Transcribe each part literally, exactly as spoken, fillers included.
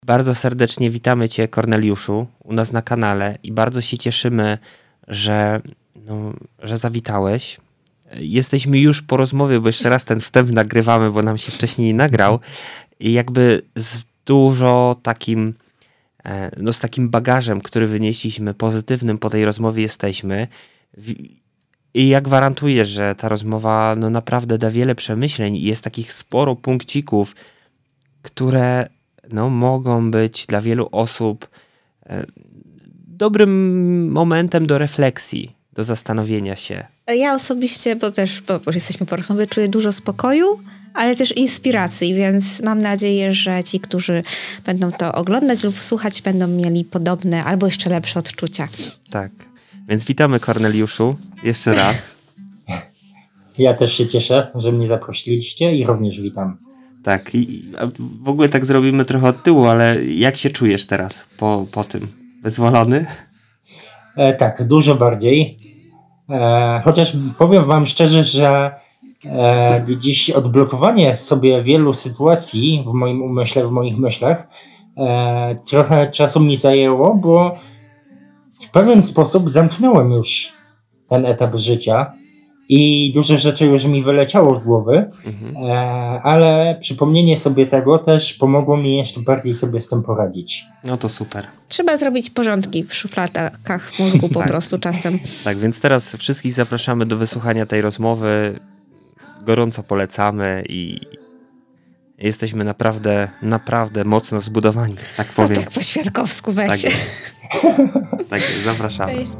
Bardzo serdecznie witamy Cię, Korneliuszu, u nas na kanale i bardzo się cieszymy, że, no, że zawitałeś. Jesteśmy już po rozmowie, bo jeszcze raz ten wstęp nagrywamy, bo nam się wcześniej nie nagrał i jakby z dużo takim, no z takim bagażem, który wynieśliśmy, pozytywnym po tej rozmowie jesteśmy. I ja gwarantuję, że ta rozmowa no naprawdę da wiele przemyśleń i jest takich sporo punkcików, które no, mogą być dla wielu osób e, dobrym momentem do refleksji, do zastanowienia się. Ja osobiście, bo też bo, bo jesteśmy po rozmowie, czuję dużo spokoju, ale też inspiracji, więc mam nadzieję, że ci, którzy będą to oglądać lub słuchać, będą mieli podobne albo jeszcze lepsze odczucia. Tak, więc witamy, Korneliuszu, jeszcze raz. Ja też się cieszę, że mnie zaprosiliście i również witam. Tak, i w ogóle tak zrobimy trochę od tyłu, ale jak się czujesz teraz po, po tym? Wyzwolony? E, tak, dużo bardziej. E, chociaż powiem wam szczerze, że e, dziś odblokowanie sobie wielu sytuacji w moim umyśle, w moich myślach e, trochę czasu mi zajęło, bo w pewien sposób zamknąłem już ten etap życia. I dużo rzeczy już mi wyleciało z głowy, mhm. e, ale przypomnienie sobie tego też pomogło mi jeszcze bardziej sobie z tym poradzić. No to super. Trzeba zrobić porządki w szufladkach mózgu po tak. prostu czasem. Tak, więc teraz wszystkich zapraszamy do wysłuchania tej rozmowy. Gorąco polecamy i jesteśmy naprawdę, naprawdę mocno zbudowani, tak powiem. No tak po świadkowsku weź. Tak, tak zapraszamy. Weź.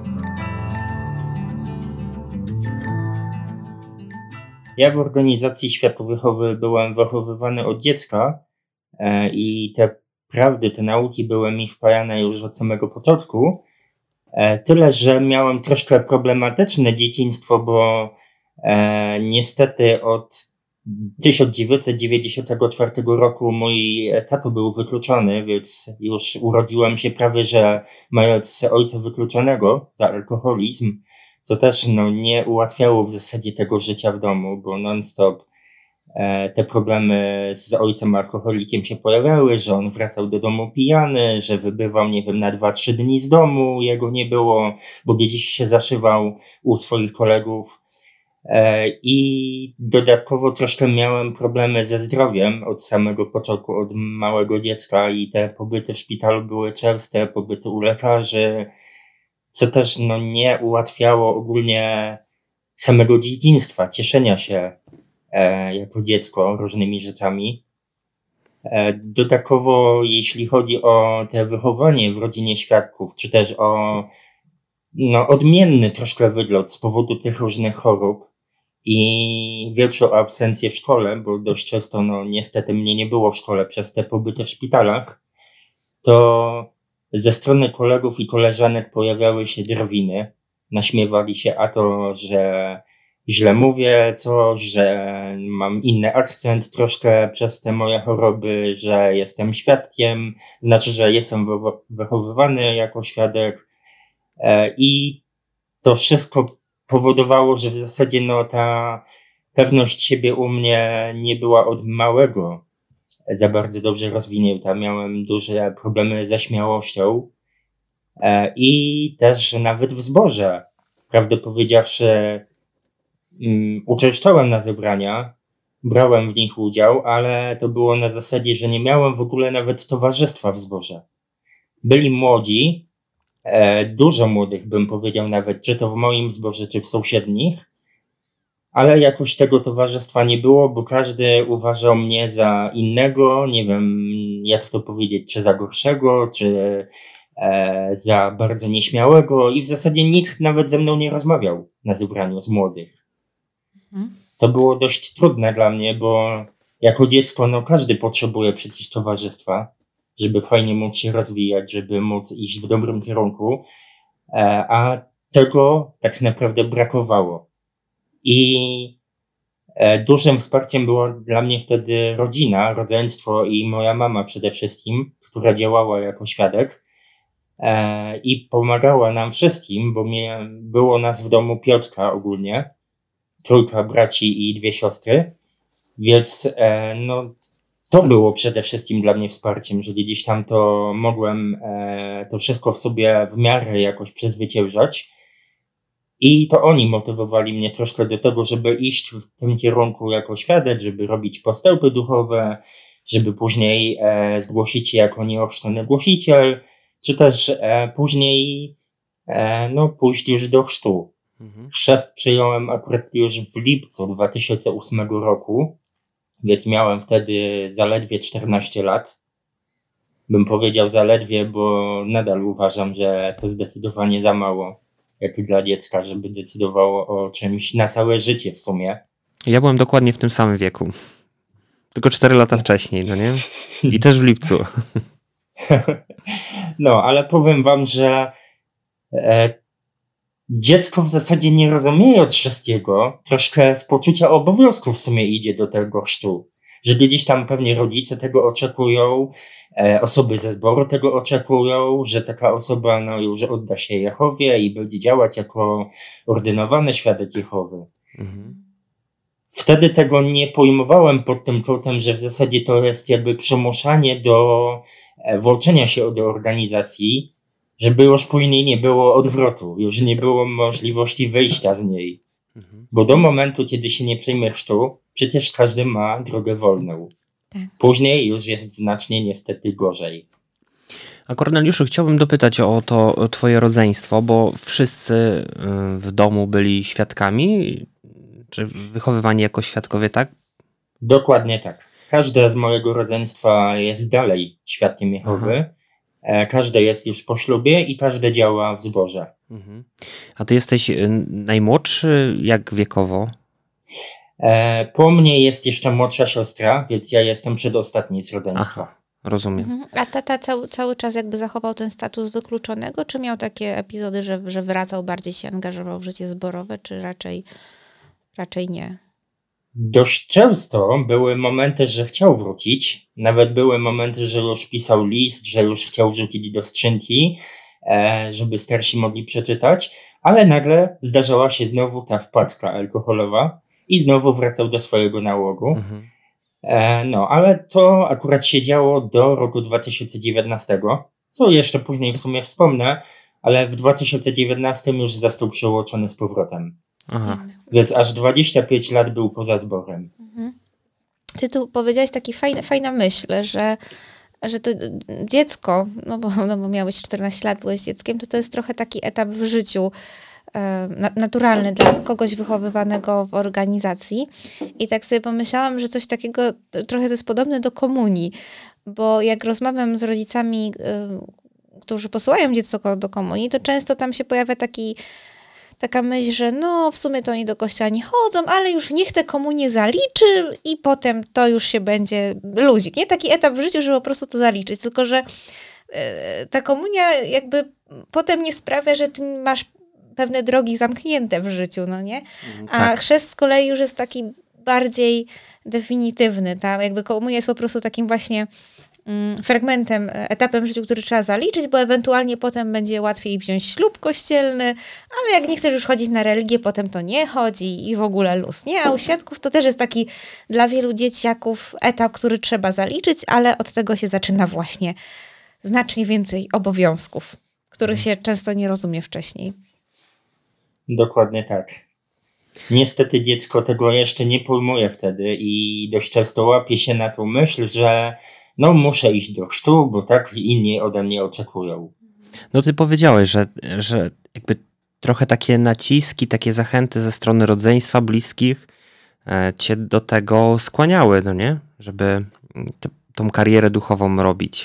Ja w organizacji światowychowej byłem wychowywany od dziecka e, i te prawdy, te nauki były mi wpajane już od samego początku. E, tyle, że miałem troszkę problematyczne dzieciństwo, bo e, niestety od tysiąc dziewięćset dziewięćdziesiątego czwartego roku mój tato był wykluczony, więc już urodziłem się prawie, że mając ojca wykluczonego za alkoholizm. Co też no, nie ułatwiało w zasadzie tego życia w domu, bo non-stop e, te problemy z ojcem alkoholikiem się pojawiały, że on wracał do domu pijany, że wybywał, nie wiem, na dwa, trzy dni z domu, jego nie było, bo gdzieś się zaszywał u swoich kolegów. E, I dodatkowo troszkę miałem problemy ze zdrowiem od samego początku, od małego dziecka i te pobyty w szpitalu były częste, pobyty u lekarzy, co też no, nie ułatwiało ogólnie samego dzieciństwa, cieszenia się e, jako dziecko różnymi rzeczami. E, dodatkowo, jeśli chodzi o te wychowanie w rodzinie świadków, czy też o no, odmienny troszkę wygląd z powodu tych różnych chorób i większą absencję w szkole, bo dość często no, niestety mnie nie było w szkole przez te pobyty w szpitalach, to ze strony kolegów i koleżanek pojawiały się drwiny. Naśmiewali się a to, że źle mówię coś, że mam inny akcent troszkę przez te moje choroby, że jestem świadkiem, znaczy, że jestem wychowywany jako świadek. I to wszystko powodowało, że w zasadzie no ta pewność siebie u mnie nie była od małego za bardzo dobrze rozwinięta. Miałem duże problemy ze śmiałością e, i też nawet w zborze, prawdę powiedziawszy, um, uczęszczałem na zebrania, brałem w nich udział, ale to było na zasadzie, że nie miałem w ogóle nawet towarzystwa w zborze. Byli młodzi, e, dużo młodych bym powiedział nawet, czy to w moim zborze, czy w sąsiednich, ale jakoś tego towarzystwa nie było, bo każdy uważał mnie za innego, nie wiem jak to powiedzieć, czy za gorszego, czy e, za bardzo nieśmiałego i w zasadzie nikt nawet ze mną nie rozmawiał na zebraniu z młodych. Mhm. To było dość trudne dla mnie, bo jako dziecko no każdy potrzebuje przecież towarzystwa, żeby fajnie móc się rozwijać, żeby móc iść w dobrym kierunku, e, a tego tak naprawdę brakowało. I e, dużym wsparciem była dla mnie wtedy rodzina, rodzeństwo i moja mama przede wszystkim, która działała jako świadek e, i pomagała nam wszystkim, bo mnie, było nas w domu piątka ogólnie, trójka braci i dwie siostry, więc e, no to było przede wszystkim dla mnie wsparciem, że gdzieś tam to mogłem e, to wszystko w sobie w miarę jakoś przezwyciężać. I to oni motywowali mnie troszkę do tego, żeby iść w tym kierunku jako świadek, żeby robić postępy duchowe, żeby później e, zgłosić się jako nieochrzczony głosiciel, czy też e, później e, no, pójść już do chrztu. Mhm. Chrzest przyjąłem akurat już w lipcu dwa tysiące ósmego roku, więc miałem wtedy zaledwie czternaście lat. Bym powiedział zaledwie, bo nadal uważam, że to zdecydowanie za mało. Jak dla dziecka, żeby decydowało o czymś na całe życie w sumie. Ja byłem dokładnie w tym samym wieku. Tylko cztery lata wcześniej, no nie? I też w lipcu. No, ale powiem wam, że e, dziecko w zasadzie nie rozumie od wszystkiego. Troszkę z poczucia obowiązku w sumie idzie do tego chrztu. Że gdzieś tam pewnie rodzice tego oczekują, e, osoby ze zboru tego oczekują, że taka osoba no już odda się Jehowie i będzie działać jako ordynowany świadek Jehowy. Mhm. Wtedy tego nie pojmowałem pod tym kątem, że w zasadzie to jest jakby przymuszanie do e, włączenia się do organizacji, żeby już później nie było odwrotu, już nie było możliwości wyjścia z niej. Mhm. Bo do momentu, kiedy się nie przyjmie chrztu, przecież każdy ma drogę wolną. Tak. Później już jest znacznie niestety gorzej. A Korneliuszu, chciałbym dopytać o to o twoje rodzeństwo, bo wszyscy w domu byli świadkami, czy wychowywani jako świadkowie, tak? Dokładnie tak. Każde z mojego rodzeństwa jest dalej świadkiem Jehowy. Aha. Każde jest już po ślubie i każde działa w zborze. Mhm. A ty jesteś najmłodszy, jak wiekowo? Po mnie jest jeszcze młodsza siostra, więc ja jestem przedostatni z rodzeństwa. Aha, rozumiem. Mhm. A tata cały, cały czas jakby zachował ten status wykluczonego, czy miał takie epizody, że, że wracał, bardziej się angażował w życie zborowe, czy raczej, raczej nie? Dość często były momenty, że chciał wrócić. Nawet były momenty, że już pisał list, że już chciał wrzucić do skrzynki, żeby starsi mogli przeczytać, ale nagle zdarzała się znowu ta wpadka alkoholowa i znowu wracał do swojego nałogu. Mhm. No, ale to akurat się działo do roku dwa tysiące dziewiętnastego, co jeszcze później w sumie wspomnę, ale w dwa tysiące dziewiętnastym już został przełączony z powrotem. Aha. Więc aż dwadzieścia pięć lat był poza zborem. Mhm. Ty tu powiedziałeś taki fajna, fajna myśl, że, że to dziecko, no bo, no bo miałeś czternaście lat, byłeś dzieckiem, to to jest trochę taki etap w życiu e, naturalny dla kogoś wychowywanego w organizacji. I tak sobie pomyślałam, że coś takiego trochę to jest podobne do komunii, bo jak rozmawiam z rodzicami, e, którzy posyłają dziecko do komunii, to często tam się pojawia taki Taka myśl, że no w sumie to oni do kościoła nie chodzą, ale już niech tę komunię zaliczy i potem to już się będzie luzik. Nie taki etap w życiu, żeby po prostu to zaliczyć, tylko że y, ta komunia jakby potem nie sprawia, że ty masz pewne drogi zamknięte w życiu, no nie? A tak. Chrzest z kolei już jest taki bardziej definitywny. Ta jakby komunia jest po prostu takim właśnie fragmentem, etapem w życiu, który trzeba zaliczyć, bo ewentualnie potem będzie łatwiej wziąć ślub kościelny, ale jak nie chcesz już chodzić na religię, potem to nie chodzi i w ogóle luz, nie? A u świadków to też jest taki dla wielu dzieciaków etap, który trzeba zaliczyć, ale od tego się zaczyna właśnie znacznie więcej obowiązków, których się często nie rozumie wcześniej. Dokładnie tak. Niestety dziecko tego jeszcze nie pojmuje wtedy i dość często łapie się na tą myśl, że no muszę iść do chrztu, bo tak inni ode mnie oczekują. No ty powiedziałeś, że, że jakby trochę takie naciski, takie zachęty ze strony rodzeństwa, bliskich e, cię do tego skłaniały, no nie? Żeby t- tą karierę duchową robić.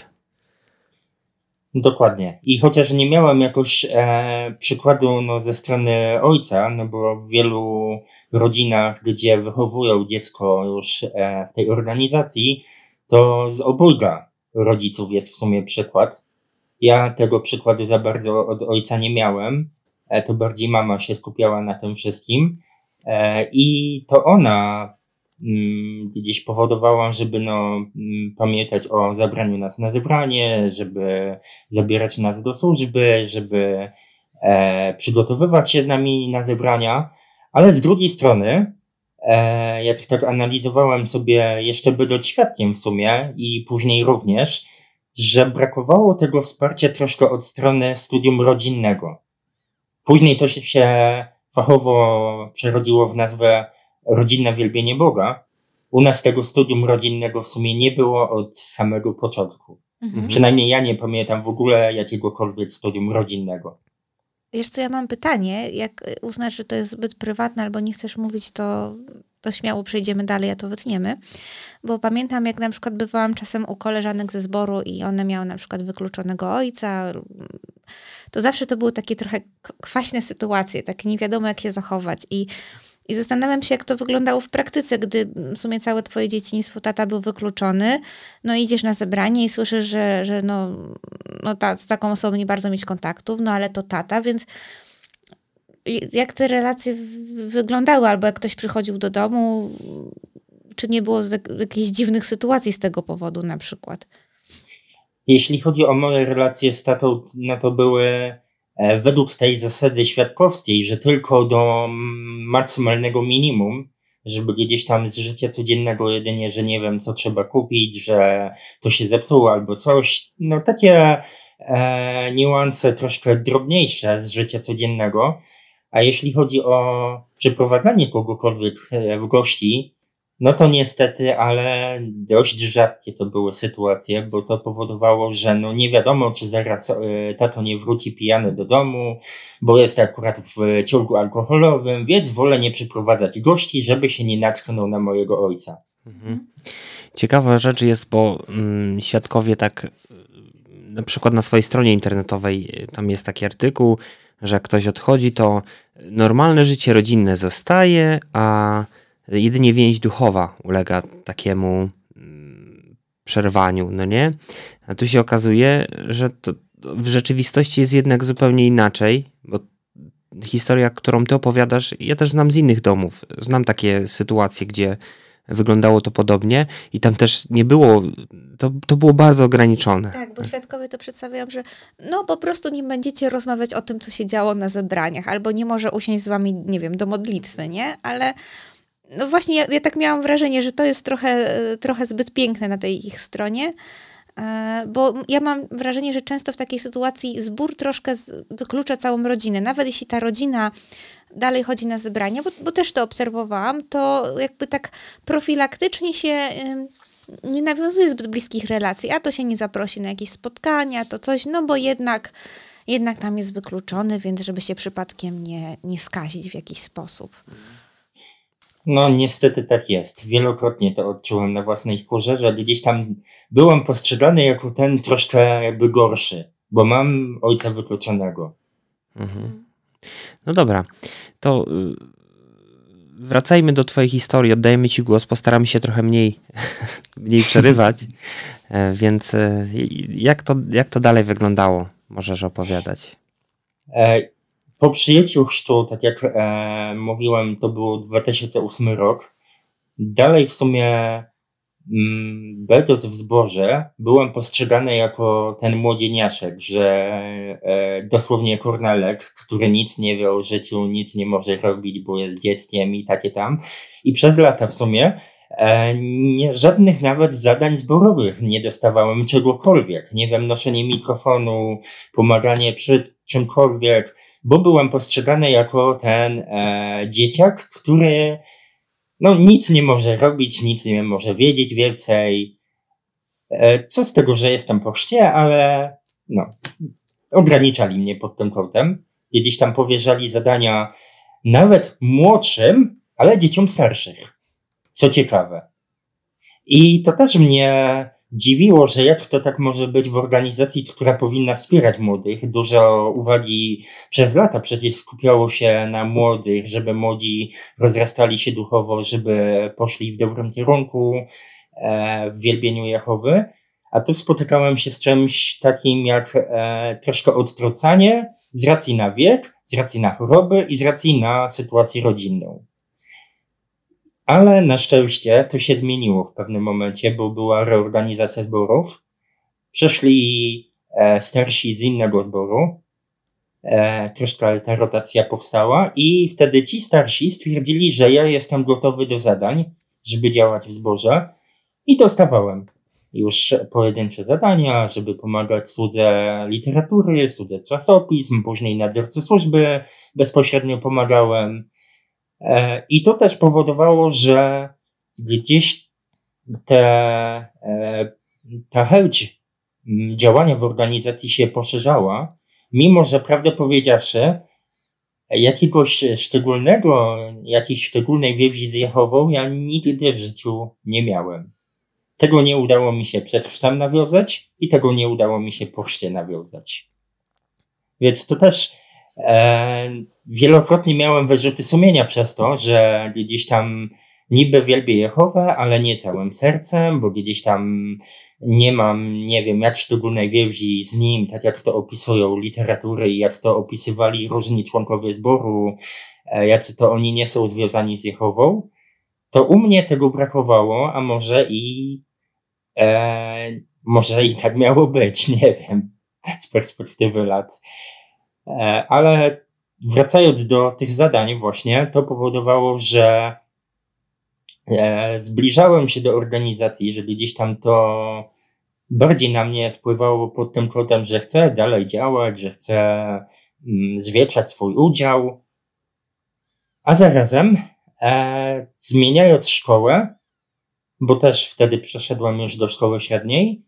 Dokładnie. I chociaż nie miałem jakoś e, przykładu no, ze strony ojca, no bo w wielu rodzinach, gdzie wychowują dziecko już e, w tej organizacji, to z obojga rodziców jest w sumie przykład. Ja tego przykładu za bardzo od ojca nie miałem. E, to bardziej mama się skupiała na tym wszystkim. E, I to ona mm, gdzieś powodowała, żeby no, mm, pamiętać o zabraniu nas na zebranie, żeby zabierać nas do służby, żeby e, przygotowywać się z nami na zebrania. Ale z drugiej strony e, jak tak analizowałem sobie jeszcze będąc świadkiem w sumie i później również, że brakowało tego wsparcia troszkę od strony studium rodzinnego. Później to się fachowo przerodziło w nazwę Rodzinne Wielbienie Boga. U nas tego studium rodzinnego w sumie nie było od samego początku. Mhm. Przynajmniej ja nie pamiętam w ogóle jakiegokolwiek studium rodzinnego. Wiesz co, ja mam pytanie, jak uznasz, że to jest zbyt prywatne albo nie chcesz mówić, to, to śmiało przejdziemy dalej, a to wytniemy. Bo pamiętam, jak na przykład bywałam czasem u koleżanek ze zboru i one miały na przykład wykluczonego ojca, to zawsze to były takie trochę kwaśne sytuacje, takie nie wiadomo jak się zachować i I zastanawiam się, jak to wyglądało w praktyce, gdy w sumie całe twoje dzieciństwo tata był wykluczony, no idziesz na zebranie i słyszysz, że, że no, no ta, z taką osobą nie bardzo mieć kontaktów, no ale to tata, więc jak te relacje w- wyglądały, albo jak ktoś przychodził do domu, czy nie było z- jakichś dziwnych sytuacji z tego powodu na przykład? Jeśli chodzi o moje relacje z tatą, no to były e, według tej zasady świadkowskiej, że tylko do maksymalnego minimum, żeby gdzieś tam z życia codziennego jedynie, że nie wiem, co trzeba kupić, że to się zepsuło albo coś. No takie e, niuanse troszkę drobniejsze z życia codziennego. A jeśli chodzi o przeprowadzanie kogokolwiek e, w gości, no to niestety, ale dość rzadkie to były sytuacje, bo to powodowało, że no nie wiadomo, czy zaraz e, tato nie wróci pijany do domu, bo jest akurat w ciągu alkoholowym, więc wolę nie przyprowadzać gości, żeby się nie natknął na mojego ojca. Mhm. Ciekawa rzecz jest, bo mm, świadkowie tak, na przykład na swojej stronie internetowej, tam jest taki artykuł, że jak ktoś odchodzi, to normalne życie rodzinne zostaje, a jedynie więź duchowa ulega takiemu mm, przerwaniu, no nie? A tu się okazuje, że to w rzeczywistości jest jednak zupełnie inaczej, bo historia, którą ty opowiadasz, ja też znam z innych domów. Znam takie sytuacje, gdzie wyglądało to podobnie i tam też nie było, to, to było bardzo ograniczone. Tak, bo świadkowie to przedstawiają, że no po prostu nie będziecie rozmawiać o tym, co się działo na zebraniach, albo nie może usiąść z wami, nie wiem, do modlitwy, nie? Ale no właśnie ja, ja tak miałam wrażenie, że to jest trochę, trochę zbyt piękne na tej ich stronie, bo ja mam wrażenie, że często w takiej sytuacji zbór troszkę wyklucza całą rodzinę. Nawet jeśli ta rodzina dalej chodzi na zebrania, bo, bo też to obserwowałam, to jakby tak profilaktycznie się nie nawiązuje zbyt bliskich relacji, a to się nie zaprosi na jakieś spotkania, to coś, no bo jednak, jednak tam jest wykluczony, więc żeby się przypadkiem nie, nie skazić w jakiś sposób. No niestety tak jest. Wielokrotnie to odczułem na własnej skórze, że gdzieś tam byłem postrzegany jako ten troszkę jakby gorszy, bo mam ojca wykluczonego. Mhm. No dobra, to wracajmy do twojej historii, oddajemy ci głos, postaramy się trochę mniej, mniej przerywać, więc jak to, jak to dalej wyglądało? Możesz opowiadać. E- Po przyjęciu chrztu, tak jak e, mówiłem, to był dwa tysiące ósmy rok. Dalej w sumie, mm, będąc w zborze, byłem postrzegany jako ten młodzieniaszek, że e, dosłownie kornelek, który nic nie wie o życiu, nic nie może robić, bo jest dzieckiem i takie tam. I przez lata w sumie e, nie, żadnych nawet zadań zborowych nie dostawałem czegokolwiek. Nie wiem, noszenie mikrofonu, pomaganie przy czymkolwiek, bo byłem postrzegany jako ten e, dzieciak, który no nic nie może robić, nic nie może wiedzieć więcej. E, co z tego, że jestem po chrzcie, ale no, ograniczali mnie pod tym kątem. Gdzieś tam powierzali zadania nawet młodszym, ale dzieciom starszych. Co ciekawe. I to też mnie dziwiło, że jak to tak może być w organizacji, która powinna wspierać młodych. Dużo uwagi przez lata przecież skupiało się na młodych, żeby młodzi rozrastali się duchowo, żeby poszli w dobrym kierunku e, w wielbieniu Jehowy. A tu spotykałem się z czymś takim jak e, troszkę odtrącanie z racji na wiek, z racji na choroby i z racji na sytuację rodzinną. Ale na szczęście to się zmieniło w pewnym momencie, bo była reorganizacja zborów. Przeszli e, starsi z innego zboru e, troszkę ta rotacja powstała i wtedy ci starsi stwierdzili, że ja jestem gotowy do zadań, żeby działać w zborze i dostawałem już pojedyncze zadania, żeby pomagać słudze literatury, słudze czasopism, później nadzorcy służby bezpośrednio pomagałem. E, I to też powodowało, że gdzieś te, e, ta chęć działania w organizacji się poszerzała, mimo że prawdę powiedziawszy, jakiegoś szczególnego, jakiejś szczególnej więzi z Jehową ja nigdy w życiu nie miałem. Tego nie udało mi się przed chrztem nawiązać i tego nie udało mi się po chrzcie nawiązać. Więc to też e, wielokrotnie miałem wyrzuty sumienia przez to, że gdzieś tam niby wielbię Jehowę, ale nie całym sercem, bo gdzieś tam nie mam, nie wiem, jak szczególnej więzi z nim, tak jak to opisują literatury i jak to opisywali różni członkowie zboru, e, jacy to oni nie są związani z Jehową, to u mnie tego brakowało, a może i e, może i tak miało być, nie wiem, z perspektywy lat. E, ale wracając do tych zadań właśnie, to powodowało, że e, zbliżałem się do organizacji, że gdzieś tam to bardziej na mnie wpływało pod tym kątem, że chcę dalej działać, że chcę mm, zwiększać swój udział, a zarazem e, zmieniając szkołę, bo też wtedy przeszedłem już do szkoły średniej,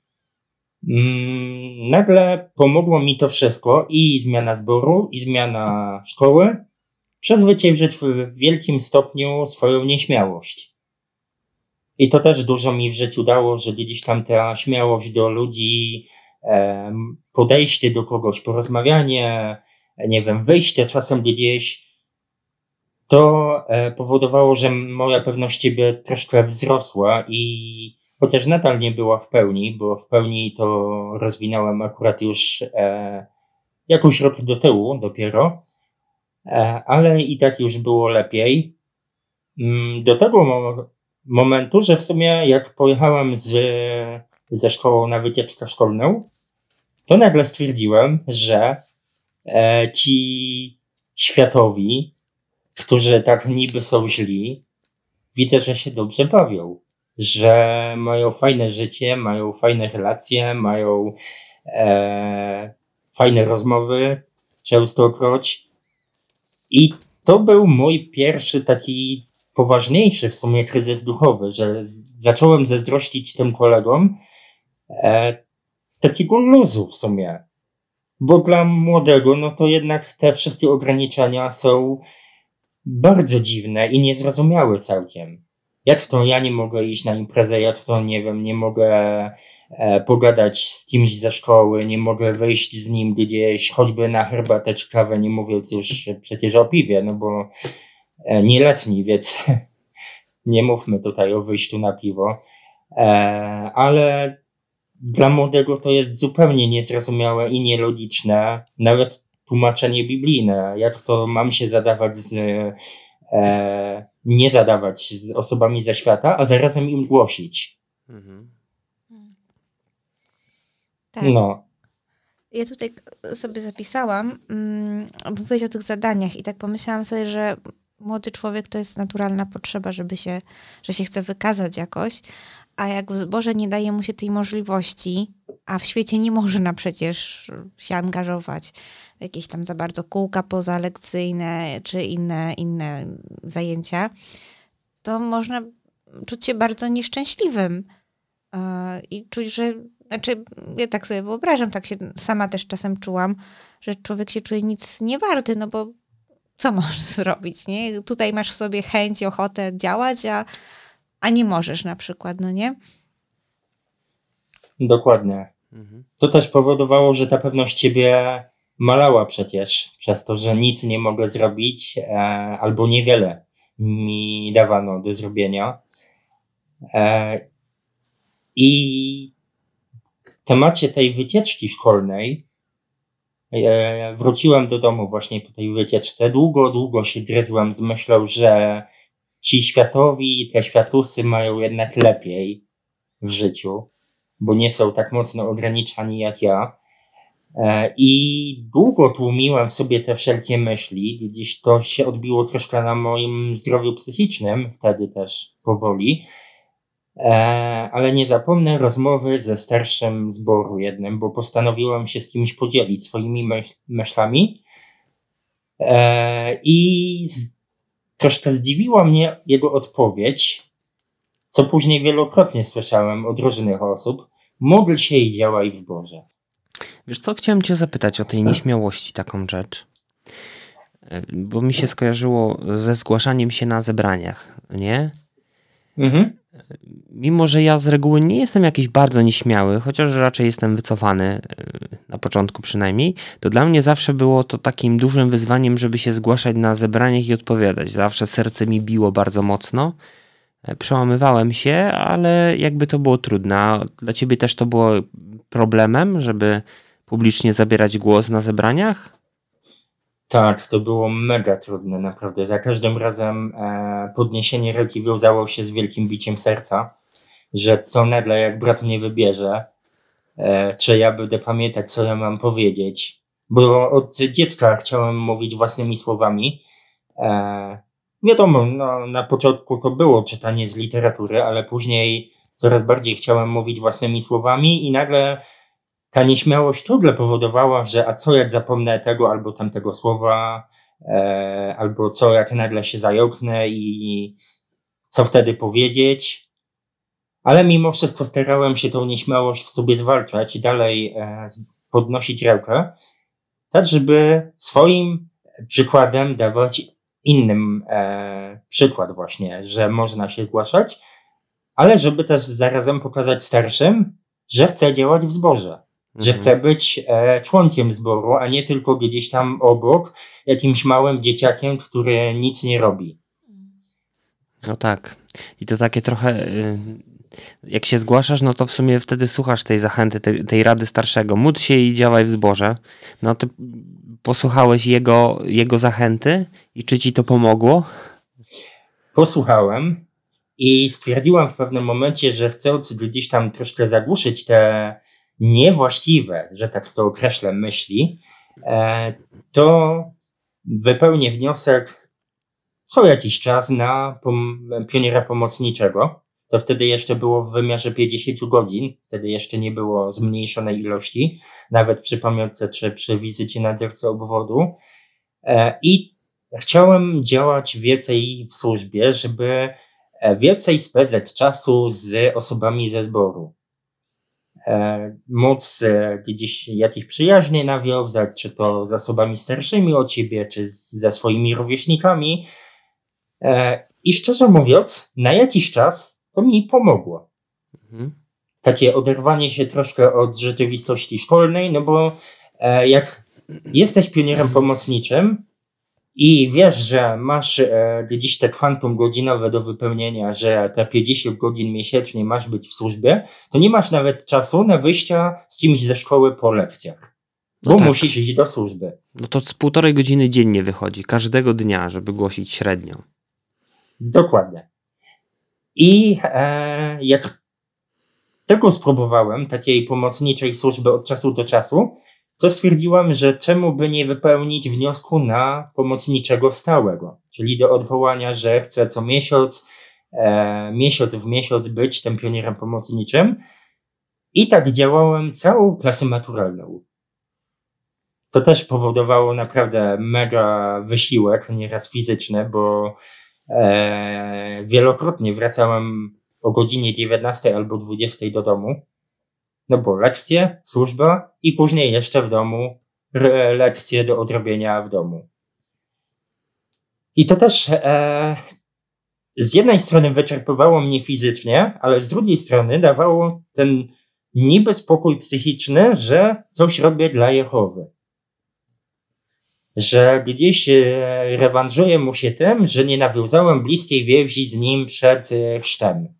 mm, nagle pomogło mi to wszystko i zmiana zboru, i zmiana szkoły przezwyciężyć w wielkim stopniu swoją nieśmiałość. I to też dużo mi w życiu dało, że gdzieś tam ta śmiałość do ludzi, e, podejście do kogoś, porozmawianie, nie wiem, wyjście czasem gdzieś, to e, powodowało, że moja pewność siebie troszkę wzrosła i chociaż nadal nie była w pełni, bo w pełni to rozwinąłem akurat już e, jakoś rok do tyłu dopiero, e, ale i tak już było lepiej. Mm, do tego mo- momentu, że w sumie jak pojechałem z, ze szkołą na wycieczkę szkolną, to nagle stwierdziłem, że e, ci światowi, którzy tak niby są źli, widzę, że się dobrze bawią, że mają fajne życie, mają fajne relacje, mają e, fajne rozmowy, częstokroć. I to był mój pierwszy taki poważniejszy w sumie kryzys duchowy, że z- zacząłem zazdrościć tym kolegom e, takiego luzu w sumie. Bo dla młodego, no to jednak te wszystkie ograniczenia są bardzo dziwne i niezrozumiałe całkiem. Jak to ja nie mogę iść na imprezę, jak to, nie wiem, nie mogę e, pogadać z kimś ze szkoły, nie mogę wyjść z nim gdzieś, choćby na herbatę czy kawę, nie mówiąc już przecież o piwie, no bo e, nieletni, więc nie mówmy tutaj o wyjściu na piwo. E, ale dla młodego to jest zupełnie niezrozumiałe i nielogiczne, nawet tłumaczenie biblijne, jak to mam się zadawać z, e, nie zadawać z osobami ze świata, a zarazem im głosić. Mhm. Tak. No, Ja tutaj sobie zapisałam, mm, bo mówiłeś o tych zadaniach i tak pomyślałam sobie, że młody człowiek to jest naturalna potrzeba, żeby się, że się chce wykazać jakoś, a jak w zborze nie daje mu się tej możliwości, a w świecie nie można przecież się angażować w jakieś tam za bardzo kółka pozalekcyjne czy inne, inne zajęcia, to można czuć się bardzo nieszczęśliwym yy, i czuć, że znaczy, ja tak sobie wyobrażam, tak się sama też czasem czułam, że człowiek się czuje nic nie warty, no bo co możesz zrobić, nie? Tutaj masz w sobie chęć i ochotę działać, a, a nie możesz na przykład, no nie? dokładnie. Mhm. To też powodowało, że ta pewność siebie malała przecież, przez to, że nic nie mogę zrobić, e, albo niewiele mi dawano do zrobienia. E, I w temacie tej wycieczki szkolnej e, wróciłem do domu właśnie po tej wycieczce. Długo, długo się gryzłem z myślą, że ci światowi, te światusy mają jednak lepiej w życiu, bo nie są tak mocno ograniczani jak ja. I długo tłumiłem w sobie te wszelkie myśli, gdzieś to się odbiło troszkę na moim zdrowiu psychicznym, wtedy też powoli, ale nie zapomnę rozmowy ze starszym zboru jednym, bo postanowiłem się z kimś podzielić swoimi myśl, myślami i z, troszkę zdziwiła mnie jego odpowiedź, co później wielokrotnie słyszałem od różnych osób: módl się i działaj w zborze. Wiesz co, chciałem cię zapytać o tej nieśmiałości taką rzecz, bo mi się skojarzyło ze zgłaszaniem się na zebraniach, nie? Mhm. Mimo że ja z reguły nie jestem jakiś bardzo nieśmiały, chociaż raczej jestem wycofany, na początku przynajmniej, to dla mnie zawsze było to takim dużym wyzwaniem, żeby się zgłaszać na zebraniach i odpowiadać. Zawsze serce mi biło bardzo mocno, przełamywałem się, ale jakby to było trudne. A dla ciebie też to było problemem, żeby publicznie zabierać głos na zebraniach? Tak, to było mega trudne, naprawdę. Za każdym razem e, podniesienie ręki wiązało się z wielkim biciem serca, że co nagle jak brat mnie wybierze, e, czy ja będę pamiętać, co ja mam powiedzieć. Bo od dziecka chciałem mówić własnymi słowami. E, wiadomo, no, na początku to było czytanie z literatury, ale później coraz bardziej chciałem mówić własnymi słowami i nagle ta nieśmiałość ciągle powodowała, że a co jak zapomnę tego albo tamtego słowa, e, albo co jak nagle się zająknę i co wtedy powiedzieć. Ale mimo wszystko starałem się tą nieśmiałość w sobie zwalczać i dalej e, podnosić rękę, tak żeby swoim przykładem dawać innym e, przykład właśnie, że można się zgłaszać, ale żeby też zarazem pokazać starszym, że chcę działać w zborze. Że chcę być e, członkiem zboru, a nie tylko gdzieś tam obok, jakimś małym dzieciakiem, który nic nie robi. No tak. I to takie trochę, y, jak się zgłaszasz, no to w sumie wtedy słuchasz tej zachęty, tej, tej rady starszego. Módl się i działaj w zborze. No ty posłuchałeś jego, jego zachęty i czy ci to pomogło? Posłuchałem i stwierdziłem w pewnym momencie, że chcąc gdzieś tam troszkę zagłuszyć te niewłaściwe, że tak to określę, myśli, to wypełnię wniosek co jakiś czas na pom- pioniera pomocniczego. To wtedy jeszcze było w wymiarze pięćdziesiąt godzin, wtedy jeszcze nie było zmniejszonej ilości, nawet przy pamiątce czy przy wizycie nadzorcy obwodu. I chciałem działać więcej w służbie, żeby więcej spędzać czasu z osobami ze zboru. Móc gdzieś jakieś przyjaźnie nawiązać, czy to z osobami starszymi od ciebie, czy z, ze swoimi rówieśnikami. I szczerze mówiąc, na jakiś czas to mi pomogło. Mhm. Takie oderwanie się troszkę od rzeczywistości szkolnej, no bo jak jesteś pionierem pomocniczym i wiesz, że masz e, gdzieś te kwantum godzinowe do wypełnienia, że te pięćdziesiąt godzin miesięcznie masz być w służbie, to nie masz nawet czasu na wyjścia z kimś ze szkoły po lekcjach, bo no tak. Musisz iść do służby. No to z półtorej godziny dziennie wychodzi, każdego dnia, żeby głosić średnią. Dokładnie. I e, jak tego spróbowałem, takiej pomocniczej służby od czasu do czasu, to stwierdziłem, że czemu by nie wypełnić wniosku na pomocniczego stałego, czyli do odwołania, że chcę co miesiąc, e, miesiąc w miesiąc być tym pionierem pomocniczym. I tak działałem całą klasę maturalną. To też powodowało naprawdę mega wysiłek, nieraz fizyczny, bo e, wielokrotnie wracałem o godzinie dziewiętnastej albo dwudziestej do domu. No bo lekcje, służba i później jeszcze w domu lekcje do odrobienia w domu. I to też e, z jednej strony wyczerpywało mnie fizycznie, ale z drugiej strony dawało ten niby spokój psychiczny, że coś robię dla Jehowy. Że gdzieś e, rewanżuję mu się tym, że nie nawiązałem bliskiej więzi z nim przed e, chrztem.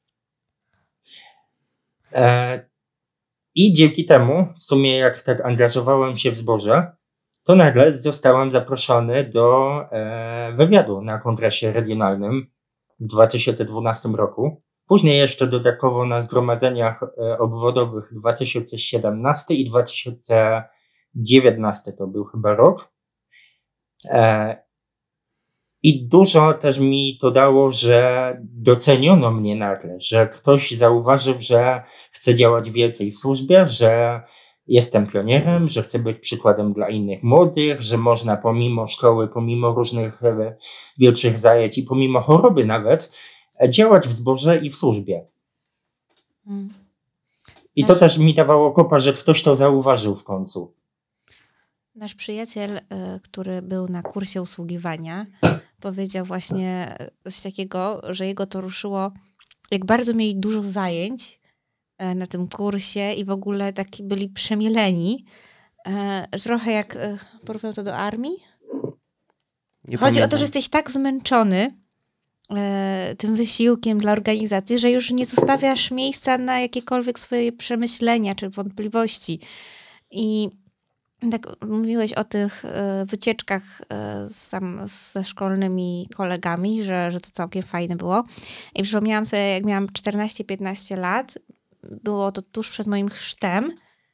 E, I dzięki temu, w sumie jak tak angażowałem się w zborze, to nagle zostałem zaproszony do e, wywiadu na kongresie regionalnym w dwa tysiące dwunastym roku. Później jeszcze dodatkowo na zgromadzeniach e, obwodowych dwa tysiące siedemnastym i dwa tysiące dziewiętnasty to był chyba rok. I dużo też mi to dało, że doceniono mnie nagle, że ktoś zauważył, że chcę działać więcej w służbie, że jestem pionierem, że chcę być przykładem dla innych młodych, że można pomimo szkoły, pomimo różnych większych zajęć i pomimo choroby nawet działać w zborze i w służbie. Hmm. I to też mi dawało kopa, że ktoś to zauważył w końcu. Nasz przyjaciel, który był na kursie usługiwania, powiedział właśnie coś takiego, że jego to ruszyło, jak bardzo mieli dużo zajęć na tym kursie i w ogóle taki byli przemieleni. Trochę jak, porównał to do armii. Nie Chodzi pamiętam. O to, że jesteś tak zmęczony tym wysiłkiem dla organizacji, że już nie zostawiasz miejsca na jakiekolwiek swoje przemyślenia czy wątpliwości. I tak mówiłeś o tych wycieczkach sam ze szkolnymi kolegami, że, że to całkiem fajne było. I przypomniałam sobie, jak miałam czternaście piętnaście lat, było to tuż przed moim chrztem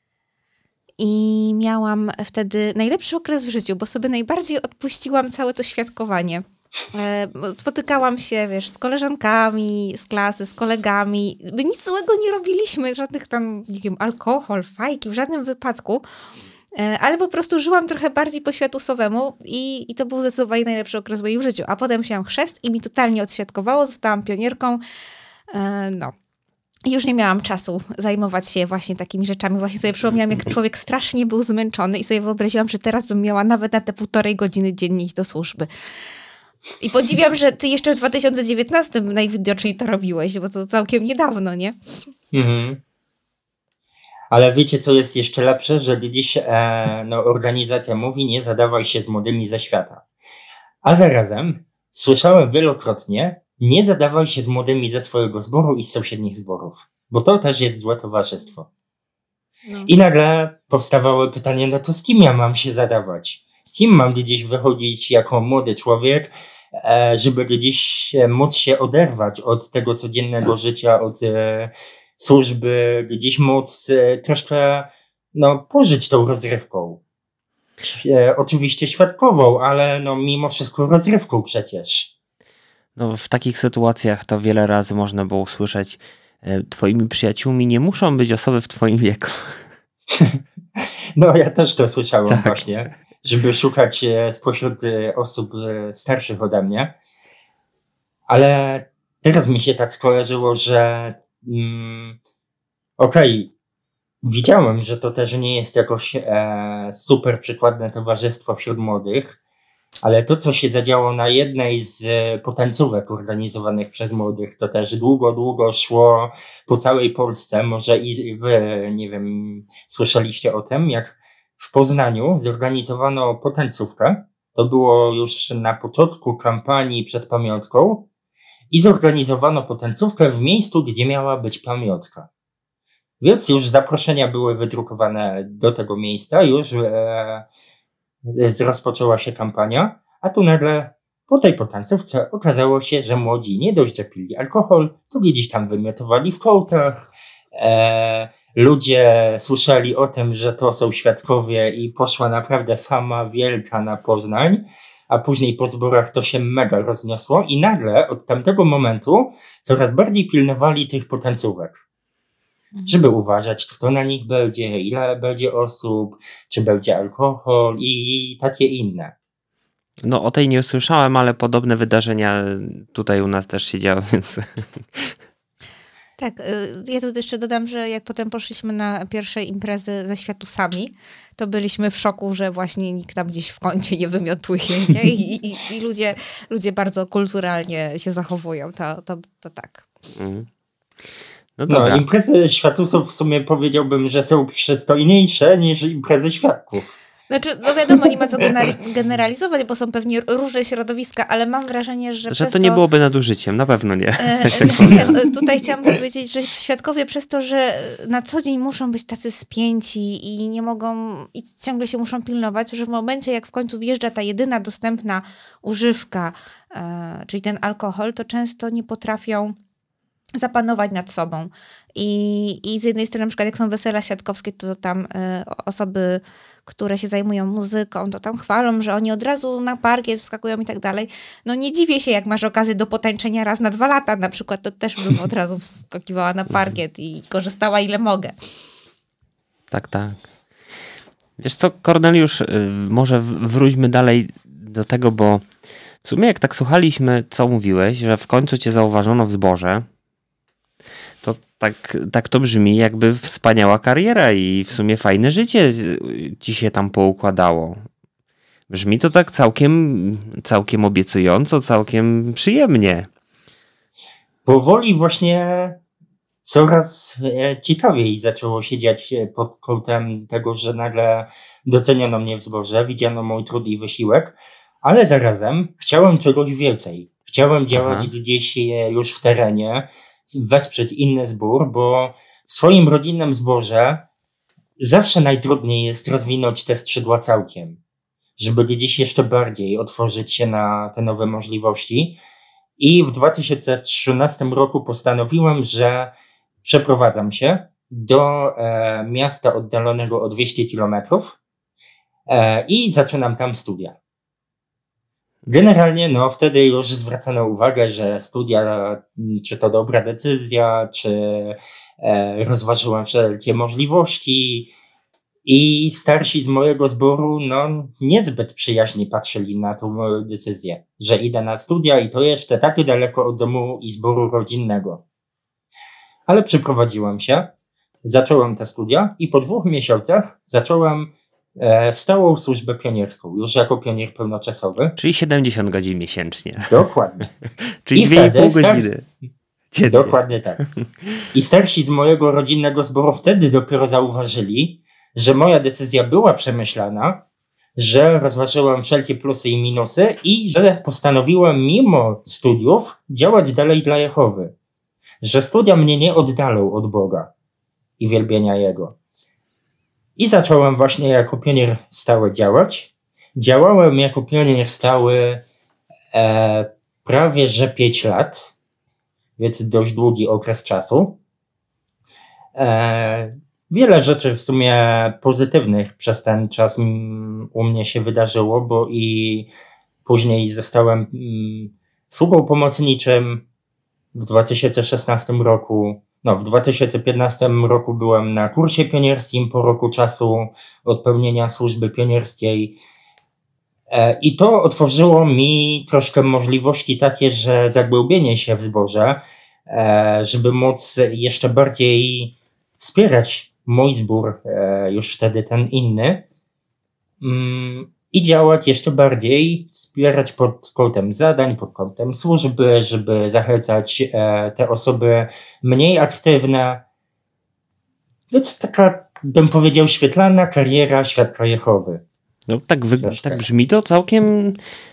i miałam wtedy najlepszy okres w życiu, bo sobie najbardziej odpuściłam całe to świadkowanie. Spotykałam się, wiesz, z koleżankami z klasy, z kolegami. My nic złego nie robiliśmy, żadnych tam, nie wiem, alkohol, fajki, w żadnym wypadku. Ale po prostu żyłam trochę bardziej po światusowemu i, i to był zdecydowanie najlepszy okres w moim życiu. A potem wziąłam chrzest i mi totalnie odświadkowało, zostałam pionierką. No. I już nie miałam czasu zajmować się właśnie takimi rzeczami. Właśnie sobie przypomniałam, jak człowiek strasznie był zmęczony i sobie wyobraziłam, że teraz bym miała nawet na te półtorej godziny dziennie iść do służby. I podziwiam, że ty jeszcze w dwa tysiące dziewiętnastym najwidoczniej to robiłeś, bo to całkiem niedawno, nie? Mhm. Ale wiecie, co jest jeszcze lepsze? Że gdzieś e, no, organizacja mówi, nie zadawaj się z młodymi ze świata. A zarazem słyszałem wielokrotnie, nie zadawaj się z młodymi ze swojego zboru i z sąsiednich zborów, bo to też jest złe towarzystwo. No. I nagle powstawało pytanie, no to z kim ja mam się zadawać? Z kim mam gdzieś wychodzić jako młody człowiek, e, żeby gdzieś móc się oderwać od tego codziennego życia, od e, służby, gdzieś móc e, troszkę no, pożyć tą rozrywką. E, oczywiście świadkową, ale no mimo wszystko rozrywką przecież. No, w takich sytuacjach to wiele razy można było usłyszeć, e, twoimi przyjaciółmi nie muszą być osoby w twoim wieku. No ja też to słyszałem tak. Właśnie, żeby szukać e, spośród e, osób e, starszych ode mnie. Ale teraz mi się tak skojarzyło, że mm, okej, okay, widziałem, że to też nie jest jakoś e, super przykładne towarzystwo wśród młodych, ale to, co się zadziało na jednej z potańcówek organizowanych przez młodych, to też długo, długo szło po całej Polsce. Może i wy, nie wiem, słyszeliście o tym, jak w Poznaniu zorganizowano potańcówkę. To było już na początku kampanii przed pamiątką i zorganizowano potańcówkę w miejscu, gdzie miała być pamiątka. Więc już zaproszenia były wydrukowane do tego miejsca, już e, rozpoczęła się kampania, a tu nagle po tej potańcówce okazało się, że młodzi nie dość, że pili alkohol, to gdzieś tam wymiotowali w kołtach. E, ludzie słyszeli o tym, że to są świadkowie i poszła naprawdę fama wielka na Poznań, a później po zborach to się mega rozniosło i nagle od tamtego momentu coraz bardziej pilnowali tych potańcówek. Żeby uważać, kto na nich będzie, ile będzie osób, czy będzie alkohol i takie inne. No o tej nie usłyszałem, ale podobne wydarzenia tutaj u nas też się działy, więc... Tak, ja tu jeszcze dodam, że jak potem poszliśmy na pierwsze imprezy ze światusami, to byliśmy w szoku, że właśnie nikt tam gdzieś w kącie nie wymiotuje, nie? I, i, i ludzie, ludzie bardzo kulturalnie się zachowują, to, to, to tak. Mm. No, no imprezy światusów w sumie powiedziałbym, że są przystojniejsze niż imprezy świadków. Znaczy, no wiadomo, nie ma co generalizować, bo są pewnie różne środowiska, ale mam wrażenie, że Że przez to nie byłoby nadużyciem, na pewno nie. E, nie. Tutaj chciałam powiedzieć, że świadkowie przez to, że na co dzień muszą być tacy spięci i nie mogą, i ciągle się muszą pilnować, że w momencie, jak w końcu wjeżdża ta jedyna dostępna używka, e, czyli ten alkohol, to często nie potrafią zapanować nad sobą. I, I z jednej strony, na przykład jak są wesela świadkowskie, to tam y, osoby, które się zajmują muzyką, to tam chwalą, że oni od razu na parkiet wskakują i tak dalej. No nie dziwię się, jak masz okazję do potańczenia raz na dwa lata na przykład, to też bym od razu wskakiwała na parkiet i korzystała ile mogę. Tak, tak. Wiesz co, Korneliusz, może wróćmy dalej do tego, bo w sumie jak tak słuchaliśmy, co mówiłeś, że w końcu cię zauważono w zborze, to tak, tak to brzmi, jakby wspaniała kariera i w sumie fajne życie ci się tam poukładało. Brzmi to tak całkiem, całkiem obiecująco, całkiem przyjemnie. Powoli właśnie coraz ciekawiej zaczęło się dziać pod kątem tego, że nagle doceniono mnie w zborze, widziano mój trud i wysiłek, ale zarazem chciałem czegoś więcej. Chciałem działać Aha. gdzieś już w terenie, wesprzeć inny zbór, bo w swoim rodzinnym zborze zawsze najtrudniej jest rozwinąć te skrzydła całkiem, żeby gdzieś jeszcze bardziej otworzyć się na te nowe możliwości. I w dwa tysiące trzynastym roku postanowiłem, że przeprowadzam się do e, miasta oddalonego o dwieście kilometrów e, i zaczynam tam studia. Generalnie no wtedy już zwracano uwagę, że studia, czy to dobra decyzja, czy e, rozważyłem wszelkie możliwości i starsi z mojego zboru no niezbyt przyjaźnie patrzyli na tą moją decyzję, że idę na studia i to jeszcze tak daleko od domu i zboru rodzinnego. Ale przyprowadziłem się, zacząłem te studia i po dwóch miesiącach zacząłem e, stałą służbę pionierską, już jako pionier pełnoczasowy. Czyli siedemdziesiąt godzin miesięcznie. Dokładnie. Czyli dwie i pół godziny. Star... Dokładnie tak. I starsi z mojego rodzinnego zboru wtedy dopiero zauważyli, że moja decyzja była przemyślana, że rozważyłem wszelkie plusy i minusy i że postanowiłem mimo studiów działać dalej dla Jehowy. Że studia mnie nie oddalą od Boga i wielbienia Jego. I zacząłem właśnie jako pionier stały działać. Działałem jako pionier stały e, prawie że pięć lat, więc dość długi okres czasu. E, wiele rzeczy w sumie pozytywnych przez ten czas m, u mnie się wydarzyło, bo i później zostałem m, sługą pomocniczym. W dwa tysiące szesnastym roku, no w dwa tysiące piętnastym roku byłem na kursie pionierskim po roku czasu od pełnienia służby pionierskiej e, i to otworzyło mi troszkę możliwości takie, że zagłębienie się w zborze, e, żeby móc jeszcze bardziej wspierać mój zbór, e, już wtedy ten inny, mm, i działać jeszcze bardziej, wspierać pod kątem zadań, pod kątem służby, żeby zachęcać e, te osoby mniej aktywne. Więc taka, bym powiedział, świetlana kariera świadka Jehowy. No tak, wy, tak brzmi to całkiem,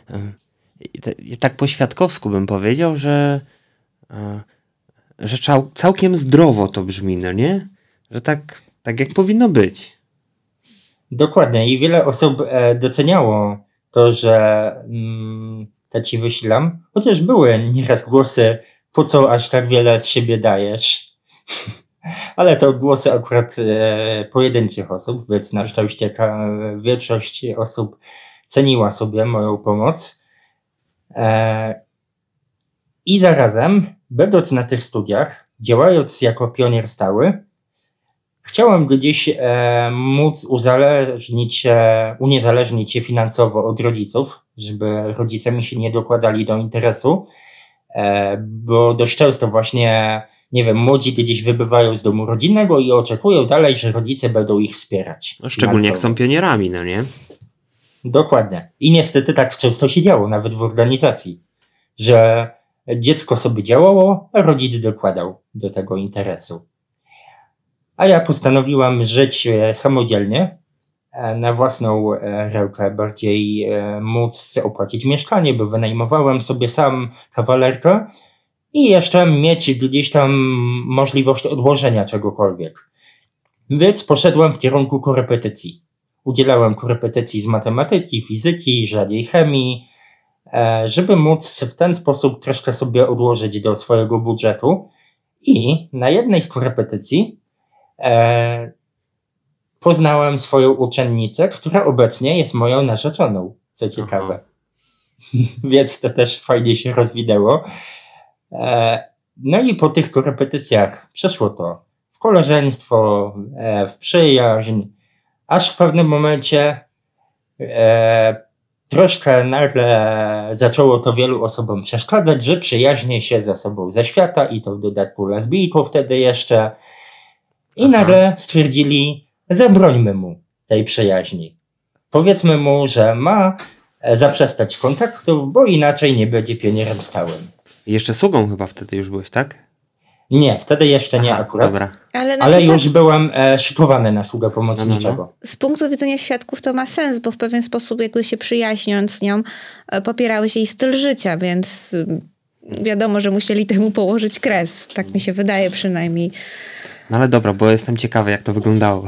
e, tak po świadkowsku bym powiedział, że, e, że cał, całkiem zdrowo to brzmi, no nie? Że tak, tak jak powinno być. Dokładnie i wiele osób e, doceniało to, że mm, te ci wysilam, chociaż były nieraz głosy, po co aż tak wiele z siebie dajesz. Ale to głosy akurat e, pojedynczych osób, więc na szczęście ka- większość osób ceniła sobie moją pomoc. E, I zarazem, będąc na tych studiach, działając jako pionier stały, chciałem gdzieś e, móc uzależnić się, uniezależnić się finansowo od rodziców, żeby rodzice mi się nie dokładali do interesu, e, bo dość często właśnie, nie wiem, młodzi gdzieś wybywają z domu rodzinnego i oczekują dalej, że rodzice będą ich wspierać. No, szczególnie jak są pionierami, no nie? Dokładnie. I niestety tak często się działo, nawet w organizacji, że dziecko sobie działało, a rodzic dokładał do tego interesu. A ja postanowiłem żyć samodzielnie, na własną rękę, bardziej móc opłacić mieszkanie, bo wynajmowałem sobie sam kawalerkę i jeszcze mieć gdzieś tam możliwość odłożenia czegokolwiek. Więc poszedłem w kierunku korepetycji. Udzielałem korepetycji z matematyki, fizyki, rzadziej chemii, żeby móc w ten sposób troszkę sobie odłożyć do swojego budżetu I na jednej z korepetycji e, poznałem swoją uczennicę, która obecnie jest moją narzeczoną, co ciekawe. Więc to też fajnie się rozwinęło. E, no i po tych korepetycjach przeszło to w koleżeństwo, e, w przyjaźń, aż w pewnym momencie e, troszkę nagle zaczęło to wielu osobom przeszkadzać, że przyjaźnię się ze sobą ze świata i to w dodatku lesbijką wtedy jeszcze. I Aha. nagle stwierdzili, zabrońmy mu tej przyjaźni. Powiedzmy mu, że ma zaprzestać kontaktów, bo inaczej nie będzie pionierem stałym. Jeszcze sługą chyba wtedy już byłeś, tak? Nie, wtedy jeszcze nie Aha, akurat. Dobra. Ale, no ale już tak... byłem e, szykowany na sługę pomocniczego. No, no, no. Z punktu widzenia świadków to ma sens, bo w pewien sposób jakby się przyjaźniąc z nią, e, popierałeś jej styl życia, więc y, wiadomo, że musieli temu położyć kres. Tak mi się wydaje przynajmniej. No ale dobra, bo jestem ciekawy, jak to wyglądało.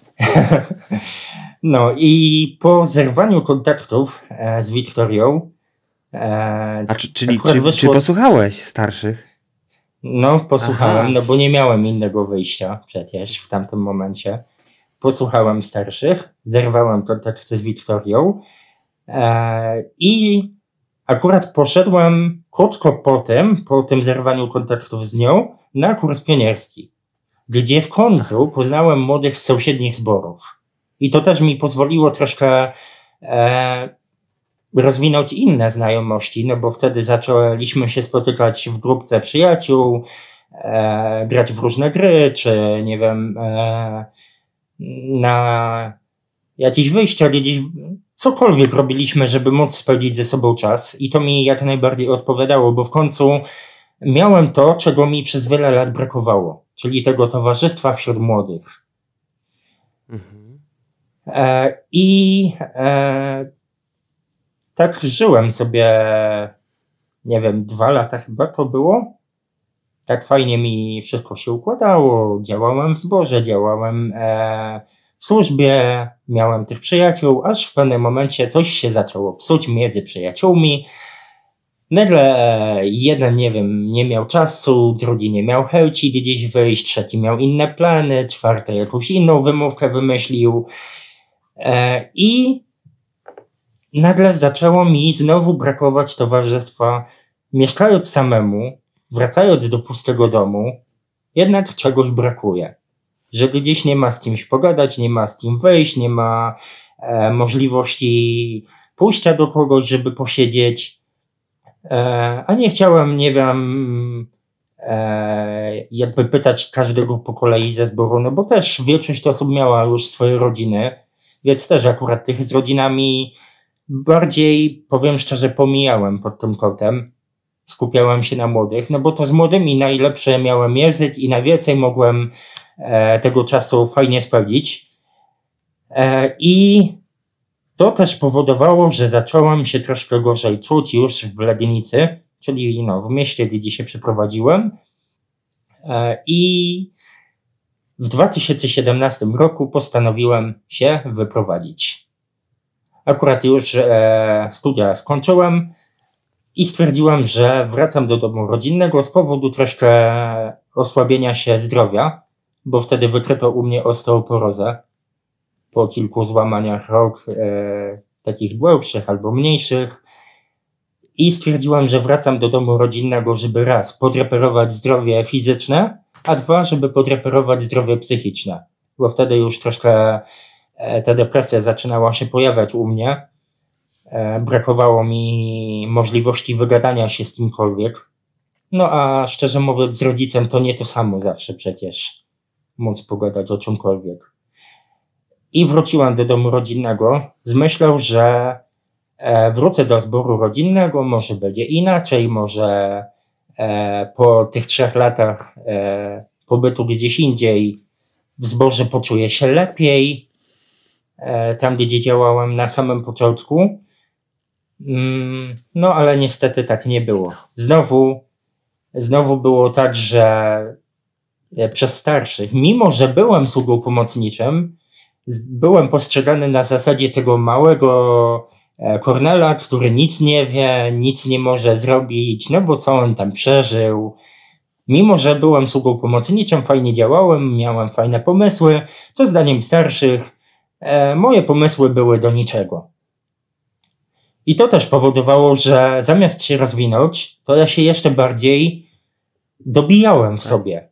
No i po zerwaniu kontaktów e, z Wiktorią e, A czy, czyli czy, wyszło... czy posłuchałeś starszych? No, posłuchałem, Aha. no bo nie miałem innego wyjścia przecież w tamtym momencie. Posłuchałem starszych, zerwałem kontakt z Wiktorią e, i akurat poszedłem krótko po tym, po tym zerwaniu kontaktów z nią, na kurs pionierski, gdzie w końcu poznałem młodych z sąsiednich zborów. I to też mi pozwoliło troszkę e, rozwinąć inne znajomości, no bo wtedy zaczęliśmy się spotykać w grupce przyjaciół, e, grać w różne gry, czy nie wiem, e, na jakieś wyjścia, gdzieś, cokolwiek robiliśmy, żeby móc spędzić ze sobą czas. I to mi jak najbardziej odpowiadało, bo w końcu miałem to, czego mi przez wiele lat brakowało, czyli tego towarzystwa wśród młodych. Mhm. E, I e, tak żyłem sobie, nie wiem, dwa lata chyba to było. Tak fajnie mi wszystko się układało. Działałem w zborze, działałem e, w służbie, miałem tych przyjaciół, aż w pewnym momencie coś się zaczęło psuć między przyjaciółmi. Nagle jeden, nie wiem, nie miał czasu, drugi nie miał chęci gdzieś wyjść, trzeci miał inne plany, czwarty jakąś inną wymówkę wymyślił. E, I nagle zaczęło mi znowu brakować towarzystwa. Mieszkając samemu, wracając do pustego domu, jednak czegoś brakuje. Że gdzieś nie ma z kimś pogadać, nie ma z kim wyjść, nie ma e, możliwości pójścia do kogoś, żeby posiedzieć. E, a nie chciałem, nie wiem, e, jakby pytać każdego po kolei ze zboru, no bo też większość osób miała już swoje rodziny, więc też akurat tych z rodzinami bardziej, powiem szczerze, pomijałem pod tym kątem. Skupiałem się na młodych, no bo to z młodymi najlepsze miałem język i najwięcej mogłem e, tego czasu fajnie spędzić. E, I to też powodowało, że zacząłem się troszkę gorzej czuć już w Legnicy, czyli no, w mieście, gdzie się przeprowadziłem. E, I w dwa tysiące siedemnastym roku postanowiłem się wyprowadzić. Akurat już e, studia skończyłem i stwierdziłem, że wracam do domu rodzinnego z powodu troszkę osłabienia się zdrowia, bo wtedy wykryto u mnie osteoporozę po kilku złamaniach rąk, e, takich głębszych albo mniejszych. I stwierdziłem, że wracam do domu rodzinnego, żeby raz podreperować zdrowie fizyczne, a dwa, żeby podreperować zdrowie psychiczne, bo wtedy już troszkę e, ta depresja zaczynała się pojawiać u mnie. E, brakowało mi możliwości wygadania się z kimkolwiek. No a szczerze mówiąc, z rodzicem to nie to samo zawsze przecież móc pogadać o czymkolwiek. I wróciłem do domu rodzinnego z myślą, że e, wrócę do zboru rodzinnego, może będzie inaczej, może e, po tych trzech latach e, pobytu gdzieś indziej w zborze poczuję się lepiej, e, tam gdzie działałem na samym początku. Mm, no ale niestety tak nie było. Znowu, znowu było tak, że e, przez starszych, mimo że byłem sługą pomocniczym, byłem postrzegany na zasadzie tego małego e, Kornela, który nic nie wie, nic nie może zrobić, no bo co on tam przeżył. Mimo że byłem sługą pomocniczym, fajnie działałem, miałem fajne pomysły, co zdaniem starszych, e, moje pomysły były do niczego. I to też powodowało, że zamiast się rozwinąć, to ja się jeszcze bardziej dobijałem w sobie.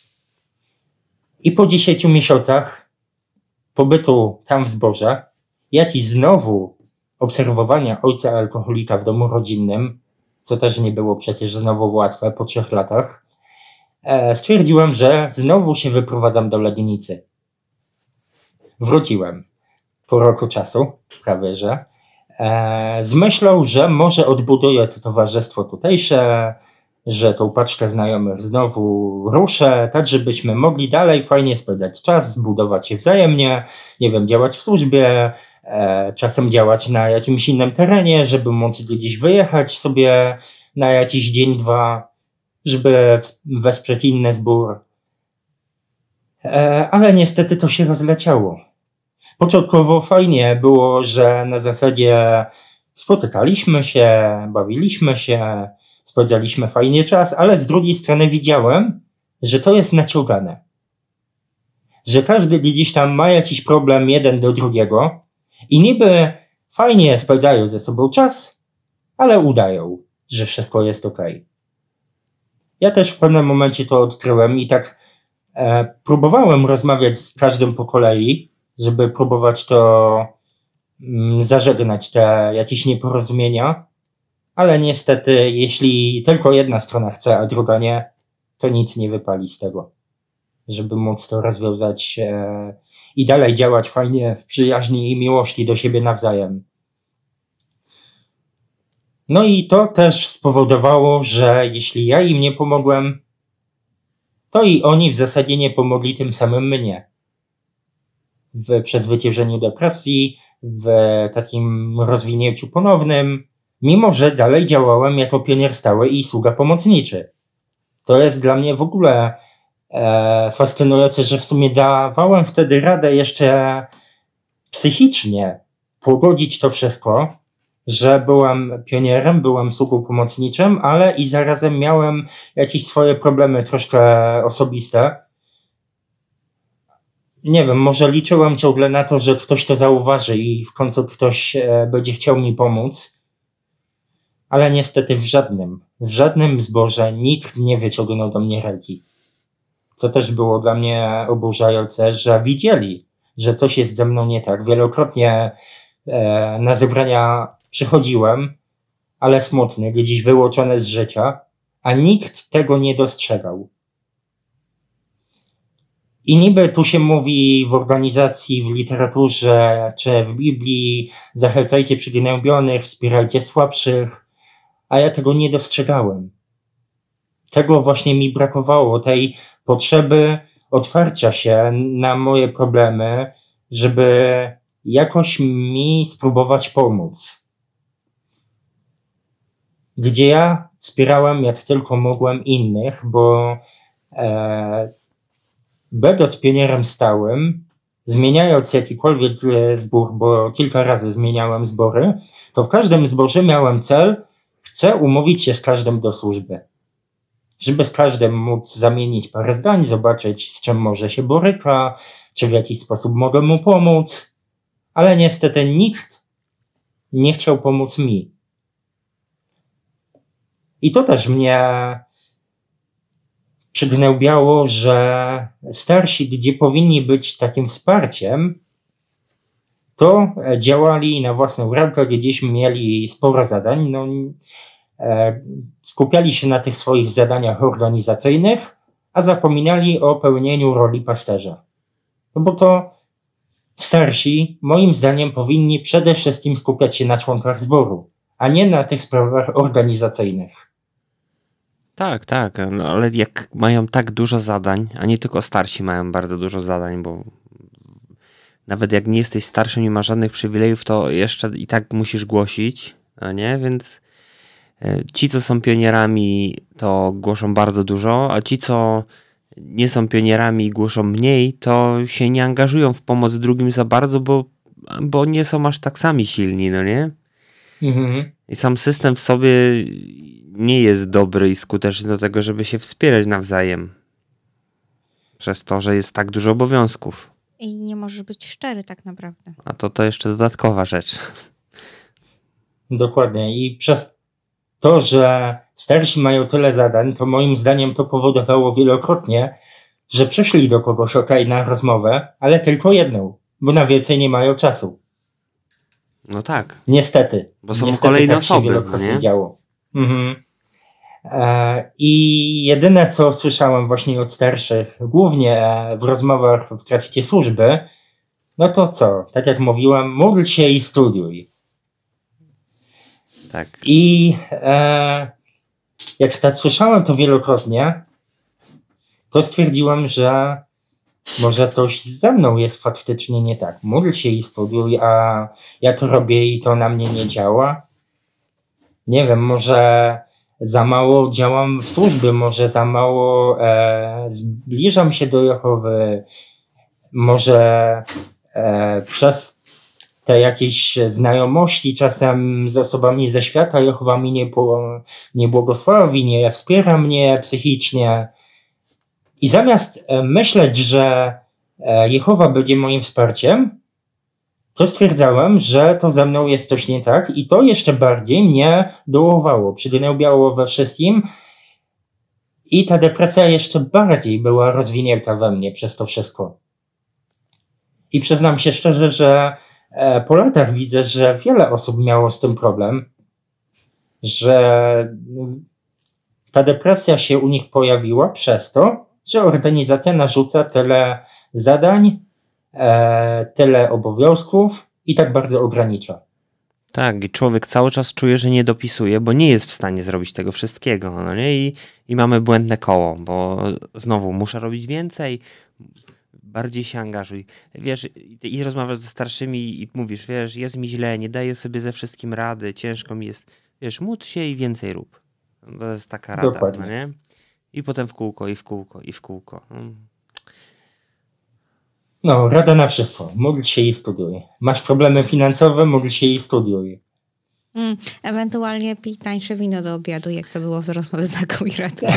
I po dziesięciu miesiącach pobytu tam w zborze, jak i znowu obserwowania ojca alkoholika w domu rodzinnym, co też nie było przecież znowu łatwe po trzech latach, e, stwierdziłem, że znowu się wyprowadzam do Legnicy. Wróciłem po roku czasu, prawie że, e, z myślą, że może odbuduję to towarzystwo tutejsze, że tą paczkę znajomych znowu ruszę, tak żebyśmy mogli dalej fajnie spędzać czas, zbudować się wzajemnie, nie wiem, działać w służbie, e, czasem działać na jakimś innym terenie, żeby móc gdzieś wyjechać sobie na jakiś dzień, dwa, żeby wesprzeć inny zbór. E, ale niestety to się rozleciało. Początkowo fajnie było, że na zasadzie spotykaliśmy się, bawiliśmy się, spędzaliśmy fajnie czas, ale z drugiej strony widziałem, że to jest naciągane. Że każdy gdzieś tam ma jakiś problem jeden do drugiego i niby fajnie spędzają ze sobą czas, ale udają, że wszystko jest okej. Ja też w pewnym momencie to odkryłem i tak e, próbowałem rozmawiać z każdym po kolei, żeby próbować to mm, zażegnać te jakieś nieporozumienia, ale niestety, jeśli tylko jedna strona chce, a druga nie, to nic nie wypali z tego. Żeby móc to rozwiązać e, i dalej działać fajnie w przyjaźni i miłości do siebie nawzajem. No i to też spowodowało, że jeśli ja im nie pomogłem, to i oni w zasadzie nie pomogli tym samym mnie. W przezwyciężeniu depresji, w takim rozwinięciu ponownym, mimo że dalej działałem jako pionier stały i sługa pomocniczy. To jest dla mnie w ogóle e, fascynujące, że w sumie dawałem wtedy radę jeszcze psychicznie pogodzić to wszystko, że byłem pionierem, byłem sługą pomocniczym, ale i zarazem miałem jakieś swoje problemy troszkę osobiste. Nie wiem, może liczyłem ciągle na to, że ktoś to zauważy i w końcu ktoś e, będzie chciał mi pomóc. Ale niestety w żadnym, w żadnym zborze nikt nie wyciągnął do mnie ręki. Co też było dla mnie oburzające, że widzieli, że coś jest ze mną nie tak. Wielokrotnie e, na zebrania przychodziłem, ale smutny, gdzieś wyłączony z życia, a nikt tego nie dostrzegał. I niby tu się mówi w organizacji, w literaturze czy w Biblii, zachęcajcie przygnębionych, wspierajcie słabszych, a ja tego nie dostrzegałem. Tego właśnie mi brakowało, tej potrzeby otwarcia się na moje problemy, żeby jakoś mi spróbować pomóc. Gdzie ja wspierałem jak tylko mogłem innych, bo e, będąc pionierem stałym, zmieniając jakikolwiek zbór, bo kilka razy zmieniałem zbory, to w każdym zborze miałem cel, chcę umówić się z każdym do służby. Żeby z każdym móc zamienić parę zdań, zobaczyć z czym może się boryka, czy w jakiś sposób mogę mu pomóc, ale niestety nikt nie chciał pomóc mi. I to też mnie przygnębiało, że starsi, gdzie powinni być takim wsparciem, to działali na własną rękę, gdzieś mieli sporo zadań, no, e, skupiali się na tych swoich zadaniach organizacyjnych, a zapominali o pełnieniu roli pasterza. No bo to starsi, moim zdaniem, powinni przede wszystkim skupiać się na członkach zboru, a nie na tych sprawach organizacyjnych. Tak, tak, no, ale jak mają tak dużo zadań, a nie tylko starsi mają bardzo dużo zadań, bo nawet jak nie jesteś starszym, nie masz żadnych przywilejów, to jeszcze i tak musisz głosić, a nie? Więc ci, co są pionierami, to głoszą bardzo dużo, a ci, co nie są pionierami i głoszą mniej, to się nie angażują w pomoc drugim za bardzo, bo, bo nie są aż tak sami silni, no nie? Mhm. I sam system w sobie nie jest dobry i skuteczny do tego, żeby się wspierać nawzajem. Przez to, że jest tak dużo obowiązków. I nie możesz być szczery tak naprawdę. A to to jeszcze dodatkowa rzecz. Dokładnie. I przez to, że starsi mają tyle zadań, to moim zdaniem to powodowało wielokrotnie, że przyszli do kogoś okej na rozmowę, ale tylko jedną, bo na więcej nie mają czasu. No tak. Niestety. Bo są Niestety kolejne tak się osoby, wielokrotnie nie? działo. Mhm. E, I jedyne, co słyszałem właśnie od starszych, głównie w rozmowach w trakcie służby, no to co? Tak jak mówiłem, módl się i studiuj. Tak. I e, jak tak słyszałem to wielokrotnie, to stwierdziłem, że może coś ze mną jest faktycznie nie tak. Módl się i studiuj, a ja to robię i to na mnie nie działa. Nie wiem, może za mało działam w służbie, może za mało e, zbliżam się do Jehowy, może e, przez te jakieś znajomości czasem z osobami ze świata Jehowa mi nie, po, nie błogosławi, nie wspiera mnie psychicznie. I zamiast e, myśleć, że e, Jehowa będzie moim wsparciem, to stwierdzałem, że to ze mną jest coś nie tak i to jeszcze bardziej mnie dołowało, przygnębiało we wszystkim i ta depresja jeszcze bardziej była rozwinięta we mnie przez to wszystko. I przyznam się szczerze, że e, po latach widzę, że wiele osób miało z tym problem, że ta depresja się u nich pojawiła przez to, że organizacja narzuca tyle zadań, e, tyle obowiązków i tak bardzo ogranicza. Tak, i człowiek cały czas czuje, że nie dopisuje, bo nie jest w stanie zrobić tego wszystkiego. No nie? I, i mamy błędne koło, bo znowu muszę robić więcej, bardziej się angażuj. Wiesz, i, i rozmawiasz ze starszymi i mówisz, wiesz, jest mi źle, nie daję sobie ze wszystkim rady, ciężko mi jest. Wiesz, módl się i więcej rób. To jest taka rada, Dokładnie. no nie? I potem w kółko, i w kółko, i w kółko. Hmm. No, rada na wszystko. Módl się i studiuj. Masz problemy finansowe, módl się i studiuj. Mm, ewentualnie pij tańsze wino do obiadu, jak to było w rozmowie z Agą i Radkiem.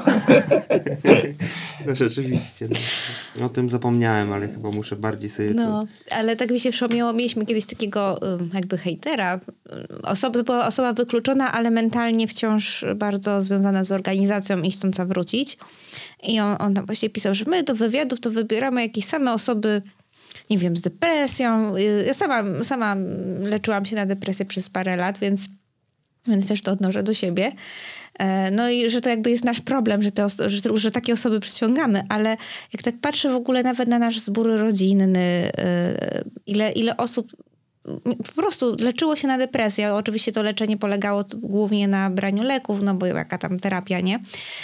No rzeczywiście. No. O tym zapomniałem, ale chyba muszę bardziej sobie No, to... ale tak mi się przypomniało, mieliśmy kiedyś takiego jakby hejtera. Osoba, to była osoba wykluczona, ale mentalnie wciąż bardzo związana z organizacją i chcąca wrócić. I on, on tam właśnie pisał, że my do wywiadów to wybieramy jakieś same osoby, nie wiem, z depresją. Ja sama, sama leczyłam się na depresję przez parę lat, więc, więc też to odnoszę do siebie. No i że to jakby jest nasz problem, że, te oso- że, że takie osoby przyciągamy, ale jak tak patrzę w ogóle nawet na nasz zbór rodzinny, ile, ile osób po prostu leczyło się na depresję. Oczywiście to leczenie polegało głównie na braniu leków, no bo jaka tam terapia, nie?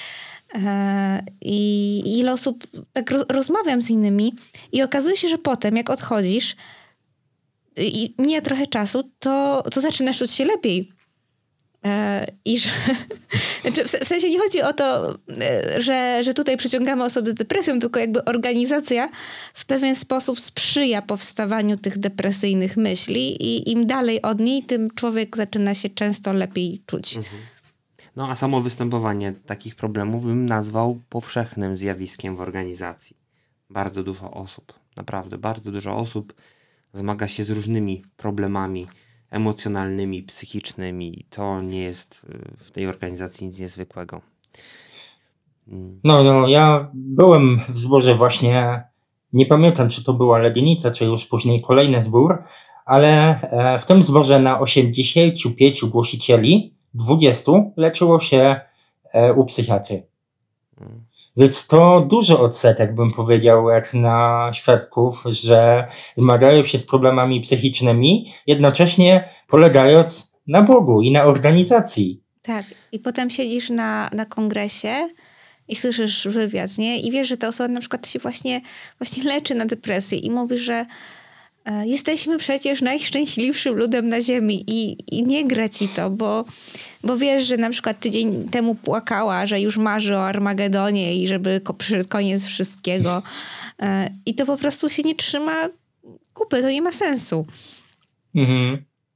I ile osób, tak rozmawiam z innymi i okazuje się, że potem jak odchodzisz i mija trochę czasu, to, to zaczynasz czuć się lepiej. I że, znaczy w sensie nie chodzi o to, że, że tutaj przyciągamy osoby z depresją, tylko jakby organizacja w pewien sposób sprzyja powstawaniu tych depresyjnych myśli i im dalej od niej, tym człowiek zaczyna się często lepiej czuć. Mhm. No a samo występowanie takich problemów bym nazwał powszechnym zjawiskiem w organizacji. Bardzo dużo osób, naprawdę bardzo dużo osób zmaga się z różnymi problemami emocjonalnymi, psychicznymi. To nie jest w tej organizacji nic niezwykłego. No, no, ja byłem w zborze właśnie, nie pamiętam, czy to była Legienica, czy już później kolejny zbór, ale w tym zborze na osiemdziesięciu pięciu głosicieli dwudziestu leczyło się u psychiatry. Hmm. Więc to duży odsetek, bym powiedział, jak na świadków, że zmagają się z problemami psychicznymi, jednocześnie polegając na Bogu i na organizacji. Tak, i potem siedzisz na, na kongresie i słyszysz wywiad, nie? I wiesz, że ta osoba na przykład się właśnie, właśnie leczy na depresję i mówi, że e, jesteśmy przecież najszczęśliwszym ludem na ziemi i, i nie gra ci to, bo Bo wiesz, że na przykład tydzień temu płakała, że już marzy o Armagedonie i żeby przyszedł koniec wszystkiego. I to po prostu się nie trzyma kupy, to nie ma sensu. Mhm.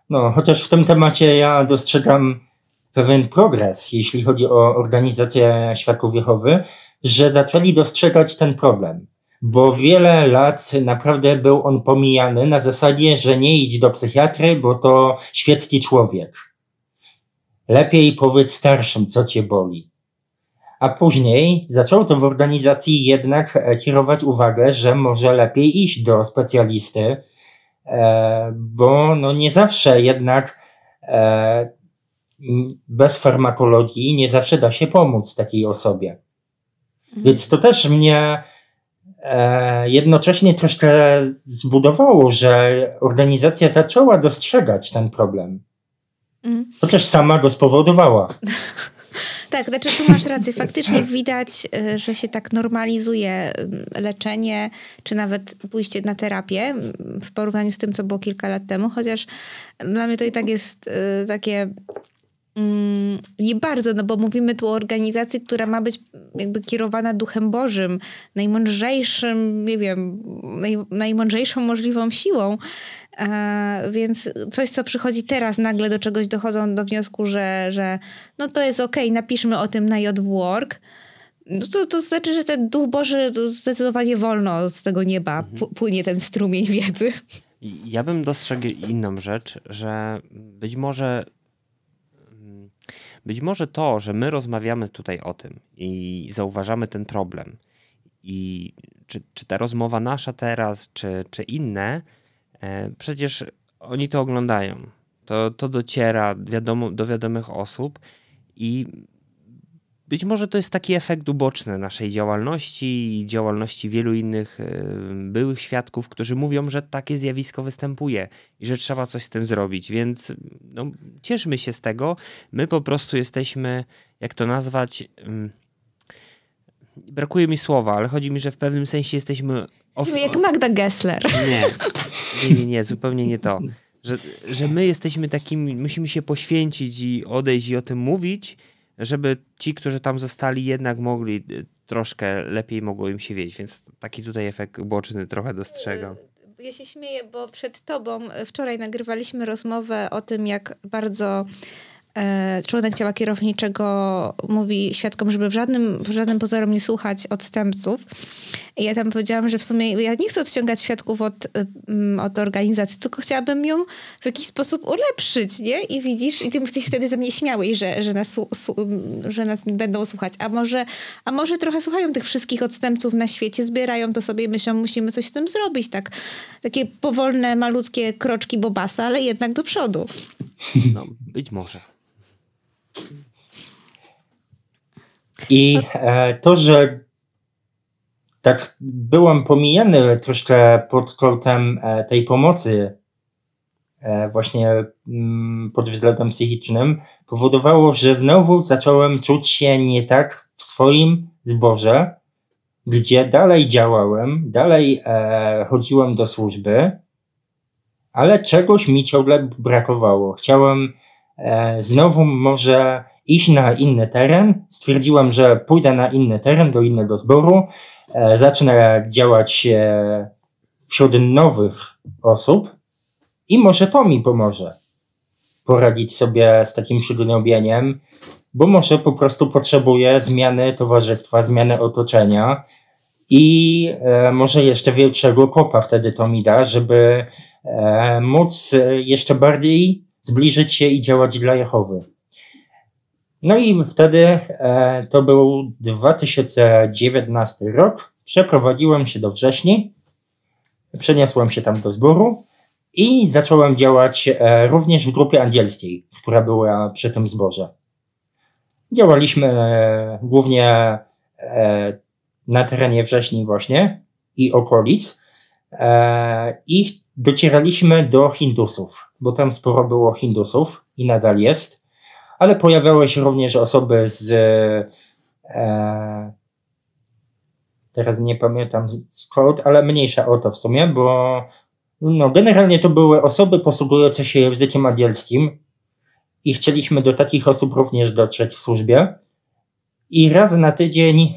No, chociaż w tym temacie ja dostrzegam pewien progres, jeśli chodzi o organizację Świadków Jehowy, że zaczęli dostrzegać ten problem. Bo wiele lat naprawdę był on pomijany na zasadzie, że nie idź do psychiatry, bo to świecki człowiek. Lepiej powiedz starszym, co cię boli. A później zaczęło to w organizacji jednak kierować uwagę, że może lepiej iść do specjalisty, bo no nie zawsze jednak bez farmakologii nie zawsze da się pomóc takiej osobie. Mhm. Więc to też mnie jednocześnie troszkę zbudowało, że organizacja zaczęła dostrzegać ten problem. Mhm. Chociaż sama go spowodowała. Tak, znaczy tu masz rację. Faktycznie widać, że się tak normalizuje leczenie, czy nawet pójście na terapię w porównaniu z tym, co było kilka lat temu, chociaż dla mnie to i tak jest takie mm, nie bardzo, no bo mówimy tu o organizacji, która ma być jakby kierowana Duchem Bożym, najmądrzejszym, nie wiem, naj, najmądrzejszą możliwą siłą. Uh, więc coś, co przychodzi teraz, nagle do czegoś dochodzą do wniosku, że, że no to jest okej, okay, napiszmy o tym na J W Org, no to, to znaczy, że ten Duch Boży zdecydowanie wolno z tego nieba p- płynie ten strumień wiedzy. Ja bym dostrzegł inną rzecz, że być może być może to, że my rozmawiamy tutaj o tym i zauważamy ten problem i czy, czy ta rozmowa nasza teraz, czy, czy inne, przecież oni to oglądają. To, to dociera wiadomo, do wiadomych osób i być może to jest taki efekt uboczny naszej działalności i działalności wielu innych byłych świadków, którzy mówią, że takie zjawisko występuje i że trzeba coś z tym zrobić. Więc no, cieszmy się z tego. My po prostu jesteśmy, jak to nazwać... Brakuje mi słowa, ale chodzi mi, że w pewnym sensie jesteśmy... Off... Jak Magda Gessler. Nie, nie, nie, nie, zupełnie nie to. Że, że my jesteśmy takimi, musimy się poświęcić i odejść i o tym mówić, żeby ci, którzy tam zostali, jednak mogli troszkę lepiej mogło im się wiedzieć. Więc taki tutaj efekt uboczny trochę dostrzegam. Ja się śmieję, bo przed tobą wczoraj nagrywaliśmy rozmowę o tym, jak bardzo członek ciała kierowniczego mówi świadkom, żeby w żadnym, w żadnym pozorom nie słuchać odstępców. I ja tam powiedziałam, że w sumie ja nie chcę odciągać świadków od, od organizacji, tylko chciałabym ją w jakiś sposób ulepszyć, nie? I widzisz, i ty jesteś wtedy ze mnie śmiały, że, że, nas, że nas będą słuchać. A może, a może trochę słuchają tych wszystkich odstępców na świecie, zbierają to sobie i myślą, musimy coś z tym zrobić. Tak, takie powolne, malutkie kroczki Bobasa, ale jednak do przodu. No, być może. I e, to, że tak byłem pomijany troszkę pod kątem e, tej pomocy e, właśnie m, pod względem psychicznym, powodowało, że znowu zacząłem czuć się nie tak w swoim zborze, gdzie dalej działałem, dalej e, chodziłem do służby, ale czegoś mi ciągle brakowało. Chciałem e, znowu może iść na inny teren. Stwierdziłem, że pójdę na inny teren, do innego zboru, e, zacznę działać e, wśród nowych osób i może to mi pomoże poradzić sobie z takim przygnębieniem, bo może po prostu potrzebuję zmiany towarzystwa, zmiany otoczenia i e, może jeszcze większego kopa wtedy to mi da, żeby e, móc jeszcze bardziej zbliżyć się i działać dla Jehowy. No i wtedy e, to był dwa tysiące dziewiętnasty rok. Przeprowadziłem się do Wrześni, przeniosłem się tam do zboru i zacząłem działać e, również w grupie angielskiej, która była przy tym zborze. Działaliśmy e, głównie e, na terenie Wrześni właśnie i okolic e, i docieraliśmy do Hindusów, bo tam sporo było Hindusów i nadal jest. Ale pojawiały się również osoby z, e, teraz nie pamiętam skąd, ale mniejsza o to w sumie, bo no, generalnie to były osoby posługujące się językiem angielskim i chcieliśmy do takich osób również dotrzeć w służbie. I raz na tydzień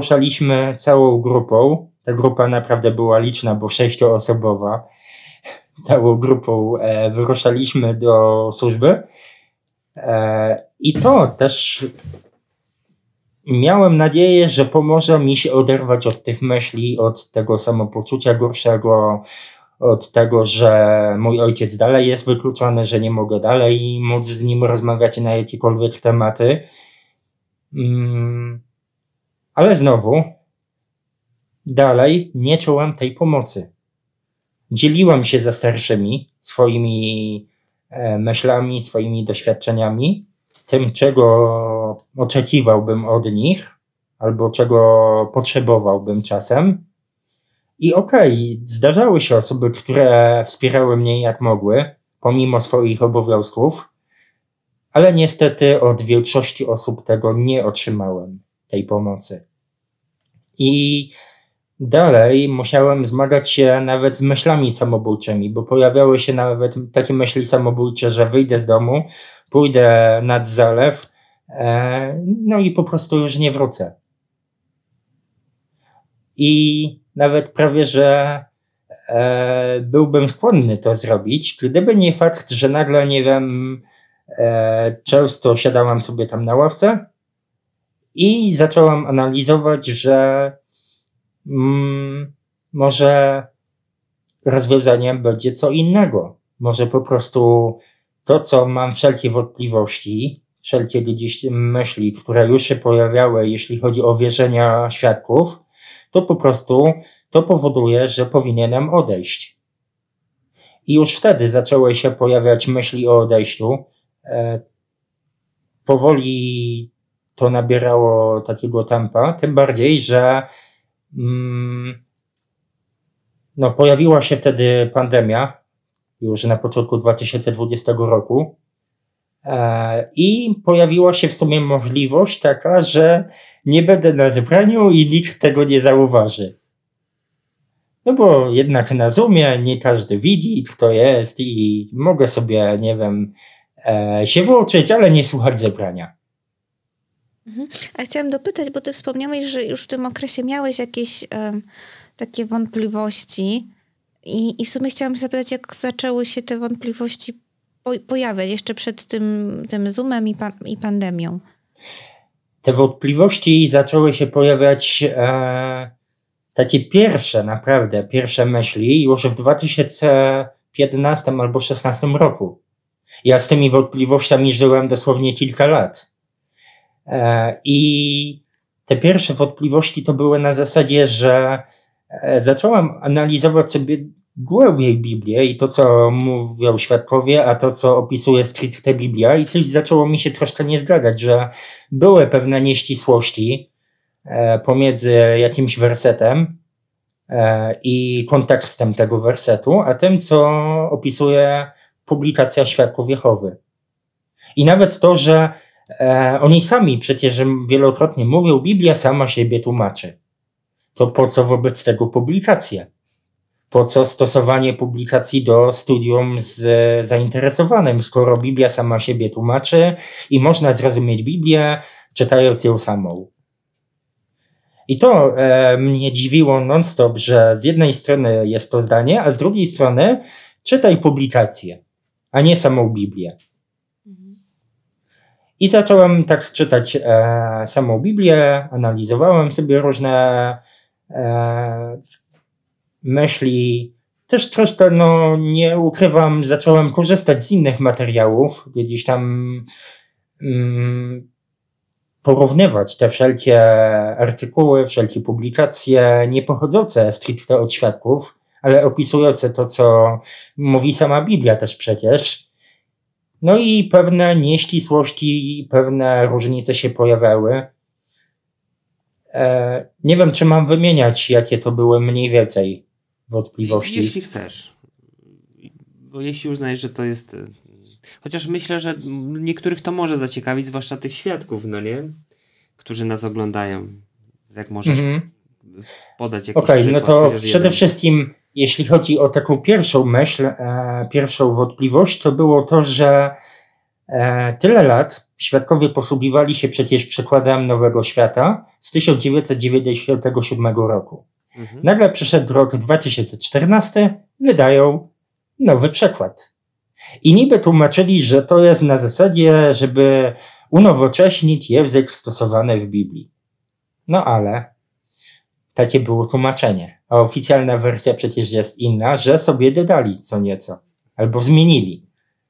wyruszaliśmy całą grupą. Ta grupa naprawdę była liczna, bo sześcioosobowa. całą grupą e, wyruszaliśmy do służby. E, I to też miałem nadzieję, że pomoże mi się oderwać od tych myśli, od tego samopoczucia gorszego, od tego, że mój ojciec dalej jest wykluczony, że nie mogę dalej móc z nim rozmawiać na jakiekolwiek tematy. Mm, ale znowu, dalej nie czułem tej pomocy. Dzieliłem się ze starszymi swoimi e, myślami, swoimi doświadczeniami, tym, czego oczekiwałbym od nich, albo czego potrzebowałbym czasem. I okej, okay, zdarzały się osoby, które wspierały mnie jak mogły, pomimo swoich obowiązków, ale niestety od większości osób tego nie otrzymałem, tej pomocy. I dalej musiałem zmagać się nawet z myślami samobójczymi, bo pojawiały się nawet takie myśli samobójcze, że wyjdę z domu, pójdę nad zalew, e, no i po prostu już nie wrócę. I nawet prawie, że e, byłbym skłonny to zrobić, gdyby nie fakt, że nagle, nie wiem, e, często siadałam sobie tam na ławce i zacząłem analizować, że mm, może rozwiązaniem będzie co innego. Może po prostu to, co mam wszelkie wątpliwości, wszelkie gdzieś myśli, które już się pojawiały, jeśli chodzi o wierzenia świadków, to po prostu to powoduje, że powinienem odejść. I już wtedy zaczęły się pojawiać myśli o odejściu. E, powoli to nabierało takiego tempa, tym bardziej, że mm, no, pojawiła się wtedy pandemia, już na początku dwa tysiące dwudziestego roku. E, I pojawiła się w sumie możliwość taka, że nie będę na zebraniu i nikt tego nie zauważy. No bo jednak na Zoomie nie każdy widzi, kto jest i mogę sobie, nie wiem, e, się włączyć, ale nie słuchać zebrania. Mhm. A chciałam dopytać, bo ty wspomniałeś, że już w tym okresie miałeś jakieś um, takie wątpliwości i, i w sumie chciałam zapytać, jak zaczęły się te wątpliwości po, pojawiać jeszcze przed tym, tym Zoomem i, pan, i pandemią. Te wątpliwości zaczęły się pojawiać e, takie pierwsze, naprawdę pierwsze myśli już w dwa tysiące piętnastym albo szesnastym roku. Ja z tymi wątpliwościami żyłem dosłownie kilka lat. E, I te pierwsze wątpliwości to były na zasadzie, że e, zacząłem analizować sobie głębiej Biblię i to, co mówią świadkowie, a to, co opisuje stricte Biblia, i coś zaczęło mi się troszkę nie zgadzać, że były pewne nieścisłości e, pomiędzy jakimś wersetem e, i kontekstem tego wersetu, a tym, co opisuje publikacja Świadków Jehowy. I nawet to, że e, oni sami przecież wielokrotnie mówią, Biblia sama siebie tłumaczy. To po co wobec tego publikacje? Po co stosowanie publikacji do studium z zainteresowanym, skoro Biblia sama siebie tłumaczy i można zrozumieć Biblię, czytając ją samą. I to e, mnie dziwiło non-stop, że z jednej strony jest to zdanie, a z drugiej strony czytaj publikację, a nie samą Biblię. Mhm. I zacząłem tak czytać e, samą Biblię, analizowałem sobie różne e, myśli, też troszkę, no nie ukrywam, zacząłem korzystać z innych materiałów, gdzieś tam mm, porównywać te wszelkie artykuły, wszelkie publikacje, nie pochodzące stricte od świadków, ale opisujące to, co mówi sama Biblia też przecież. No i pewne nieścisłości, pewne różnice się pojawiały. E, nie wiem, czy mam wymieniać, jakie to były mniej więcej wątpliwości. Jeśli chcesz. Bo jeśli uznajesz, że to jest... Chociaż myślę, że niektórych to może zaciekawić, zwłaszcza tych świadków, no nie? Którzy nas oglądają. Jak możesz mm-hmm. podać jakiś Okej, okay, no to przede jeden. wszystkim, jeśli chodzi o taką pierwszą myśl, e, pierwszą wątpliwość, to było to, że e, tyle lat świadkowie posługiwali się przecież przekładem Nowego Świata z tysiąc dziewięćset dziewięćdziesiątego siódmego roku. Mhm. Nagle przyszedł rok dwa tysiące czternasty, wydają nowy przekład. I niby tłumaczyli, że to jest na zasadzie, żeby unowocześnić język stosowany w Biblii. No ale takie było tłumaczenie. A oficjalna wersja przecież jest inna, że sobie dodali co nieco. Albo zmienili.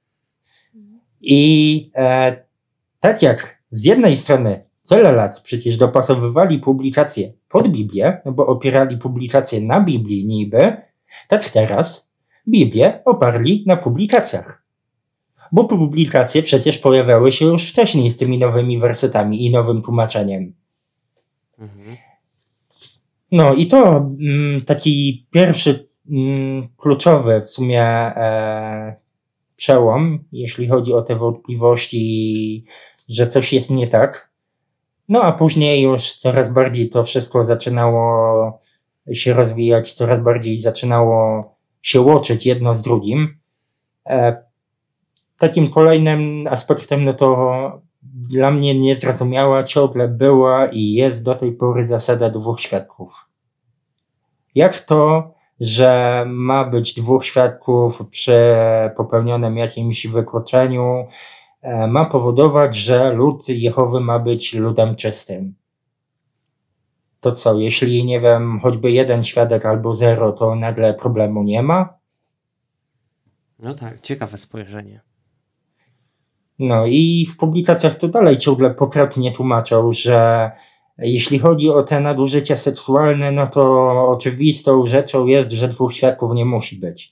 I e, tak jak z jednej strony tyle lat przecież dopasowywali publikacje pod Biblię, no bo opierali publikacje na Biblii niby, tak teraz Biblię oparli na publikacjach. Bo publikacje przecież pojawiały się już wcześniej z tymi nowymi wersetami i nowym tłumaczeniem. Mhm. No i to mm, taki pierwszy mm, kluczowy w sumie e, przełom, jeśli chodzi o te wątpliwości, że coś jest nie tak. No a później już coraz bardziej to wszystko zaczynało się rozwijać, coraz bardziej zaczynało się łączyć jedno z drugim. E, takim kolejnym aspektem, no to dla mnie niezrozumiała ciągle była i jest do tej pory zasada dwóch świadków. Jak to, że ma być dwóch świadków przy popełnionym jakimś wykroczeniu, e, ma powodować, że lud Jehowy ma być ludem czystym? To co, jeśli, nie wiem, choćby jeden świadek albo zero, to nagle problemu nie ma? No tak, ciekawe spojrzenie. No i w publikacjach to dalej ciągle pokrotnie tłumaczą, że jeśli chodzi o te nadużycia seksualne, no to oczywistą rzeczą jest, że dwóch świadków nie musi być.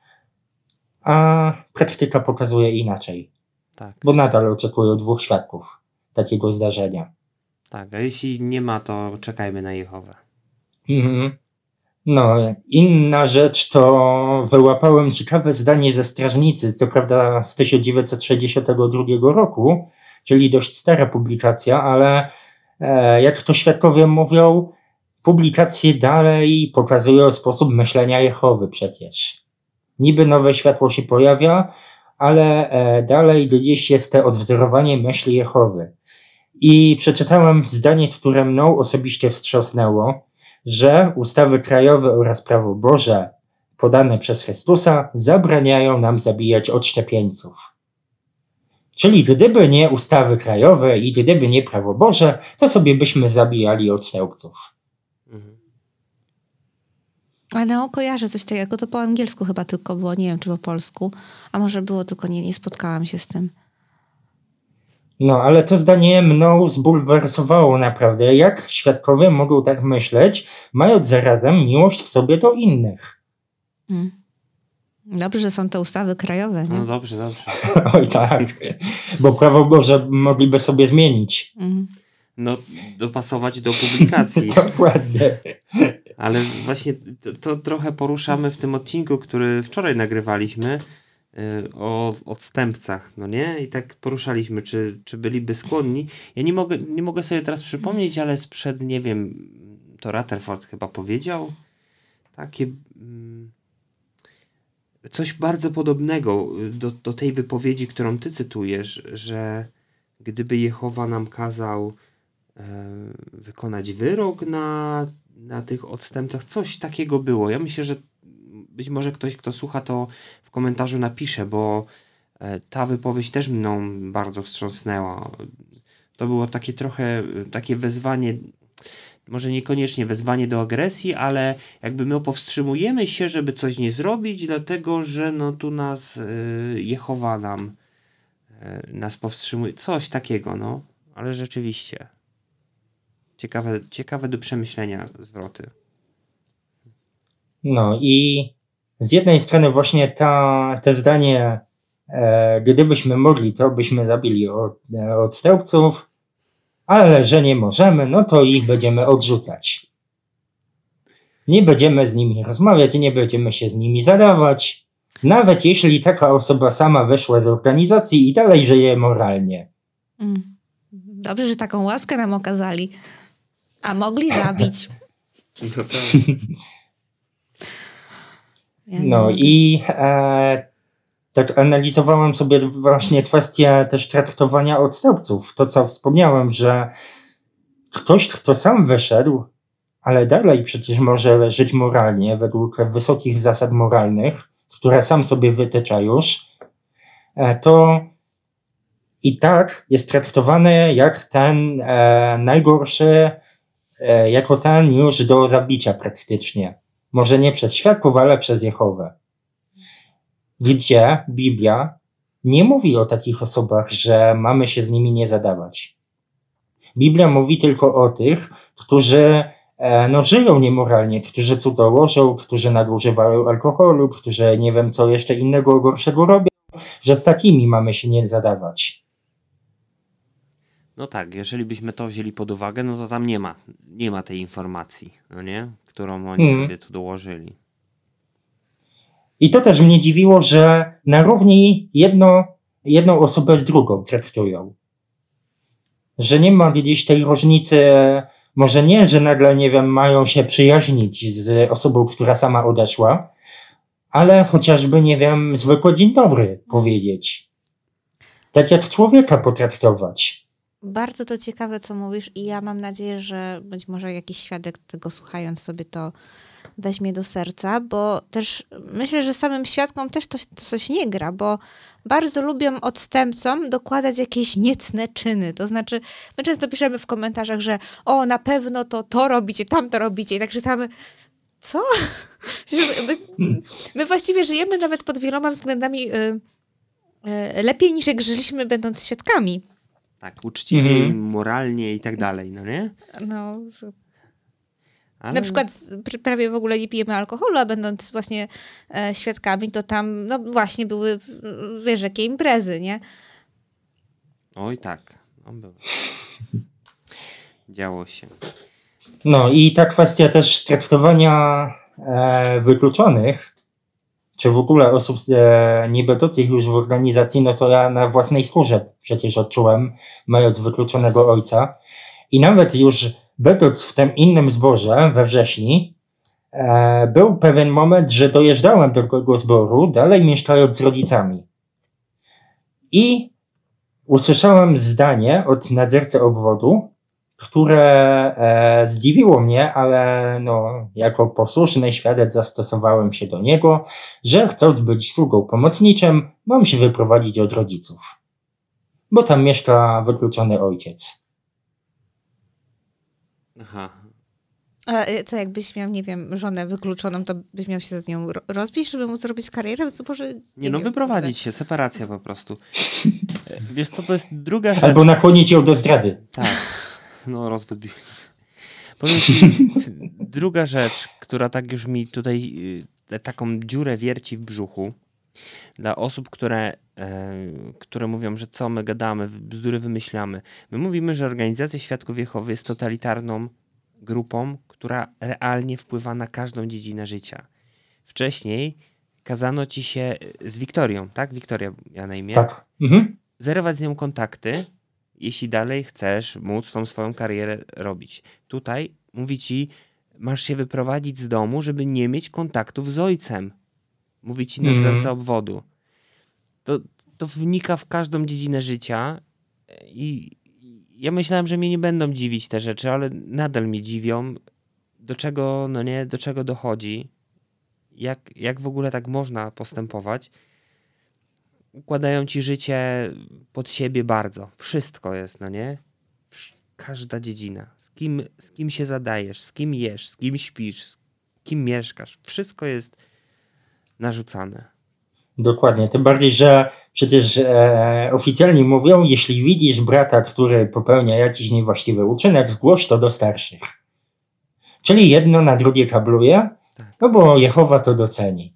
A praktyka pokazuje inaczej. Tak. Bo nadal oczekują dwóch świadków takiego zdarzenia. Tak, a jeśli nie ma, to czekajmy na Jehowę. Mhm. No, inna rzecz to wyłapałem ciekawe zdanie ze strażnicy, co prawda z tysiąc dziewięćset sześćdziesiątego drugiego roku, czyli dość stara publikacja, ale e, jak to świadkowie mówią, publikacje dalej pokazują sposób myślenia Jehowy przecież. Niby nowe światło się pojawia, ale e, dalej gdzieś jest to odwzorowanie myśli Jehowy. I przeczytałem zdanie, które mną osobiście wstrząsnęło, że ustawy krajowe oraz prawo Boże podane przez Chrystusa zabraniają nam zabijać odszczepieńców. Czyli gdyby nie ustawy krajowe i gdyby nie prawo Boże, to sobie byśmy zabijali odstępców. Mhm. Ale no, kojarzę coś takiego, to po angielsku chyba tylko było, nie wiem czy po polsku, a może było, tylko nie, nie spotkałam się z tym. No, ale to zdanie mną zbulwersowało naprawdę, jak świadkowie mogą tak myśleć, mając zarazem miłość w sobie do innych. Hmm. Dobrze, że są te ustawy krajowe, nie? No dobrze, dobrze. Oj tak, bo prawo Boże mogliby sobie zmienić. Hmm. No, dopasować do publikacji. Dokładnie. Ale właśnie to, to trochę poruszamy w tym odcinku, który wczoraj nagrywaliśmy, o odstępcach, no nie? I tak poruszaliśmy, czy, czy byliby skłonni. Ja nie mogę, nie mogę sobie teraz przypomnieć, ale sprzed, nie wiem, to Rutherford chyba powiedział takie coś bardzo podobnego do, do tej wypowiedzi, którą ty cytujesz, że gdyby Jehowa nam kazał e, wykonać wyrok na, na tych odstępcach, coś takiego było. Ja myślę, że być może ktoś, kto słucha, to w komentarzu napisze, bo ta wypowiedź też mną bardzo wstrząsnęła. To było takie trochę, takie wezwanie, może niekoniecznie wezwanie do agresji, ale jakby my powstrzymujemy się, żeby coś nie zrobić, dlatego, że no tu nas Jehowa nam nas powstrzymuje. Coś takiego, no. Ale rzeczywiście. Ciekawe, ciekawe do przemyślenia zwroty. No i z jednej strony właśnie ta, te zdanie, e, gdybyśmy mogli, to byśmy zabili od, e, odstępców, ale że nie możemy, no to ich będziemy odrzucać. Nie będziemy z nimi rozmawiać, nie będziemy się z nimi zadawać, nawet jeśli taka osoba sama wyszła z organizacji i dalej żyje moralnie. Mm. Dobrze, że taką łaskę nam okazali, a mogli zabić. No tak. No i e, tak analizowałem sobie właśnie kwestię też traktowania odstępców. To, co wspomniałem, że ktoś, kto sam wyszedł, ale dalej przecież może żyć moralnie, według wysokich zasad moralnych, które sam sobie wytycza już, to i tak jest traktowany jak ten e, najgorszy, e, jako ten już do zabicia praktycznie. Może nie przez świadków, ale przez Jehowę. Gdzie Biblia nie mówi o takich osobach, że mamy się z nimi nie zadawać. Biblia mówi tylko o tych, którzy e, no, żyją niemoralnie, którzy cudzołożą, którzy nadużywają alkoholu, którzy nie wiem co jeszcze innego gorszego robią, że z takimi mamy się nie zadawać. No tak, jeżeli byśmy to wzięli pod uwagę, no to tam nie ma, nie ma tej informacji, no nie? Którą oni mm. sobie tu dołożyli. I to też mnie dziwiło, że na równi jedno, jedną osobę z drugą traktują. Że nie ma gdzieś tej różnicy, może nie, że nagle, nie wiem, mają się przyjaźnić z osobą, która sama odeszła, ale chociażby, nie wiem, zwykły dzień dobry powiedzieć. Tak jak człowieka potraktować. Bardzo to ciekawe, co mówisz i ja mam nadzieję, że być może jakiś świadek tego słuchając sobie to weźmie do serca, bo też myślę, że samym świadkom też to, to coś nie gra, bo bardzo lubią odstępcom dokładać jakieś niecne czyny. To znaczy, my często piszemy w komentarzach, że o, na pewno to to robicie, tamto robicie i tak czytamy, co? My, my właściwie żyjemy nawet pod wieloma względami y, y, lepiej niż jak żyliśmy będąc świadkami. Tak, uczciwie, mm-hmm. moralnie i tak dalej, no nie? No, ale... Na przykład prawie w ogóle nie pijemy alkoholu, a będąc właśnie e, świadkami, to tam no właśnie były, wiesz, jakie imprezy, nie? Oj tak, no były. Działo się. No i ta kwestia też traktowania e, wykluczonych, czy w ogóle osób e, niebędących już w organizacji, no to ja na własnej skórze przecież odczułem, mając wykluczonego ojca. I nawet już będąc w tym innym zborze we wrześni, e, był pewien moment, że dojeżdżałem do tego zboru, dalej mieszkając z rodzicami. I usłyszałem zdanie od nadzorcy obwodu, które e, zdziwiło mnie, ale no, jako posłuszny świadek zastosowałem się do niego, że chcąc być sługą pomocniczym, mam się wyprowadzić od rodziców. Bo tam mieszka wykluczony ojciec. Aha. A to jakbyś miał, nie wiem, żonę wykluczoną, to byś miał się z nią rozbić, żeby móc zrobić karierę? Co może, nie, nie no, wiem, wyprowadzić się, separacja po prostu. Wiesz co, to jest druga rzecz. Albo nakłonić ją do zdrady. Tak, no rozwód. Powiem ci, druga rzecz, która tak już mi tutaj y, taką dziurę wierci w brzuchu, dla osób, które, e, które mówią, że co my gadamy, bzdury wymyślamy. My mówimy, że Organizacja Świadków Jehowy jest totalitarną grupą, która realnie wpływa na każdą dziedzinę życia. Wcześniej kazano ci się z Wiktorią, tak? Wiktoria ja na imię. Tak. Mhm. Zerwać z nią kontakty, jeśli dalej chcesz móc tą swoją karierę robić. Tutaj mówi ci, masz się wyprowadzić z domu, żeby nie mieć kontaktów z ojcem. Mówi ci nadzorca mm. obwodu. To, to wnika w każdą dziedzinę życia i ja myślałem, że mnie nie będą dziwić te rzeczy, ale nadal mnie dziwią, do czego, no nie, do czego dochodzi, jak, jak w ogóle tak można postępować. Układają ci życie pod siebie bardzo. Wszystko jest, no nie? Każda dziedzina. Z kim, z kim się zadajesz, z kim jesz, z kim śpisz, z kim mieszkasz. Wszystko jest narzucane. Dokładnie. Tym bardziej, że przecież e, oficjalnie mówią, jeśli widzisz brata, który popełnia jakiś niewłaściwy uczynek, zgłoś to do starszych. Czyli jedno na drugie kabluje, tak. No bo Jehowa to doceni.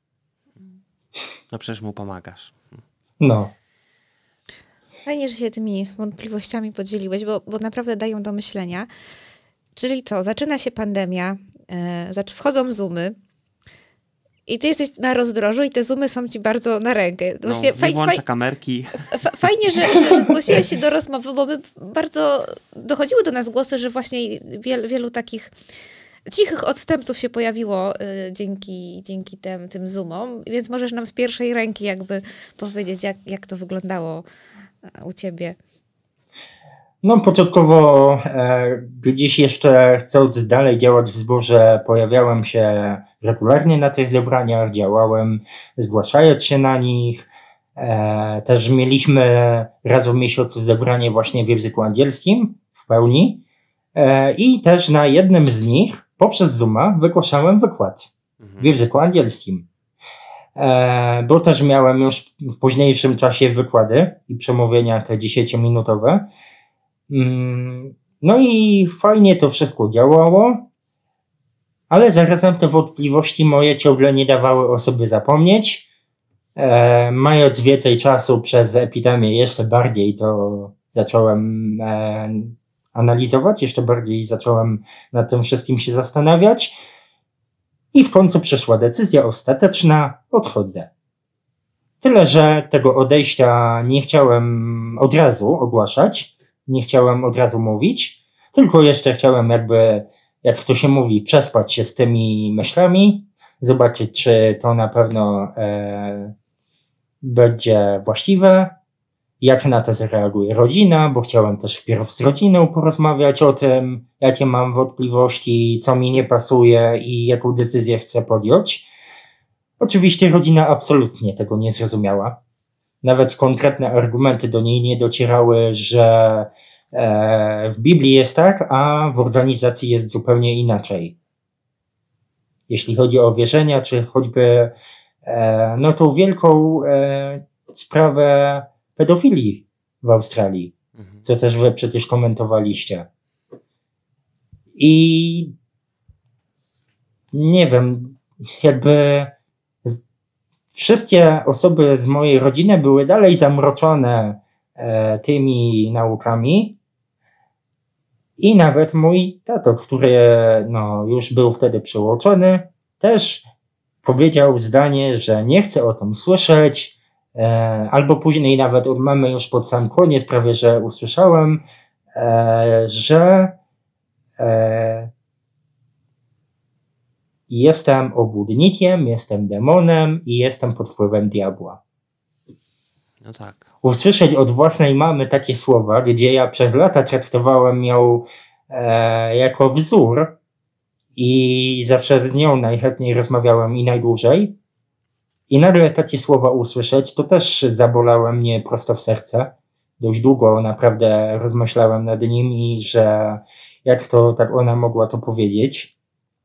No przecież mu pomagasz. No. Fajnie, że się tymi wątpliwościami podzieliłeś, bo, bo naprawdę dają do myślenia. Czyli co? Zaczyna się pandemia, e, wchodzą zoomy i ty jesteś na rozdrożu i te zoomy są ci bardzo na rękę. Właśnie no, faj, włącza faj, kamerki. Fajnie, że, że, że zgłosiłeś się do rozmowy, bo my bardzo dochodziły do nas głosy, że właśnie wiel, wielu takich cichych odstępców się pojawiło y, dzięki, dzięki tym, tym zoomom, więc możesz nam z pierwszej ręki jakby powiedzieć, jak, jak to wyglądało u ciebie. No początkowo e, gdzieś jeszcze chcąc dalej działać w zborze, pojawiałem się regularnie na tych zebraniach, działałem zgłaszając się na nich. E, też mieliśmy raz w miesiącu zebranie właśnie w języku angielskim w pełni e, i też na jednym z nich poprzez Zooma wygłaszałem wykład w języku angielskim. E, bo też miałem już w późniejszym czasie wykłady i przemówienia te dziesięciominutowe. No i fajnie to wszystko działało, ale zarazem te wątpliwości moje ciągle nie dawały o sobie zapomnieć. E, mając więcej czasu przez epidemię jeszcze bardziej to zacząłem e, analizować, jeszcze bardziej zacząłem nad tym wszystkim się zastanawiać i w końcu przyszła decyzja ostateczna, odchodzę. Tyle, że tego odejścia nie chciałem od razu ogłaszać, nie chciałem od razu mówić, tylko jeszcze chciałem jakby, jak to się mówi, przespać się z tymi myślami, zobaczyć, czy to na pewno e, będzie właściwe, jak na to zareaguje rodzina, bo chciałem też wpierw z rodziną porozmawiać o tym, jakie mam wątpliwości, co mi nie pasuje i jaką decyzję chcę podjąć. Oczywiście rodzina absolutnie tego nie zrozumiała. Nawet konkretne argumenty do niej nie docierały, że e, w Biblii jest tak, a w organizacji jest zupełnie inaczej. Jeśli chodzi o wierzenia, czy choćby e, no tą wielką e, sprawę pedofilii w Australii, mhm. co też wy przecież komentowaliście. I nie wiem, jakby wszystkie osoby z mojej rodziny były dalej zamroczone e, tymi naukami i nawet mój tato, który no, już był wtedy przyłączony, też powiedział zdanie, że nie chce o tym słyszeć, e, albo później nawet od mamy już pod sam koniec prawie, że usłyszałem, e, że e, jestem obłudnikiem, jestem demonem i jestem pod wpływem diabła. No tak. Usłyszeć od własnej mamy takie słowa, gdzie ja przez lata traktowałem ją e, jako wzór i zawsze z nią najchętniej rozmawiałem i najdłużej. I nagle takie słowa usłyszeć, to też zabolało mnie prosto w serce. Dość długo naprawdę rozmyślałem nad nimi, że jak to tak ona mogła to powiedzieć.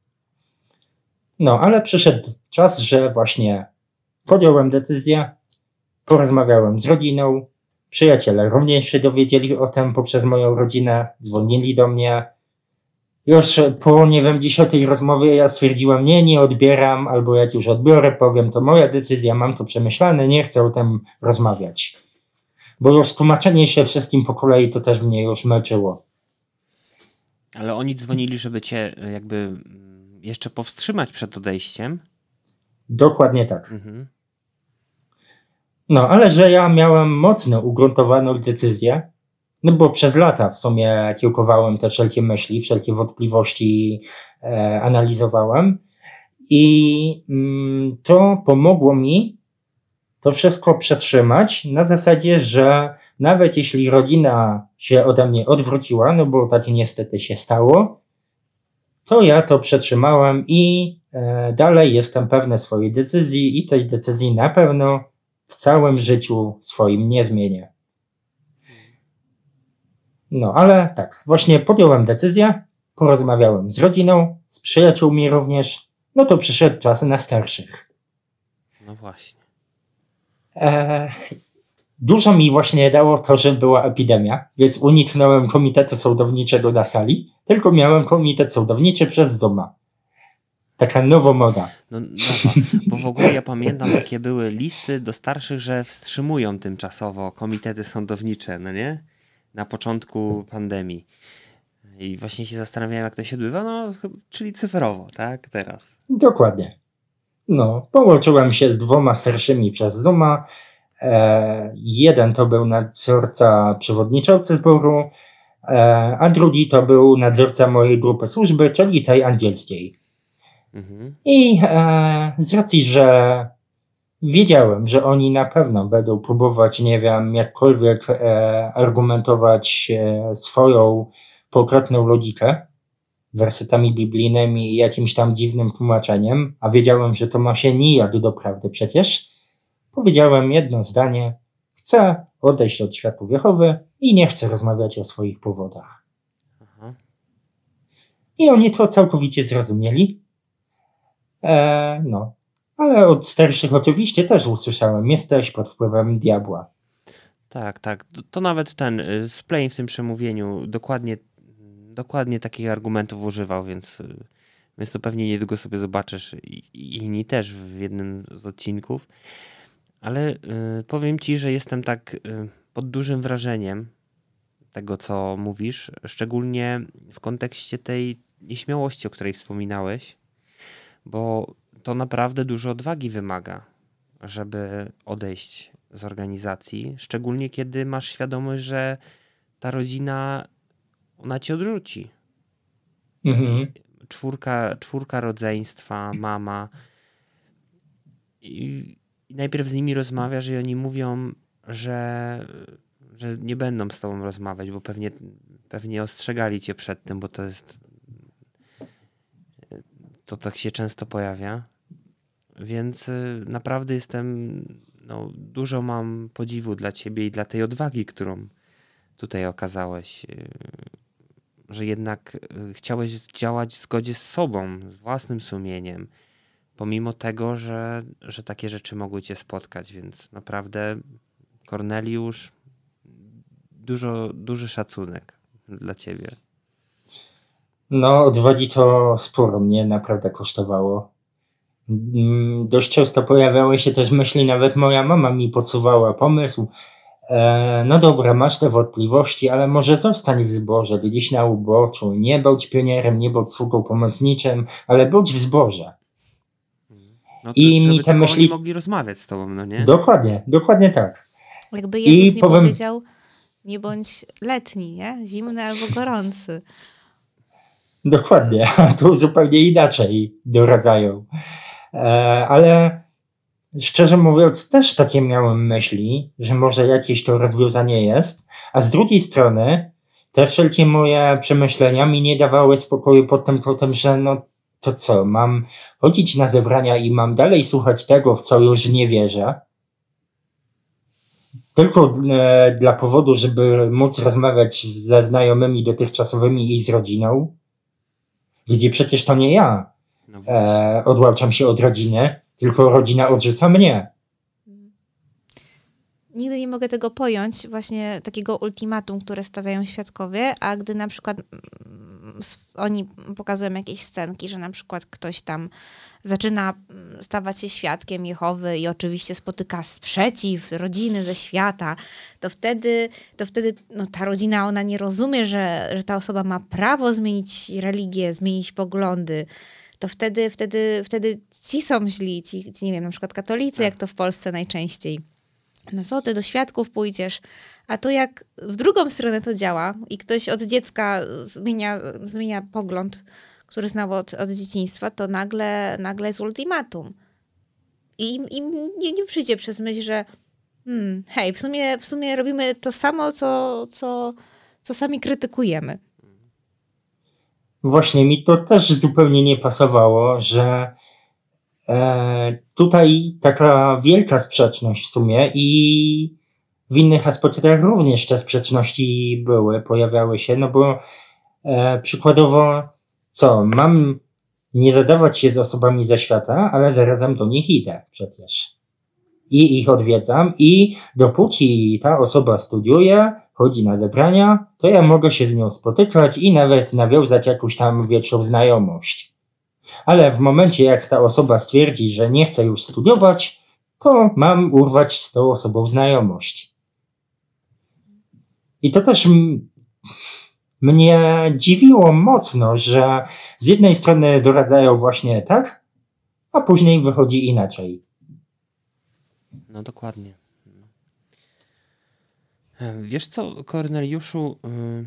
No, ale przyszedł czas, że właśnie podjąłem decyzję, porozmawiałem z rodziną, przyjaciele również się dowiedzieli o tym poprzez moją rodzinę, dzwonili do mnie. Już po, nie wiem, dziesiątej rozmowie ja stwierdziłem, nie, nie odbieram, albo jak już odbiorę, powiem, to moja decyzja, mam to przemyślane, nie chcę o tym rozmawiać. Bo już tłumaczenie się wszystkim po kolei to też mnie już męczyło. Ale oni dzwonili, żeby cię jakby jeszcze powstrzymać przed odejściem? Dokładnie tak. Mhm. No, ale że ja miałem mocno ugruntowaną decyzję, no bo przez lata w sumie kiełkowałem te wszelkie myśli, wszelkie wątpliwości e, analizowałem i mm, to pomogło mi to wszystko przetrzymać na zasadzie, że nawet jeśli rodzina się ode mnie odwróciła, no bo tak niestety się stało, to ja to przetrzymałem i e, dalej jestem pewny swojej decyzji i tej decyzji na pewno w całym życiu swoim nie zmienię. No, ale tak, właśnie podjąłem decyzję, porozmawiałem z rodziną, z przyjaciółmi również, no to przyszedł czas na starszych. No właśnie. E, dużo mi właśnie dało to, że była epidemia, więc uniknąłem komitetu sądowniczego na sali, tylko miałem komitet sądowniczy przez Zooma. Taka nowomoda. No nowa, bo w ogóle ja pamiętam, takie były listy do starszych, że wstrzymują tymczasowo komitety sądownicze, no nie? Na początku pandemii. I właśnie się zastanawiałem, jak to się odbywa, no czyli cyfrowo, tak? Teraz. Dokładnie. No, połączyłem się z dwoma starszymi przez Zooma. E, jeden to był nadzorca przewodniczący zboru, e, a drugi to był nadzorca mojej grupy służby, czyli tej angielskiej. Mhm. I e, z racji, że wiedziałem, że oni na pewno będą próbować, nie wiem, jakkolwiek e, argumentować e, swoją pokrotną logikę wersetami biblijnymi i jakimś tam dziwnym tłumaczeniem, a wiedziałem, że to ma się nijak do prawdy przecież. Powiedziałem jedno zdanie: chcę odejść od światów Jehowy i nie chcę rozmawiać o swoich powodach. Aha. I oni to całkowicie zrozumieli. E, no. Ale od starszych oczywiście też usłyszałem: jesteś pod wpływem diabła. Tak, tak. To, to nawet ten Splain w tym przemówieniu dokładnie, dokładnie takich argumentów używał, więc, więc to pewnie niedługo sobie zobaczysz i, i inni też w jednym z odcinków. Ale y, powiem ci, że jestem tak y, pod dużym wrażeniem tego, co mówisz, szczególnie w kontekście tej nieśmiałości, o której wspominałeś, bo to naprawdę dużo odwagi wymaga, żeby odejść z organizacji, szczególnie kiedy masz świadomość, że ta rodzina, ona cię odrzuci. Mhm. Czwórka, czwórka rodzeństwa, mama. I, I najpierw z nimi rozmawiasz i oni mówią, że, że nie będą z tobą rozmawiać, bo pewnie, pewnie ostrzegali cię przed tym, bo to jest... To tak się często pojawia. Więc naprawdę jestem... No, dużo mam podziwu dla ciebie i dla tej odwagi, którą tutaj okazałeś. Że jednak chciałeś działać w zgodzie z sobą, z własnym sumieniem. Pomimo tego, że, że takie rzeczy mogły cię spotkać. Więc naprawdę, Korneliusz, dużo, duży szacunek dla ciebie. No, odwagi to sporo mnie naprawdę kosztowało. Dość często pojawiały się też myśli, nawet moja mama mi podsuwała pomysł: e, no dobra, masz te wątpliwości, ale może zostań w zborze, gdzieś na uboczu, nie bądź pionierem, nie bądź sługą pomocniczym, ale bądź w zborze. No to, I żeby mi te myśli oni mogli rozmawiać z tobą, no nie? Dokładnie, dokładnie tak. Jakby Jezus I nie powiem... powiedział: nie bądź letni, nie? Zimny albo gorący. Dokładnie, a tu zupełnie inaczej doradzają. E, ale szczerze mówiąc też takie miałem myśli, że może jakieś to rozwiązanie jest, a z drugiej strony te wszelkie moje przemyślenia mi nie dawały spokoju pod tym kątem, że no to co, mam chodzić na zebrania i mam dalej słuchać tego, w co już nie wierzę, tylko e, dla powodu, żeby móc rozmawiać ze znajomymi dotychczasowymi i z rodziną, gdzie przecież to nie ja e, odłączam się od rodziny, tylko rodzina odrzuca mnie. Nigdy nie mogę tego pojąć, właśnie takiego ultimatum, które stawiają świadkowie, a gdy na przykład oni pokazują jakieś scenki, że na przykład ktoś tam zaczyna stawać się świadkiem Jehowy i oczywiście spotyka sprzeciw rodziny ze świata, to wtedy, to wtedy no, ta rodzina, ona nie rozumie, że, że ta osoba ma prawo zmienić religię, zmienić poglądy. To wtedy, wtedy, wtedy ci są źli, ci, ci nie wiem, na przykład katolicy, jak to w Polsce najczęściej. No co, ty do świadków pójdziesz, a to jak w drugą stronę to działa i ktoś od dziecka zmienia, zmienia pogląd, który znał od, od dzieciństwa, to nagle, nagle jest ultimatum. I im nie, nie przyjdzie przez myśl, że hmm, hej, w sumie, w sumie robimy to samo, co, co, co sami krytykujemy. Właśnie mi to też zupełnie nie pasowało, że e, tutaj taka wielka sprzeczność w sumie i w innych aspektach również te sprzeczności były, pojawiały się, no bo e, przykładowo co, mam nie zadawać się z osobami ze świata, ale zarazem do nich idę przecież. I ich odwiedzam i dopóki ta osoba studiuje, chodzi na zebrania, to ja mogę się z nią spotykać i nawet nawiązać jakąś tam większą znajomość. Ale w momencie, jak ta osoba stwierdzi, że nie chce już studiować, to mam urwać z tą osobą znajomość. I to też m- mnie dziwiło mocno, że z jednej strony doradzają właśnie tak, a później wychodzi inaczej. No dokładnie. Wiesz co, Korneliuszu,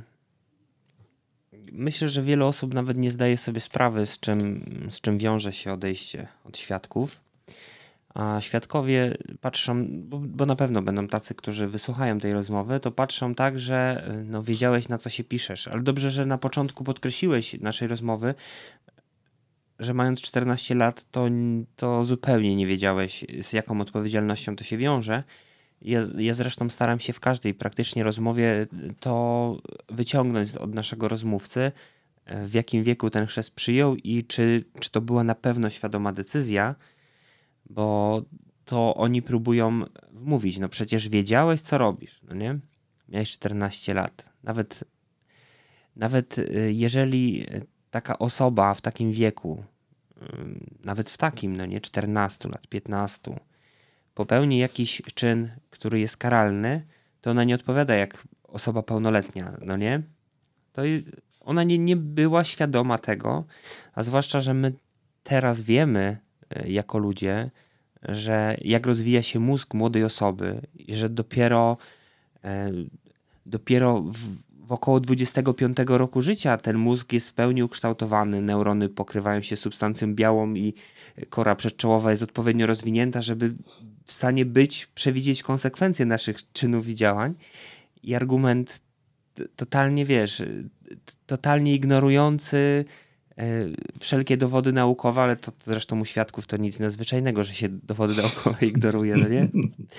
myślę, że wiele osób nawet nie zdaje sobie sprawy, z czym, z czym wiąże się odejście od świadków, A świadkowie patrzą, bo, bo na pewno będą tacy, którzy wysłuchają tej rozmowy, to patrzą tak, że no, wiedziałeś, na co się piszesz. Ale dobrze, że na początku podkreśliłeś naszej rozmowy, że mając czternaście lat, to, to zupełnie nie wiedziałeś, z jaką odpowiedzialnością to się wiąże. Ja, ja zresztą staram się w każdej praktycznie rozmowie to wyciągnąć od naszego rozmówcy, w jakim wieku ten chrzest przyjął i czy, czy to była na pewno świadoma decyzja, bo to oni próbują wmówić, no przecież wiedziałeś, co robisz, no nie? Miałeś czternaście lat. Nawet, nawet jeżeli taka osoba w takim wieku, nawet w takim, no nie, czternastu lat, piętnastu, popełni jakiś czyn, który jest karalny, to ona nie odpowiada jak osoba pełnoletnia, no nie? To ona nie, nie była świadoma tego, a zwłaszcza, że my teraz wiemy jako ludzie, że jak rozwija się mózg młodej osoby i że dopiero, e, dopiero w, w około dwudziestego piątego roku życia ten mózg jest w pełni ukształtowany, neurony pokrywają się substancją białą i kora przedczołowa jest odpowiednio rozwinięta, żeby w stanie być, przewidzieć konsekwencje naszych czynów i działań. I argument t- totalnie, wiesz, t- totalnie ignorujący wszelkie dowody naukowe, ale to zresztą u świadków to nic nadzwyczajnego, że się dowody naukowe ignoruje, no nie?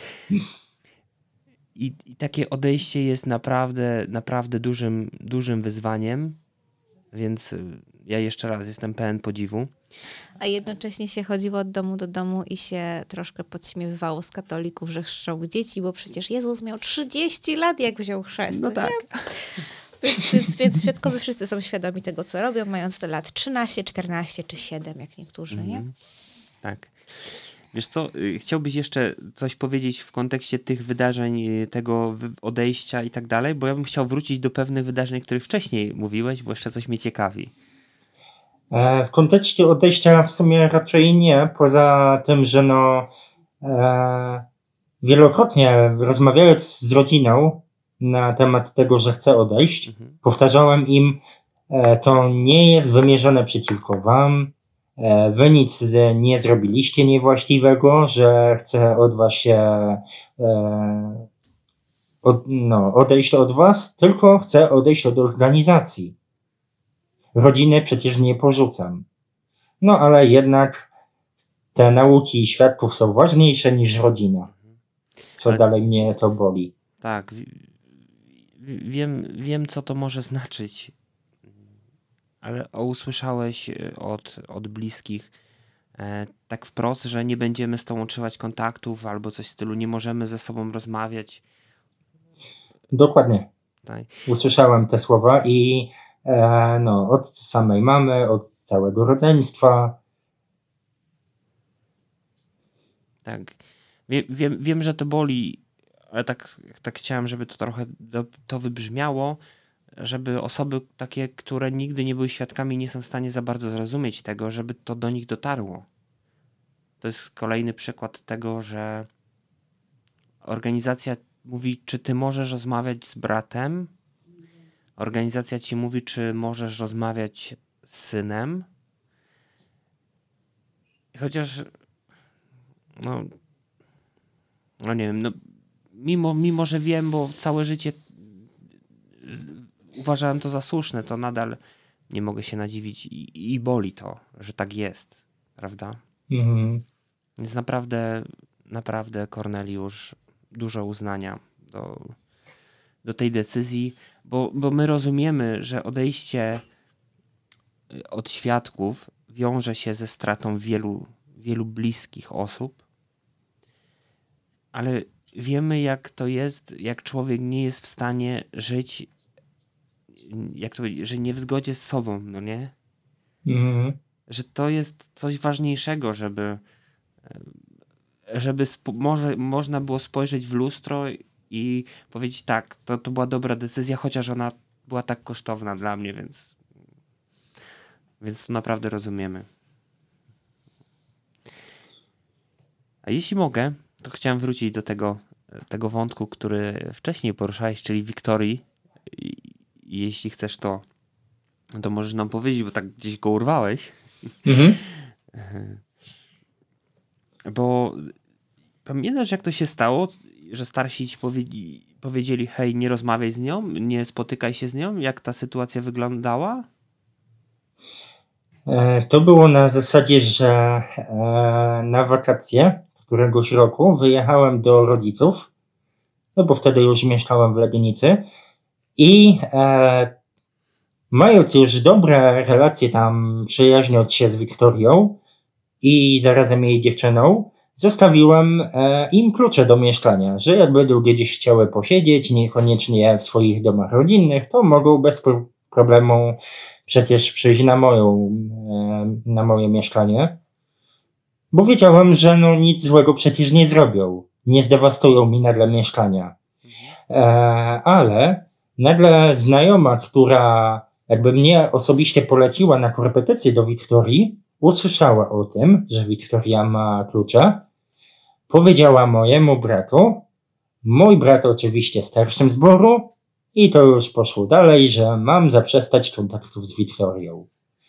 I, I takie odejście jest naprawdę, naprawdę dużym, dużym wyzwaniem, więc ja jeszcze raz jestem pełen podziwu. A jednocześnie się chodziło od domu do domu i się troszkę podśmiewywało z katolików, że chrzczą dzieci, bo przecież Jezus miał trzydzieści lat, jak wziął chrzest. No tak. Nie? Więc, więc, więc świadkowie wszyscy są świadomi tego, co robią, mając te lat trzynaście, czternaście czy siedem, jak niektórzy, mm-hmm. nie? Tak. Wiesz co, chciałbyś jeszcze coś powiedzieć w kontekście tych wydarzeń, tego odejścia i tak dalej? Bo ja bym chciał wrócić do pewnych wydarzeń, o których wcześniej mówiłeś, bo jeszcze coś mnie ciekawi. W kontekście odejścia w sumie raczej nie, poza tym, że no e, wielokrotnie rozmawiając z rodziną na temat tego, że chcę odejść, mhm. powtarzałem im, e, to nie jest wymierzone przeciwko wam, e, wy nic nie zrobiliście niewłaściwego, że chcę od was się e, od, no, odejść od was, tylko chcę odejść od organizacji. Rodziny przecież nie porzucam. No ale jednak te nauki świadków są ważniejsze niż rodzina. Co ale... dalej mnie to boli. Tak, wiem, wiem co to może znaczyć, ale usłyszałeś od, od bliskich e, tak wprost, że nie będziemy z tobą utrzymywać kontaktów albo coś w stylu, nie możemy ze sobą rozmawiać. Dokładnie. Tak. Usłyszałem te słowa i e, no, od samej mamy, od całego rodzeństwa. Tak. Wie, wiem, wiem, że to boli, ale tak, tak chciałem, żeby to trochę do, to wybrzmiało, żeby osoby takie, które nigdy nie były świadkami, nie są w stanie za bardzo zrozumieć tego, żeby to do nich dotarło. To jest kolejny przykład tego, że organizacja mówi, czy ty możesz rozmawiać z bratem. Organizacja ci mówi, czy możesz rozmawiać z synem. Chociaż no, no nie wiem, no mimo, mimo, że wiem, bo całe życie uważałem to za słuszne, to nadal nie mogę się nadziwić i, i boli to, że tak jest, prawda? Mhm. Więc naprawdę, naprawdę Korneliusz, dużo uznania do, do tej decyzji, bo, bo my rozumiemy, że odejście od świadków wiąże się ze stratą wielu, wielu bliskich osób, ale wiemy, jak to jest, jak człowiek nie jest w stanie żyć, jak to powiedzieć, że nie w zgodzie z sobą, no nie? Mhm. Że to jest coś ważniejszego, żeby żeby spo, może, można było spojrzeć w lustro i powiedzieć tak, to, to była dobra decyzja, chociaż ona była tak kosztowna dla mnie, więc więc to naprawdę rozumiemy. A jeśli mogę, to chciałem wrócić do tego, tego wątku, który wcześniej poruszałeś, czyli Wiktorii. I, i jeśli chcesz, to, to możesz nam powiedzieć, bo tak gdzieś go urwałeś. Mhm. bo pamiętasz, jak to się stało, że starsi ci powiedzieli, powiedzieli hej, nie rozmawiaj z nią, nie spotykaj się z nią? Jak ta sytuacja wyglądała? To było na zasadzie, że na wakacje któregoś roku wyjechałem do rodziców, no bo wtedy już mieszkałem w Legnicy i e, mając już dobre relacje tam, przyjaźniąc się z Wiktorią i zarazem jej dziewczyną, zostawiłem e, im klucze do mieszkania, że jakby drugie gdzieś chciały posiedzieć, niekoniecznie w swoich domach rodzinnych, to mogą bez pro- problemu przecież przyjść na moją, e, na moje mieszkanie, bo wiedziałem, że no nic złego przecież nie zrobią, nie zdewastują mi nagle mieszkania. E, ale nagle znajoma, która jakby mnie osobiście poleciła na korepetycję do Wiktorii, usłyszała o tym, że Wiktoria ma klucze, powiedziała mojemu bratu, mój brat oczywiście starszym zboru i to już poszło dalej, że mam zaprzestać kontaktów z Wiktorią.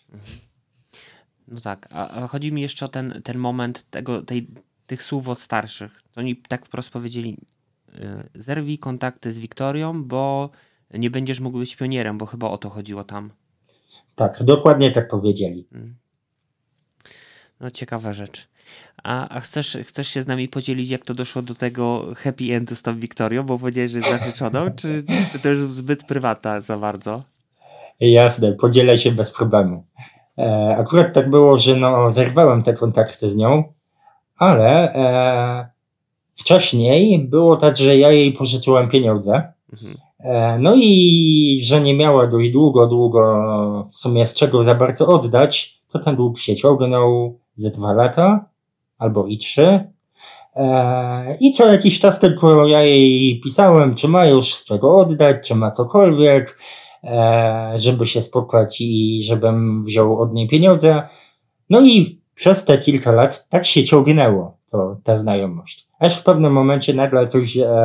No tak, a, a chodzi mi jeszcze o ten, ten moment tego, tej, tych słów od starszych. Oni tak wprost powiedzieli, yy, zerwij kontakty z Wiktorią, bo nie będziesz mógł być pionierem, bo chyba o to chodziło tam. Tak, dokładnie tak powiedzieli. No ciekawa rzecz. A, a chcesz, chcesz się z nami podzielić, jak to doszło do tego happy endu z tą Wiktorią, bo powiedziałeś, że jest narzeczoną, czy, czy to już zbyt prywatna za bardzo? Jasne, podzielę się bez problemu. E, akurat tak było, że no zerwałem te kontakty z nią, ale e, wcześniej było tak, że ja jej pożyczyłem pieniądze. Mhm. E, no i że nie miała dość długo, długo w sumie z czego za bardzo oddać, to ten dług się ciągnął ze dwa lata, albo i trzy. E, I co jakiś czas tylko ja jej pisałem, czy ma już z czego oddać, czy ma cokolwiek, e, żeby się spotkać i żebym wziął od niej pieniądze. No i przez te kilka lat tak się ciągnęło to, ta znajomość. Aż w pewnym momencie nagle coś e,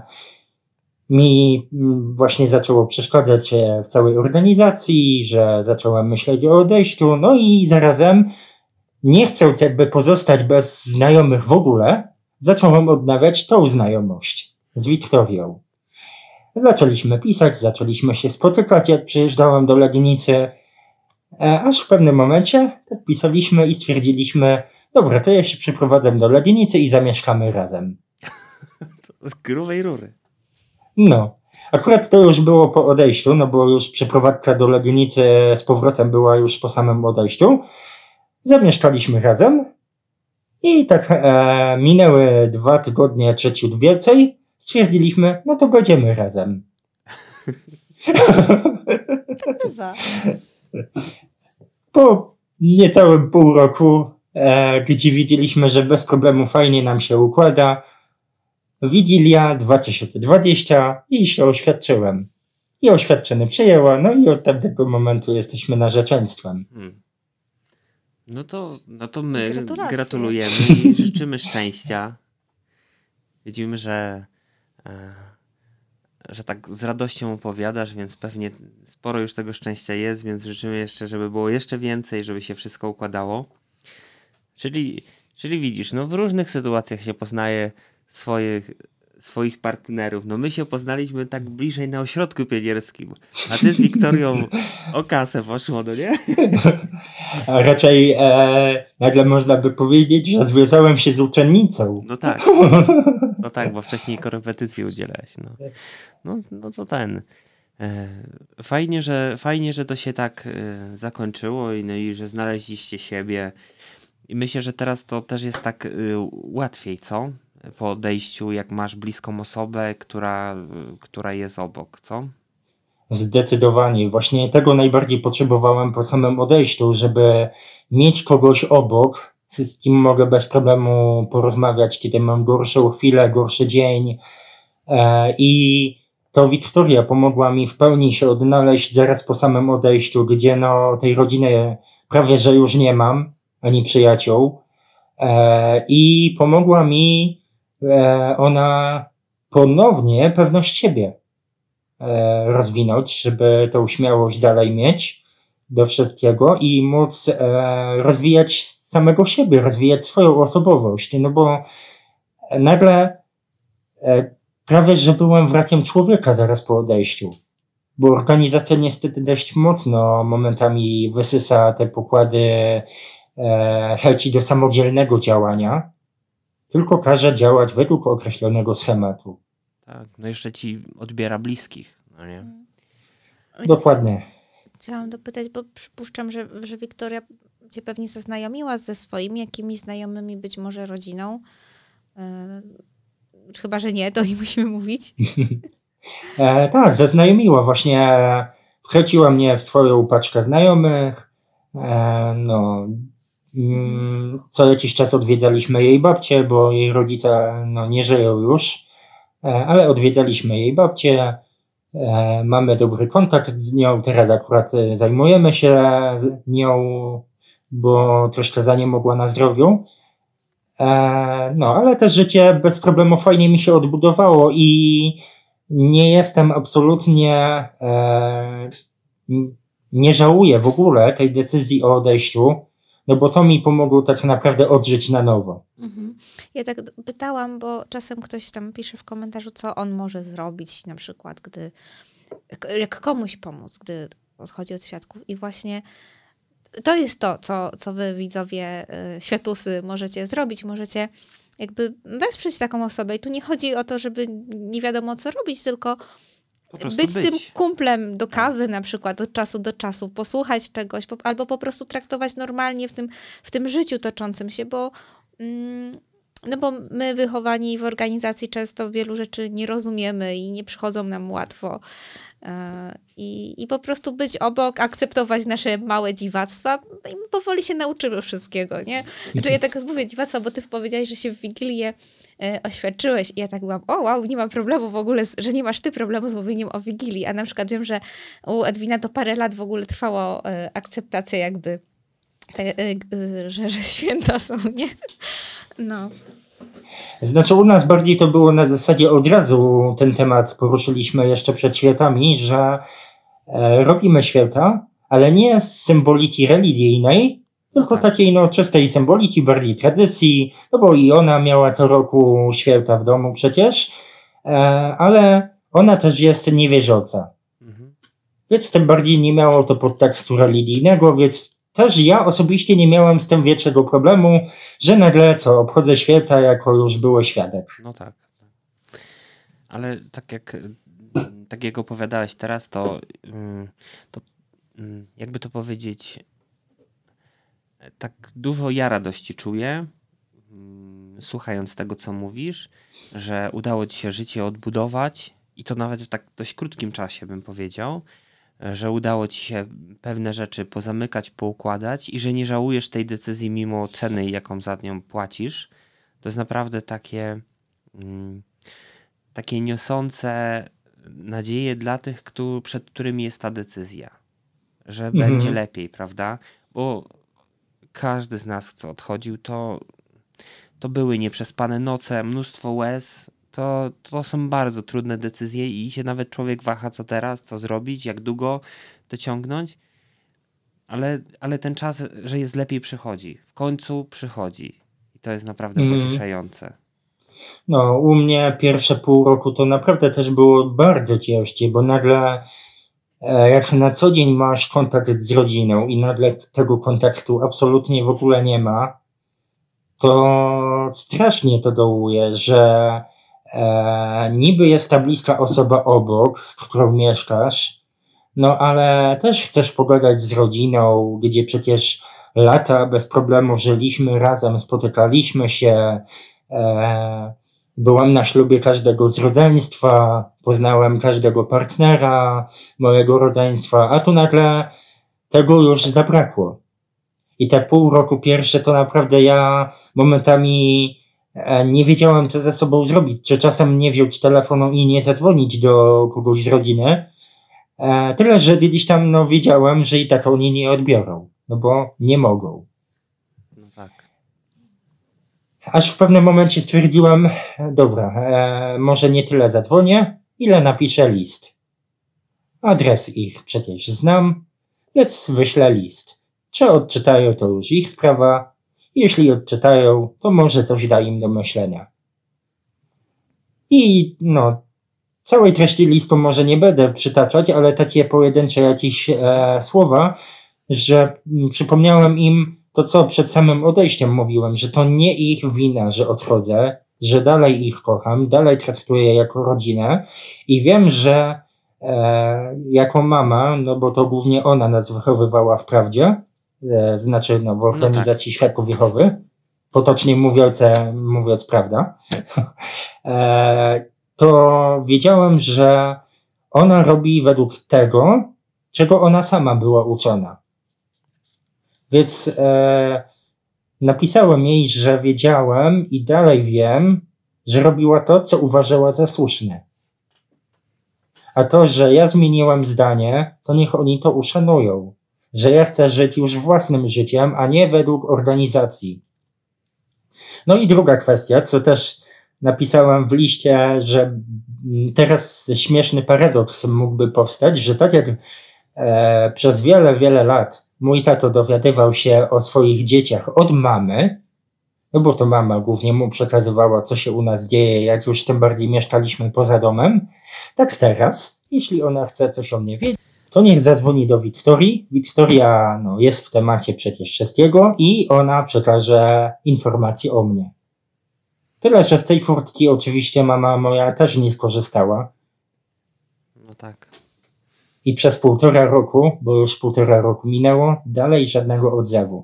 mi właśnie zaczęło przeszkadzać w całej organizacji, że zacząłem myśleć o odejściu, no i zarazem nie chcąc jakby pozostać bez znajomych w ogóle, zacząłem odnawiać tą znajomość z Wiktorią. Zaczęliśmy pisać, zaczęliśmy się spotykać, jak przyjeżdżałem do Legnicy, aż w pewnym momencie tak pisaliśmy i stwierdziliśmy, dobra, to ja się przyprowadzę do Legnicy i zamieszkamy razem. Z grubej rury. No, akurat to już było po odejściu, no bo już przeprowadzka do Legnicy z powrotem była już po samym odejściu. Zamieszkaliśmy razem i tak e, minęły dwa tygodnie, czy ciut więcej. Stwierdziliśmy, no to będziemy razem. To bywa. Po niecałym pół roku, e, gdzie widzieliśmy, że bez problemu fajnie nam się układa, Wigilia dwa tysiące dwudziesty i się oświadczyłem. I oświadczenie przyjęła, no i od tamtego momentu jesteśmy narzeczeństwem. Hmm. No to, no to my Gratulacje. Gratulujemy i życzymy szczęścia. Widzimy, że, e, że tak z radością opowiadasz, więc pewnie sporo już tego szczęścia jest, więc życzymy jeszcze, żeby było jeszcze więcej, żeby się wszystko układało. Czyli, czyli widzisz, no w różnych sytuacjach się poznaje swoich, swoich partnerów. No my się poznaliśmy tak bliżej na ośrodku pionierskim, a ty z Wiktorią o kasę poszło, no nie? A raczej e, nagle można by powiedzieć, że związałem się z uczennicą. No tak. No tak, bo wcześniej korepetycji udzielałeś. No, no, no to ten. E, fajnie, że, fajnie, że to się tak e, zakończyło i, no i że znaleźliście siebie. I myślę, że teraz to też jest tak e, łatwiej, co? Po odejściu, jak masz bliską osobę, która, która jest obok, co? Zdecydowanie. Właśnie tego najbardziej potrzebowałem po samym odejściu, żeby mieć kogoś obok, z kim mogę bez problemu porozmawiać, kiedy mam gorszą chwilę, gorszy dzień. E, I to Wiktoria pomogła mi w pełni się odnaleźć zaraz po samym odejściu, gdzie no tej rodziny prawie że już nie mam, ani przyjaciół. E, I pomogła mi e, ona ponownie pewność siebie rozwinąć, żeby tą śmiałość dalej mieć do wszystkiego i móc e, rozwijać samego siebie, rozwijać swoją osobowość, no bo nagle e, prawie, że byłem wrakiem człowieka zaraz po odejściu, bo organizacja niestety dość mocno momentami wysysa te pokłady e, chęci do samodzielnego działania, tylko każe działać według określonego schematu. Tak, no jeszcze ci odbiera bliskich, no nie? Dokładnie. Chciałam dopytać, bo przypuszczam, że, że Wiktoria cię pewnie zaznajomiła ze swoimi jakimiś znajomymi, być może rodziną. Yy, chyba, że nie, to nie musimy mówić. e, tak, zaznajomiła. Właśnie wkręciła mnie w swoją paczkę znajomych. E, no, mm, co jakiś czas odwiedzaliśmy jej babcię, bo jej rodzice no, nie żyją już, e, ale odwiedzaliśmy jej babcię. E, mamy dobry kontakt z nią. Teraz akurat zajmujemy się nią, bo troszkę za nie mogła na zdrowiu. E, no, ale też życie bez problemu fajnie mi się odbudowało i nie jestem absolutnie, e, nie żałuję w ogóle tej decyzji o odejściu, no bo to mi pomogło tak naprawdę odżyć na nowo. Mhm. Ja tak pytałam, bo czasem ktoś tam pisze w komentarzu, co on może zrobić, na przykład, gdy, jak komuś pomóc, gdy odchodzi od świadków. I właśnie to jest to, co, co wy, widzowie y, Światusy, możecie zrobić. Możecie jakby wesprzeć taką osobę. I tu nie chodzi o to, żeby nie wiadomo co robić, tylko być, być tym kumplem do kawy na przykład od czasu do czasu, posłuchać czegoś, po, albo po prostu traktować normalnie w tym, w tym życiu toczącym się, bo mm, no bo my wychowani w organizacji często wielu rzeczy nie rozumiemy i nie przychodzą nam łatwo. I, i po prostu być obok, akceptować nasze małe dziwactwa i my powoli się nauczymy wszystkiego, nie? Znaczy ja tak mówię dziwactwa, bo ty powiedziałeś, że się w Wigilię e, oświadczyłeś i ja tak byłam, o wow, nie ma problemu w ogóle, z, że nie masz ty problemu z mówieniem o Wigilii, a na przykład wiem, że u Edwina to parę lat w ogóle trwało e, akceptacja jakby, te, e, e, że, że święta są, nie? No. Znaczy u nas bardziej to było na zasadzie od razu ten temat poruszyliśmy jeszcze przed świętami, że e, robimy święta, ale nie z symboliki religijnej, tylko tak. takiej no czystej symboliki, bardziej tradycji, no bo i ona miała co roku święta w domu przecież, e, ale ona też jest niewierząca. Mhm. Więc tym bardziej nie miało to podtekstu religijnego, więc też ja osobiście nie miałem z tym większego problemu, że nagle co, obchodzę święta jako już były świadek. No tak. Ale tak jak, tak jak opowiadałeś teraz, to, to jakby to powiedzieć, tak dużo ja radości czuję, słuchając tego, co mówisz, że udało ci się życie odbudować i to nawet w tak dość krótkim czasie, bym powiedział, że udało ci się pewne rzeczy pozamykać, poukładać i że nie żałujesz tej decyzji mimo ceny, jaką za nią płacisz. To jest naprawdę takie, mm, takie niosące nadzieję dla tych, którzy, przed którymi jest ta decyzja. Że mhm. będzie lepiej, prawda? Bo każdy z nas, kto odchodził, to, to były nieprzespane noce, mnóstwo łez. To, to są bardzo trudne decyzje i się nawet człowiek waha, co teraz, co zrobić, jak długo to ciągnąć. Ale, ale ten czas, że jest lepiej, przychodzi. W końcu przychodzi. I to jest naprawdę mm. pocieszające. No, u mnie pierwsze pół roku to naprawdę też było bardzo ciężkie, bo nagle e, jak na co dzień masz kontakt z rodziną i nagle tego kontaktu absolutnie w ogóle nie ma, to strasznie to dołuje, że E, niby jest ta bliska osoba obok, z którą mieszkasz, no ale też chcesz pogadać z rodziną, gdzie przecież lata bez problemu żyliśmy razem, spotykaliśmy się, e, byłem na ślubie każdego z rodzeństwa, poznałem każdego partnera mojego rodzeństwa, a tu nagle tego już zabrakło. I te pół roku pierwsze to naprawdę ja momentami nie wiedziałem, co ze sobą zrobić, czy czasem nie wziąć telefonu i nie zadzwonić do kogoś z rodziny. E, tyle, że gdzieś tam no, wiedziałem, że i tak oni nie odbiorą, no bo nie mogą. No tak. Aż w pewnym momencie stwierdziłem, dobra, e, może nie tyle zadzwonię, ile napiszę list. Adres ich przecież znam, więc wyślę list. Czy odczytają, to już ich sprawa. Jeśli odczytają, to może coś da im do myślenia. I no, całej treści listu może nie będę przytaczać, ale takie pojedyncze jakieś e, słowa, że m, przypomniałem im to, co przed samym odejściem mówiłem, że to nie ich wina, że odchodzę, że dalej ich kocham, dalej traktuję jako rodzinę i wiem, że e, jako mama, no bo to głównie ona nas wychowywała wprawdzie, e, znaczy no, w organizacji no tak. Świadków Jehowy, potocznie mówiąc, e, mówiąc prawda, e, to wiedziałem, że ona robi według tego, czego ona sama była uczona. Więc e, napisałem jej, że wiedziałem i dalej wiem, że robiła to, co uważała za słuszne. A to, że ja zmieniłem zdanie, to niech oni to uszanują. Że ja chcę żyć już własnym życiem, a nie według organizacji. No i druga kwestia, co też napisałem w liście, że teraz śmieszny paradoks mógłby powstać, że tak jak e, przez wiele, wiele lat mój tato dowiadywał się o swoich dzieciach od mamy, no bo to mama głównie mu przekazywała, co się u nas dzieje, jak już tym bardziej mieszkaliśmy poza domem, tak teraz, jeśli ona chce coś o mnie wiedzieć, to niech zadzwoni do Wiktorii. Wiktoria no, jest w temacie przecież wszystkiego i ona przekaże informacje o mnie. Tyle, że z tej furtki oczywiście mama moja też nie skorzystała. No tak. I przez półtora roku, bo już półtora roku minęło, dalej żadnego odzewu.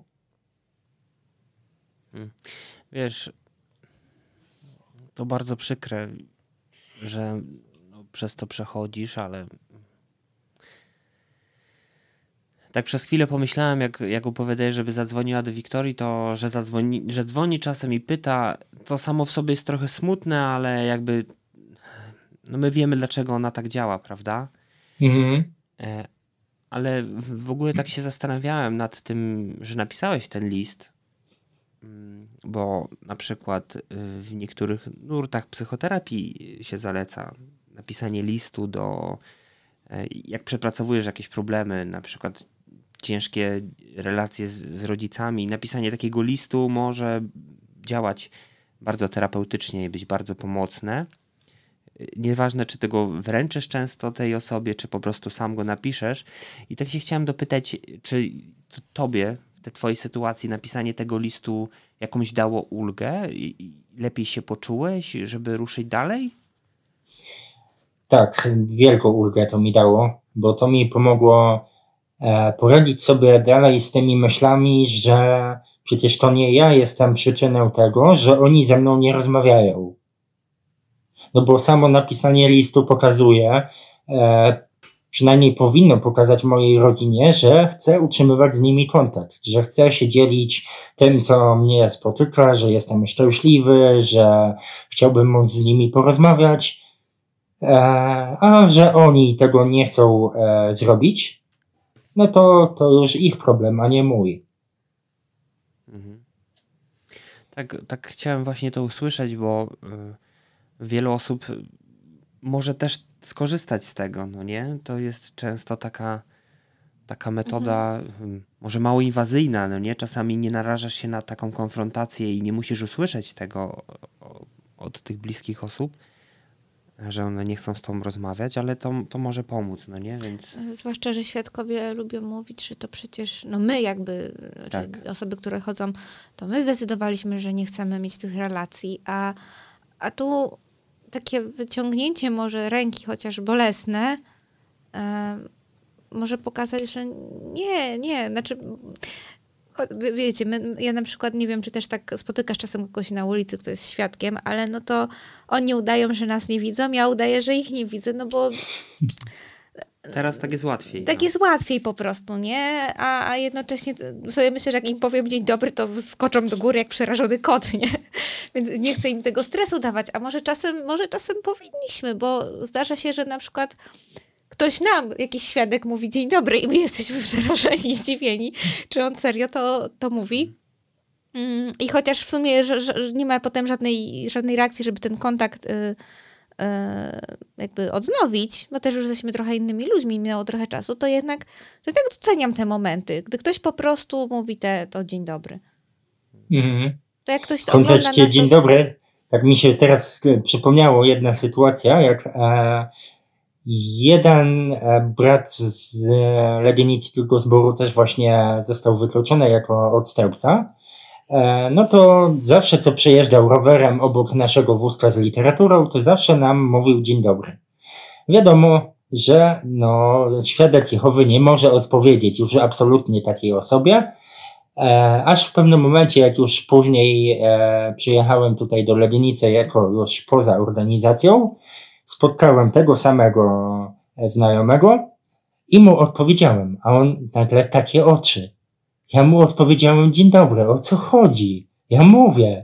Wiesz, to bardzo przykre, że no, przez to przechodzisz, ale tak przez chwilę pomyślałem, jak, jak opowiadałeś, żeby zadzwoniła do Wiktorii, to że, zadzwoni, że dzwoni czasem i pyta, to samo w sobie jest trochę smutne, ale jakby no my wiemy, dlaczego ona tak działa, prawda? Mhm. E, ale w, w ogóle tak się zastanawiałem nad tym, że napisałeś ten list, bo na przykład w niektórych nurtach psychoterapii się zaleca napisanie listu do, jak przepracowujesz jakieś problemy, na przykład ciężkie relacje z, z rodzicami, napisanie takiego listu może działać bardzo terapeutycznie i być bardzo pomocne. Nieważne, czy tego wręczysz często tej osobie, czy po prostu sam go napiszesz. I tak się chciałem dopytać, czy tobie w tej twojej sytuacji napisanie tego listu jakąś dało ulgę? I lepiej się poczułeś, żeby ruszyć dalej? Tak, wielką ulgę to mi dało, bo to mi pomogło e, poradzić sobie dalej z tymi myślami, że przecież to nie ja jestem przyczyną tego, że oni ze mną nie rozmawiają. No bo samo napisanie listu pokazuje, e, przynajmniej powinno pokazać mojej rodzinie, że chcę utrzymywać z nimi kontakt, że chcę się dzielić tym, co mnie spotyka, że jestem szczęśliwy, że chciałbym móc z nimi porozmawiać, e, a że oni tego nie chcą e, zrobić, no to, to już ich problem, a nie mój. Mhm. Tak, tak chciałem właśnie to usłyszeć, bo y, wiele osób może też skorzystać z tego, no nie? To jest często taka, taka metoda mhm. może mało inwazyjna, no nie? Czasami nie narażasz się na taką konfrontację i nie musisz usłyszeć tego od tych bliskich osób, że one nie chcą z tobą rozmawiać, ale to, to może pomóc, no nie? Więc... Zwłaszcza, że świadkowie lubią mówić, że to przecież, no my jakby, tak. osoby, które chodzą, to my zdecydowaliśmy, że nie chcemy mieć tych relacji, a, a tu takie wyciągnięcie może ręki, chociaż bolesne, e, może pokazać, że nie, nie, znaczy, wiecie, my, ja na przykład nie wiem, czy też tak spotykasz czasem kogoś na ulicy, kto jest świadkiem, ale no to oni udają, że nas nie widzą, ja udaję, że ich nie widzę, no bo... Teraz tak jest łatwiej. Tak no. jest łatwiej po prostu, nie? A, a jednocześnie sobie myślę, że jak im powiem dzień dobry, to skoczą do góry jak przerażony kot, nie? Więc nie chcę im tego stresu dawać, a może czasem, może czasem powinniśmy, bo zdarza się, że na przykład ktoś nam, jakiś świadek mówi dzień dobry i my jesteśmy przerażeni, zdziwieni, czy on serio to, to mówi. I chociaż w sumie że, że nie ma potem żadnej, żadnej reakcji, żeby ten kontakt y, y, jakby odnowić, bo też już jesteśmy trochę innymi ludźmi, minęło trochę czasu, to jednak, to jednak doceniam te momenty, gdy ktoś po prostu mówi te, to dzień dobry. Mhm. To jak ktoś W ogląda kontekście nas, to... dzień dobry, tak mi się teraz przypomniało jedna sytuacja, jak e, jeden e, brat z e, Legionickiego Zboru też właśnie został wykluczony jako odstępca. E, no to zawsze co przejeżdżał rowerem obok naszego wózka z literaturą, to zawsze nam mówił dzień dobry. Wiadomo, że no, świadek Jehowy nie może odpowiedzieć już absolutnie takiej osobie, e, aż w pewnym momencie, jak już później e, przyjechałem tutaj do Legnicy jako już poza organizacją, spotkałem tego samego znajomego i mu odpowiedziałem, a on nagle takie oczy. Ja mu odpowiedziałem, dzień dobry, o co chodzi? Ja mówię.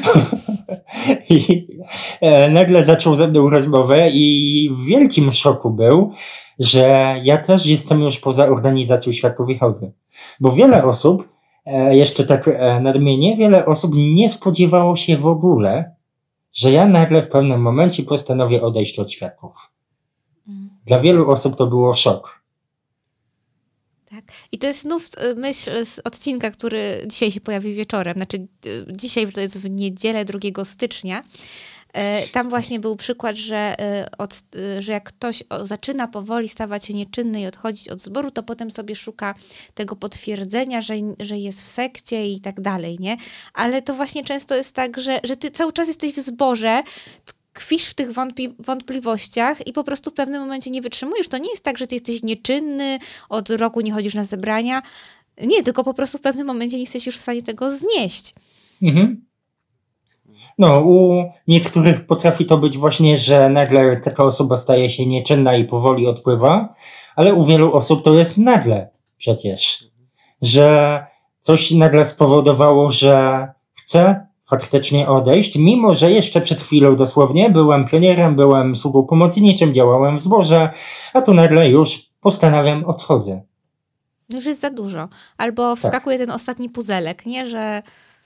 I e, nagle zaczął ze mną rozmowę i w wielkim szoku był, że ja też jestem już poza organizacją Światów Jehowy. Bo wiele osób, e, jeszcze tak e, nadmienię, wiele osób nie spodziewało się w ogóle, że ja nagle w pewnym momencie postanowię odejść od świadków. Dla wielu osób to było szok. Tak. I to jest znów myśl z odcinka, który dzisiaj się pojawi wieczorem. Znaczy dzisiaj to jest w niedzielę drugiego stycznia. Tam właśnie był przykład, że, od, że jak ktoś zaczyna powoli stawać się nieczynny i odchodzić od zboru, to potem sobie szuka tego potwierdzenia, że, że jest w sekcie i tak dalej, nie? Ale to właśnie często jest tak, że, że ty cały czas jesteś w zborze, tkwisz w tych wątpi- wątpliwościach i po prostu w pewnym momencie nie wytrzymujesz. To nie jest tak, że ty jesteś nieczynny, od roku nie chodzisz na zebrania. Nie, tylko po prostu w pewnym momencie nie jesteś już w stanie tego znieść. Mhm. No, u niektórych potrafi to być właśnie, że nagle taka osoba staje się nieczynna i powoli odpływa, ale u wielu osób to jest nagle przecież, że coś nagle spowodowało, że chce faktycznie odejść, mimo że jeszcze przed chwilą dosłownie byłem pionierem, byłem sługą pomocniczym, działałem w zborze, a tu nagle już postanawiam, odchodzę. Już jest za dużo. Albo wskakuje tak. ten ostatni puzelek, nie, że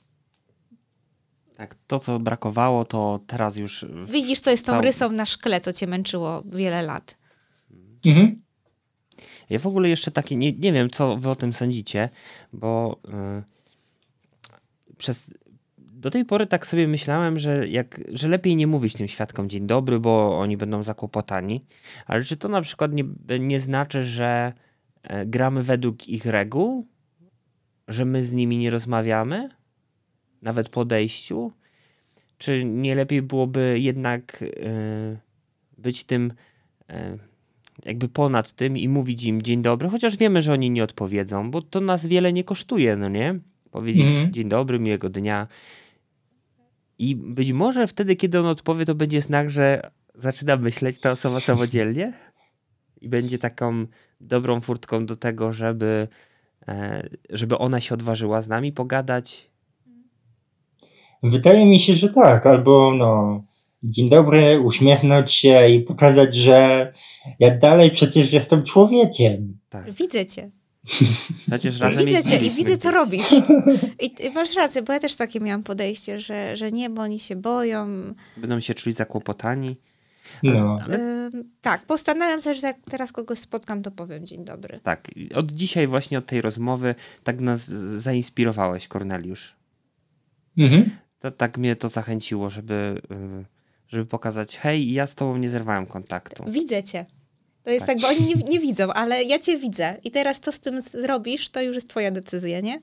tak, to co brakowało, to teraz już... Widzisz, co jest tą cał... rysą na szkle, co cię męczyło wiele lat. Mhm. Ja w ogóle jeszcze takie, nie, nie wiem, co wy o tym sądzicie, bo yy, przez... Do tej pory tak sobie myślałem, że, jak, że lepiej nie mówić tym świadkom dzień dobry, bo oni będą zakłopotani. Ale czy to na przykład nie, nie znaczy, że gramy według ich reguł? Że my z nimi nie rozmawiamy? Nawet po odejściu? Czy nie lepiej byłoby jednak yy, być tym yy, jakby ponad tym i mówić im dzień dobry? Chociaż wiemy, że oni nie odpowiedzą, bo to nas wiele nie kosztuje, no nie? Powiedzieć mm. dzień dobry, miłego dnia. I być może wtedy, kiedy on odpowie, to będzie znak, że zaczyna myśleć ta osoba samodzielnie i będzie taką dobrą furtką do tego, żeby, żeby ona się odważyła z nami pogadać. Wydaje mi się, że tak. Albo no, dzień dobry, uśmiechnąć się i pokazać, że ja dalej przecież jestem człowiekiem. Tak. Widzę cię. Przecież razem widzę cię i widzę, co robisz. I, I masz rację, bo ja też takie miałam podejście, że, że nie, bo oni się boją. Będą się czuli zakłopotani. No. Ale... Y, tak, postanawiam sobie, że jak teraz kogoś spotkam, to powiem dzień dobry. Tak, od dzisiaj właśnie od tej rozmowy tak nas zainspirowałeś, Korneliusz. Mhm. To, tak mnie to zachęciło, żeby, żeby pokazać, hej, ja z tobą nie zerwałem kontaktu. Widzę cię. To jest tak, tak bo oni nie, nie widzą, ale ja cię widzę. I teraz co z tym zrobisz, to już jest twoja decyzja, nie?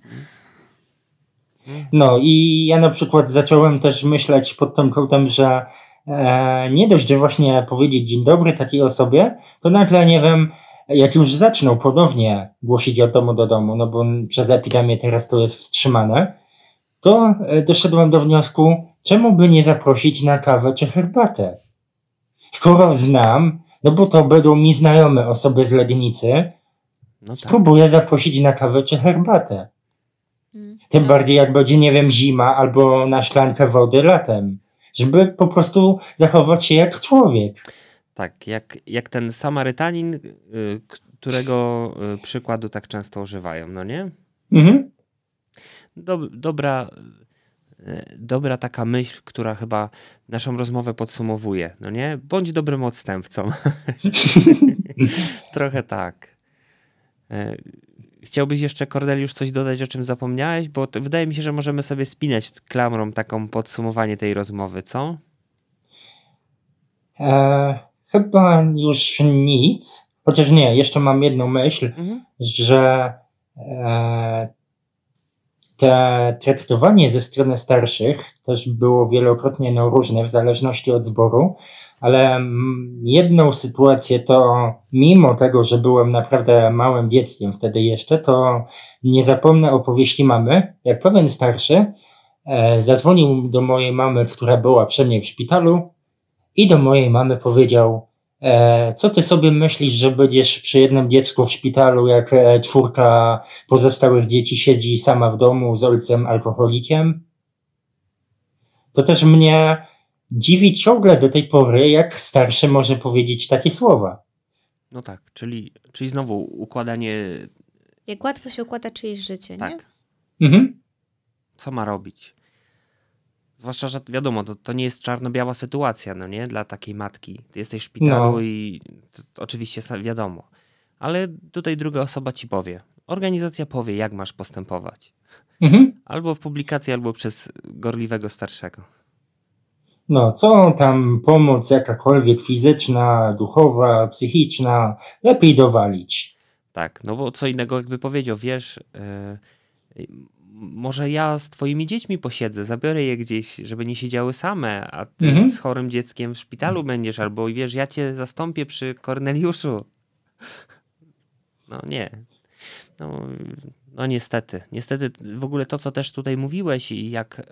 No i ja na przykład zacząłem też myśleć pod tym kątem, że e, nie dość, że właśnie powiedzieć dzień dobry takiej osobie, to nagle, nie wiem, jak już zaczną ponownie głosić od domu do domu, no bo przez epidemię teraz to jest wstrzymane, to e, doszedłem do wniosku, czemu by nie zaprosić na kawę czy herbatę? Skoro znam, no bo to będą mi znajome osoby z Legnicy, no tak. Spróbuję zaprosić na kawę czy herbatę. Hmm. Tym no. bardziej jak będzie, nie wiem, zima albo na szklankę wody latem. Żeby po prostu zachować się jak człowiek. Tak, jak, jak ten Samarytanin, y, którego y, przykładu tak często używają, no nie? Mhm. Dob- dobra... Dobra taka myśl, która chyba naszą rozmowę podsumowuje, no nie? Bądź dobrym odstępcą. Trochę tak. chciałbyś jeszcze, Korneliusz, coś dodać, o czym zapomniałeś? Bo to, wydaje mi się, że możemy sobie spinać klamrą taką podsumowanie tej rozmowy, co? E, chyba już nic. Chociaż nie, jeszcze mam jedną myśl, mhm. że e, te traktowanie ze strony starszych też było wielokrotnie no, różne w zależności od zboru, ale jedną sytuację to mimo tego, że byłem naprawdę małym dzieckiem wtedy jeszcze, to nie zapomnę opowieści mamy, jak pewien starszy e, zadzwonił do mojej mamy, która była przy mnie w szpitalu i do mojej mamy powiedział: E, co ty sobie myślisz, że będziesz przy jednym dziecku w szpitalu, jak e, czwórka pozostałych dzieci siedzi sama w domu z ojcem alkoholikiem? To też mnie dziwi ciągle do tej pory, jak starszy może powiedzieć takie słowa. No tak, czyli, czyli znowu układanie... Jak łatwo się układa czyjeś życie, tak. nie? Mhm. Co ma robić? Zwłaszcza, że wiadomo, to, to nie jest czarno-biała sytuacja, no nie? Dla takiej matki. Ty jesteś w szpitalu no. i to, to oczywiście wiadomo. Ale tutaj druga osoba ci powie. Organizacja powie, jak masz postępować. Mhm. Albo w publikacji, albo przez gorliwego starszego. No, co tam pomóc jakakolwiek fizyczna, duchowa, psychiczna, lepiej dowalić. Tak, no bo co innego jakby powiedział, wiesz... Yy, może ja z twoimi dziećmi posiedzę, zabiorę je gdzieś, żeby nie siedziały same, a ty mhm. z chorym dzieckiem w szpitalu będziesz, albo wiesz, ja cię zastąpię przy Korneliuszu. No nie. No, no niestety. Niestety w ogóle to, co też tutaj mówiłeś i jak,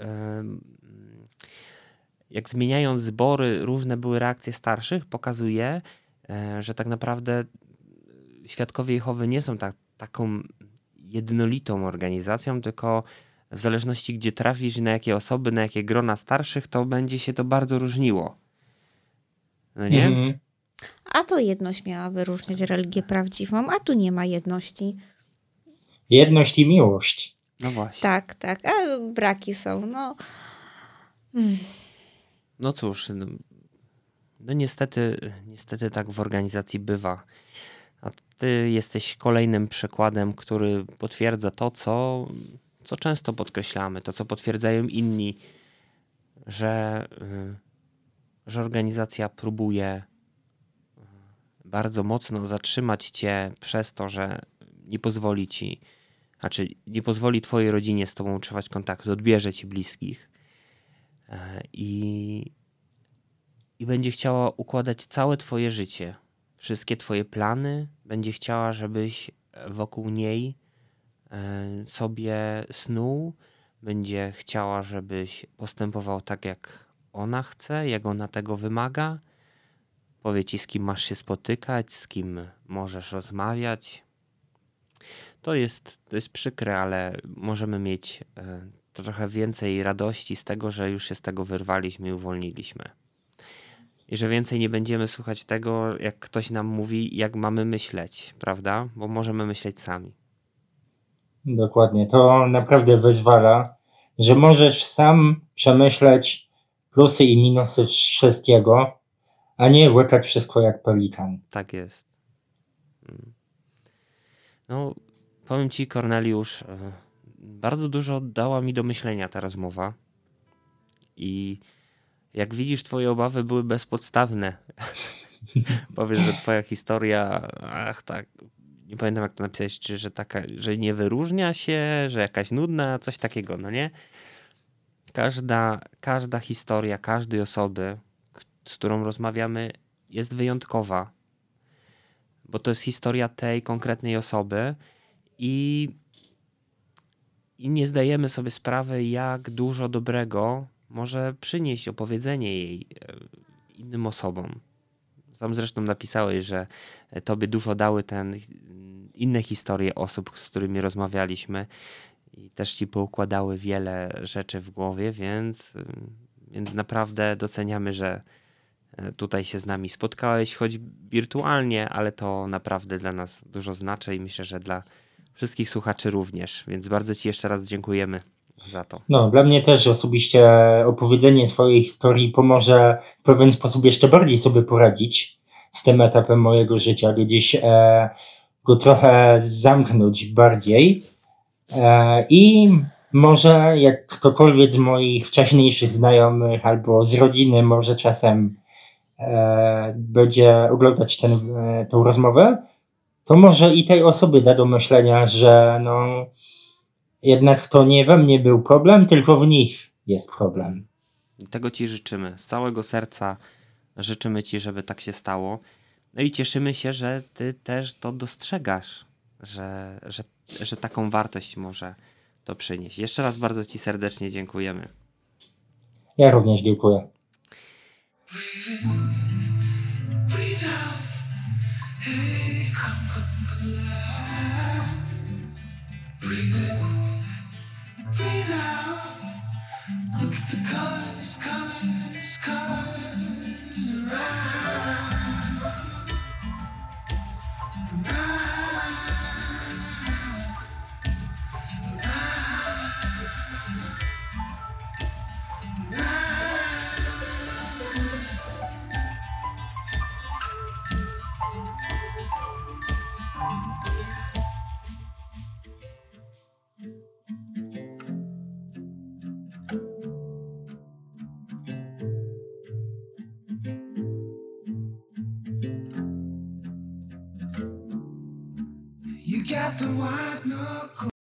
jak zmieniając zbory, różne były reakcje starszych, pokazuje, że tak naprawdę Świadkowie Jehowy nie są tak, taką jednolitą organizacją, tylko w zależności gdzie trafisz i na jakie osoby, na jakie grona starszych, to będzie się to bardzo różniło. No nie? Mm. A to jedność miała wyróżniać religię prawdziwą, a tu nie ma jedności. Jedność i miłość. No właśnie. Tak, tak, a braki są, no. Hmm. No cóż, no, no niestety, niestety tak w organizacji bywa. A ty jesteś kolejnym przykładem, który potwierdza to, co, co często podkreślamy, to, co potwierdzają inni, że, że organizacja próbuje bardzo mocno zatrzymać cię przez to, że nie pozwoli ci, znaczy nie pozwoli twojej rodzinie z tobą utrzymać kontaktu, odbierze ci bliskich i, i będzie chciała układać całe twoje życie. Wszystkie twoje plany, będzie chciała, żebyś wokół niej sobie snuł, będzie chciała, żebyś postępował tak, jak ona chce, jak ona tego wymaga. Powie ci, z kim masz się spotykać, z kim możesz rozmawiać. To jest, to jest przykre, ale możemy mieć trochę więcej radości z tego, że już się z tego wyrwaliśmy i uwolniliśmy. I że więcej nie będziemy słuchać tego, jak ktoś nam mówi, jak mamy myśleć, prawda? Bo możemy myśleć sami. Dokładnie. To naprawdę wyzwala, że możesz sam przemyśleć plusy i minusy wszystkiego, a nie łykać wszystko jak pelikan. Tak jest. No, powiem ci, Korneliusz, bardzo dużo dała mi do myślenia ta rozmowa. I jak widzisz, twoje obawy były bezpodstawne. Powiesz, że twoja historia, ach tak, nie pamiętam jak to napisałeś, czy że taka, że nie wyróżnia się, że jakaś nudna, coś takiego, no nie? Każda, każda historia każdej osoby, z którą rozmawiamy, jest wyjątkowa. Bo to jest historia tej konkretnej osoby i, i nie zdajemy sobie sprawy, jak dużo dobrego może przynieść opowiedzenie jej innym osobom. Sam zresztą napisałeś, że tobie dużo dały ten, inne historie osób, z którymi rozmawialiśmy i też ci poukładały wiele rzeczy w głowie, więc, więc naprawdę doceniamy, że tutaj się z nami spotkałeś, choć wirtualnie, ale to naprawdę dla nas dużo znaczy i myślę, że dla wszystkich słuchaczy również, więc bardzo ci jeszcze raz dziękujemy za to. No, dla mnie też osobiście opowiedzenie swojej historii pomoże w pewien sposób jeszcze bardziej sobie poradzić z tym etapem mojego życia, gdzieś e, go trochę zamknąć bardziej. I może jak ktokolwiek z moich wcześniejszych znajomych albo z rodziny może czasem będzie oglądać ten, tą rozmowę, to może i tej osoby da do myślenia, że no jednak to nie we mnie był problem, tylko w nich jest problem. Tego Ci życzymy. Z całego serca życzymy Ci, żeby tak się stało. No i cieszymy się, że Ty też to dostrzegasz, że, że, że taką wartość może to przynieść. Jeszcze raz bardzo Ci serdecznie dziękujemy. Ja również dziękuję. Breathe out. Hey, come, come, come alive. Breathe in, breathe out. Look at the colors, colors, colors around. Around. You got the white knuckle.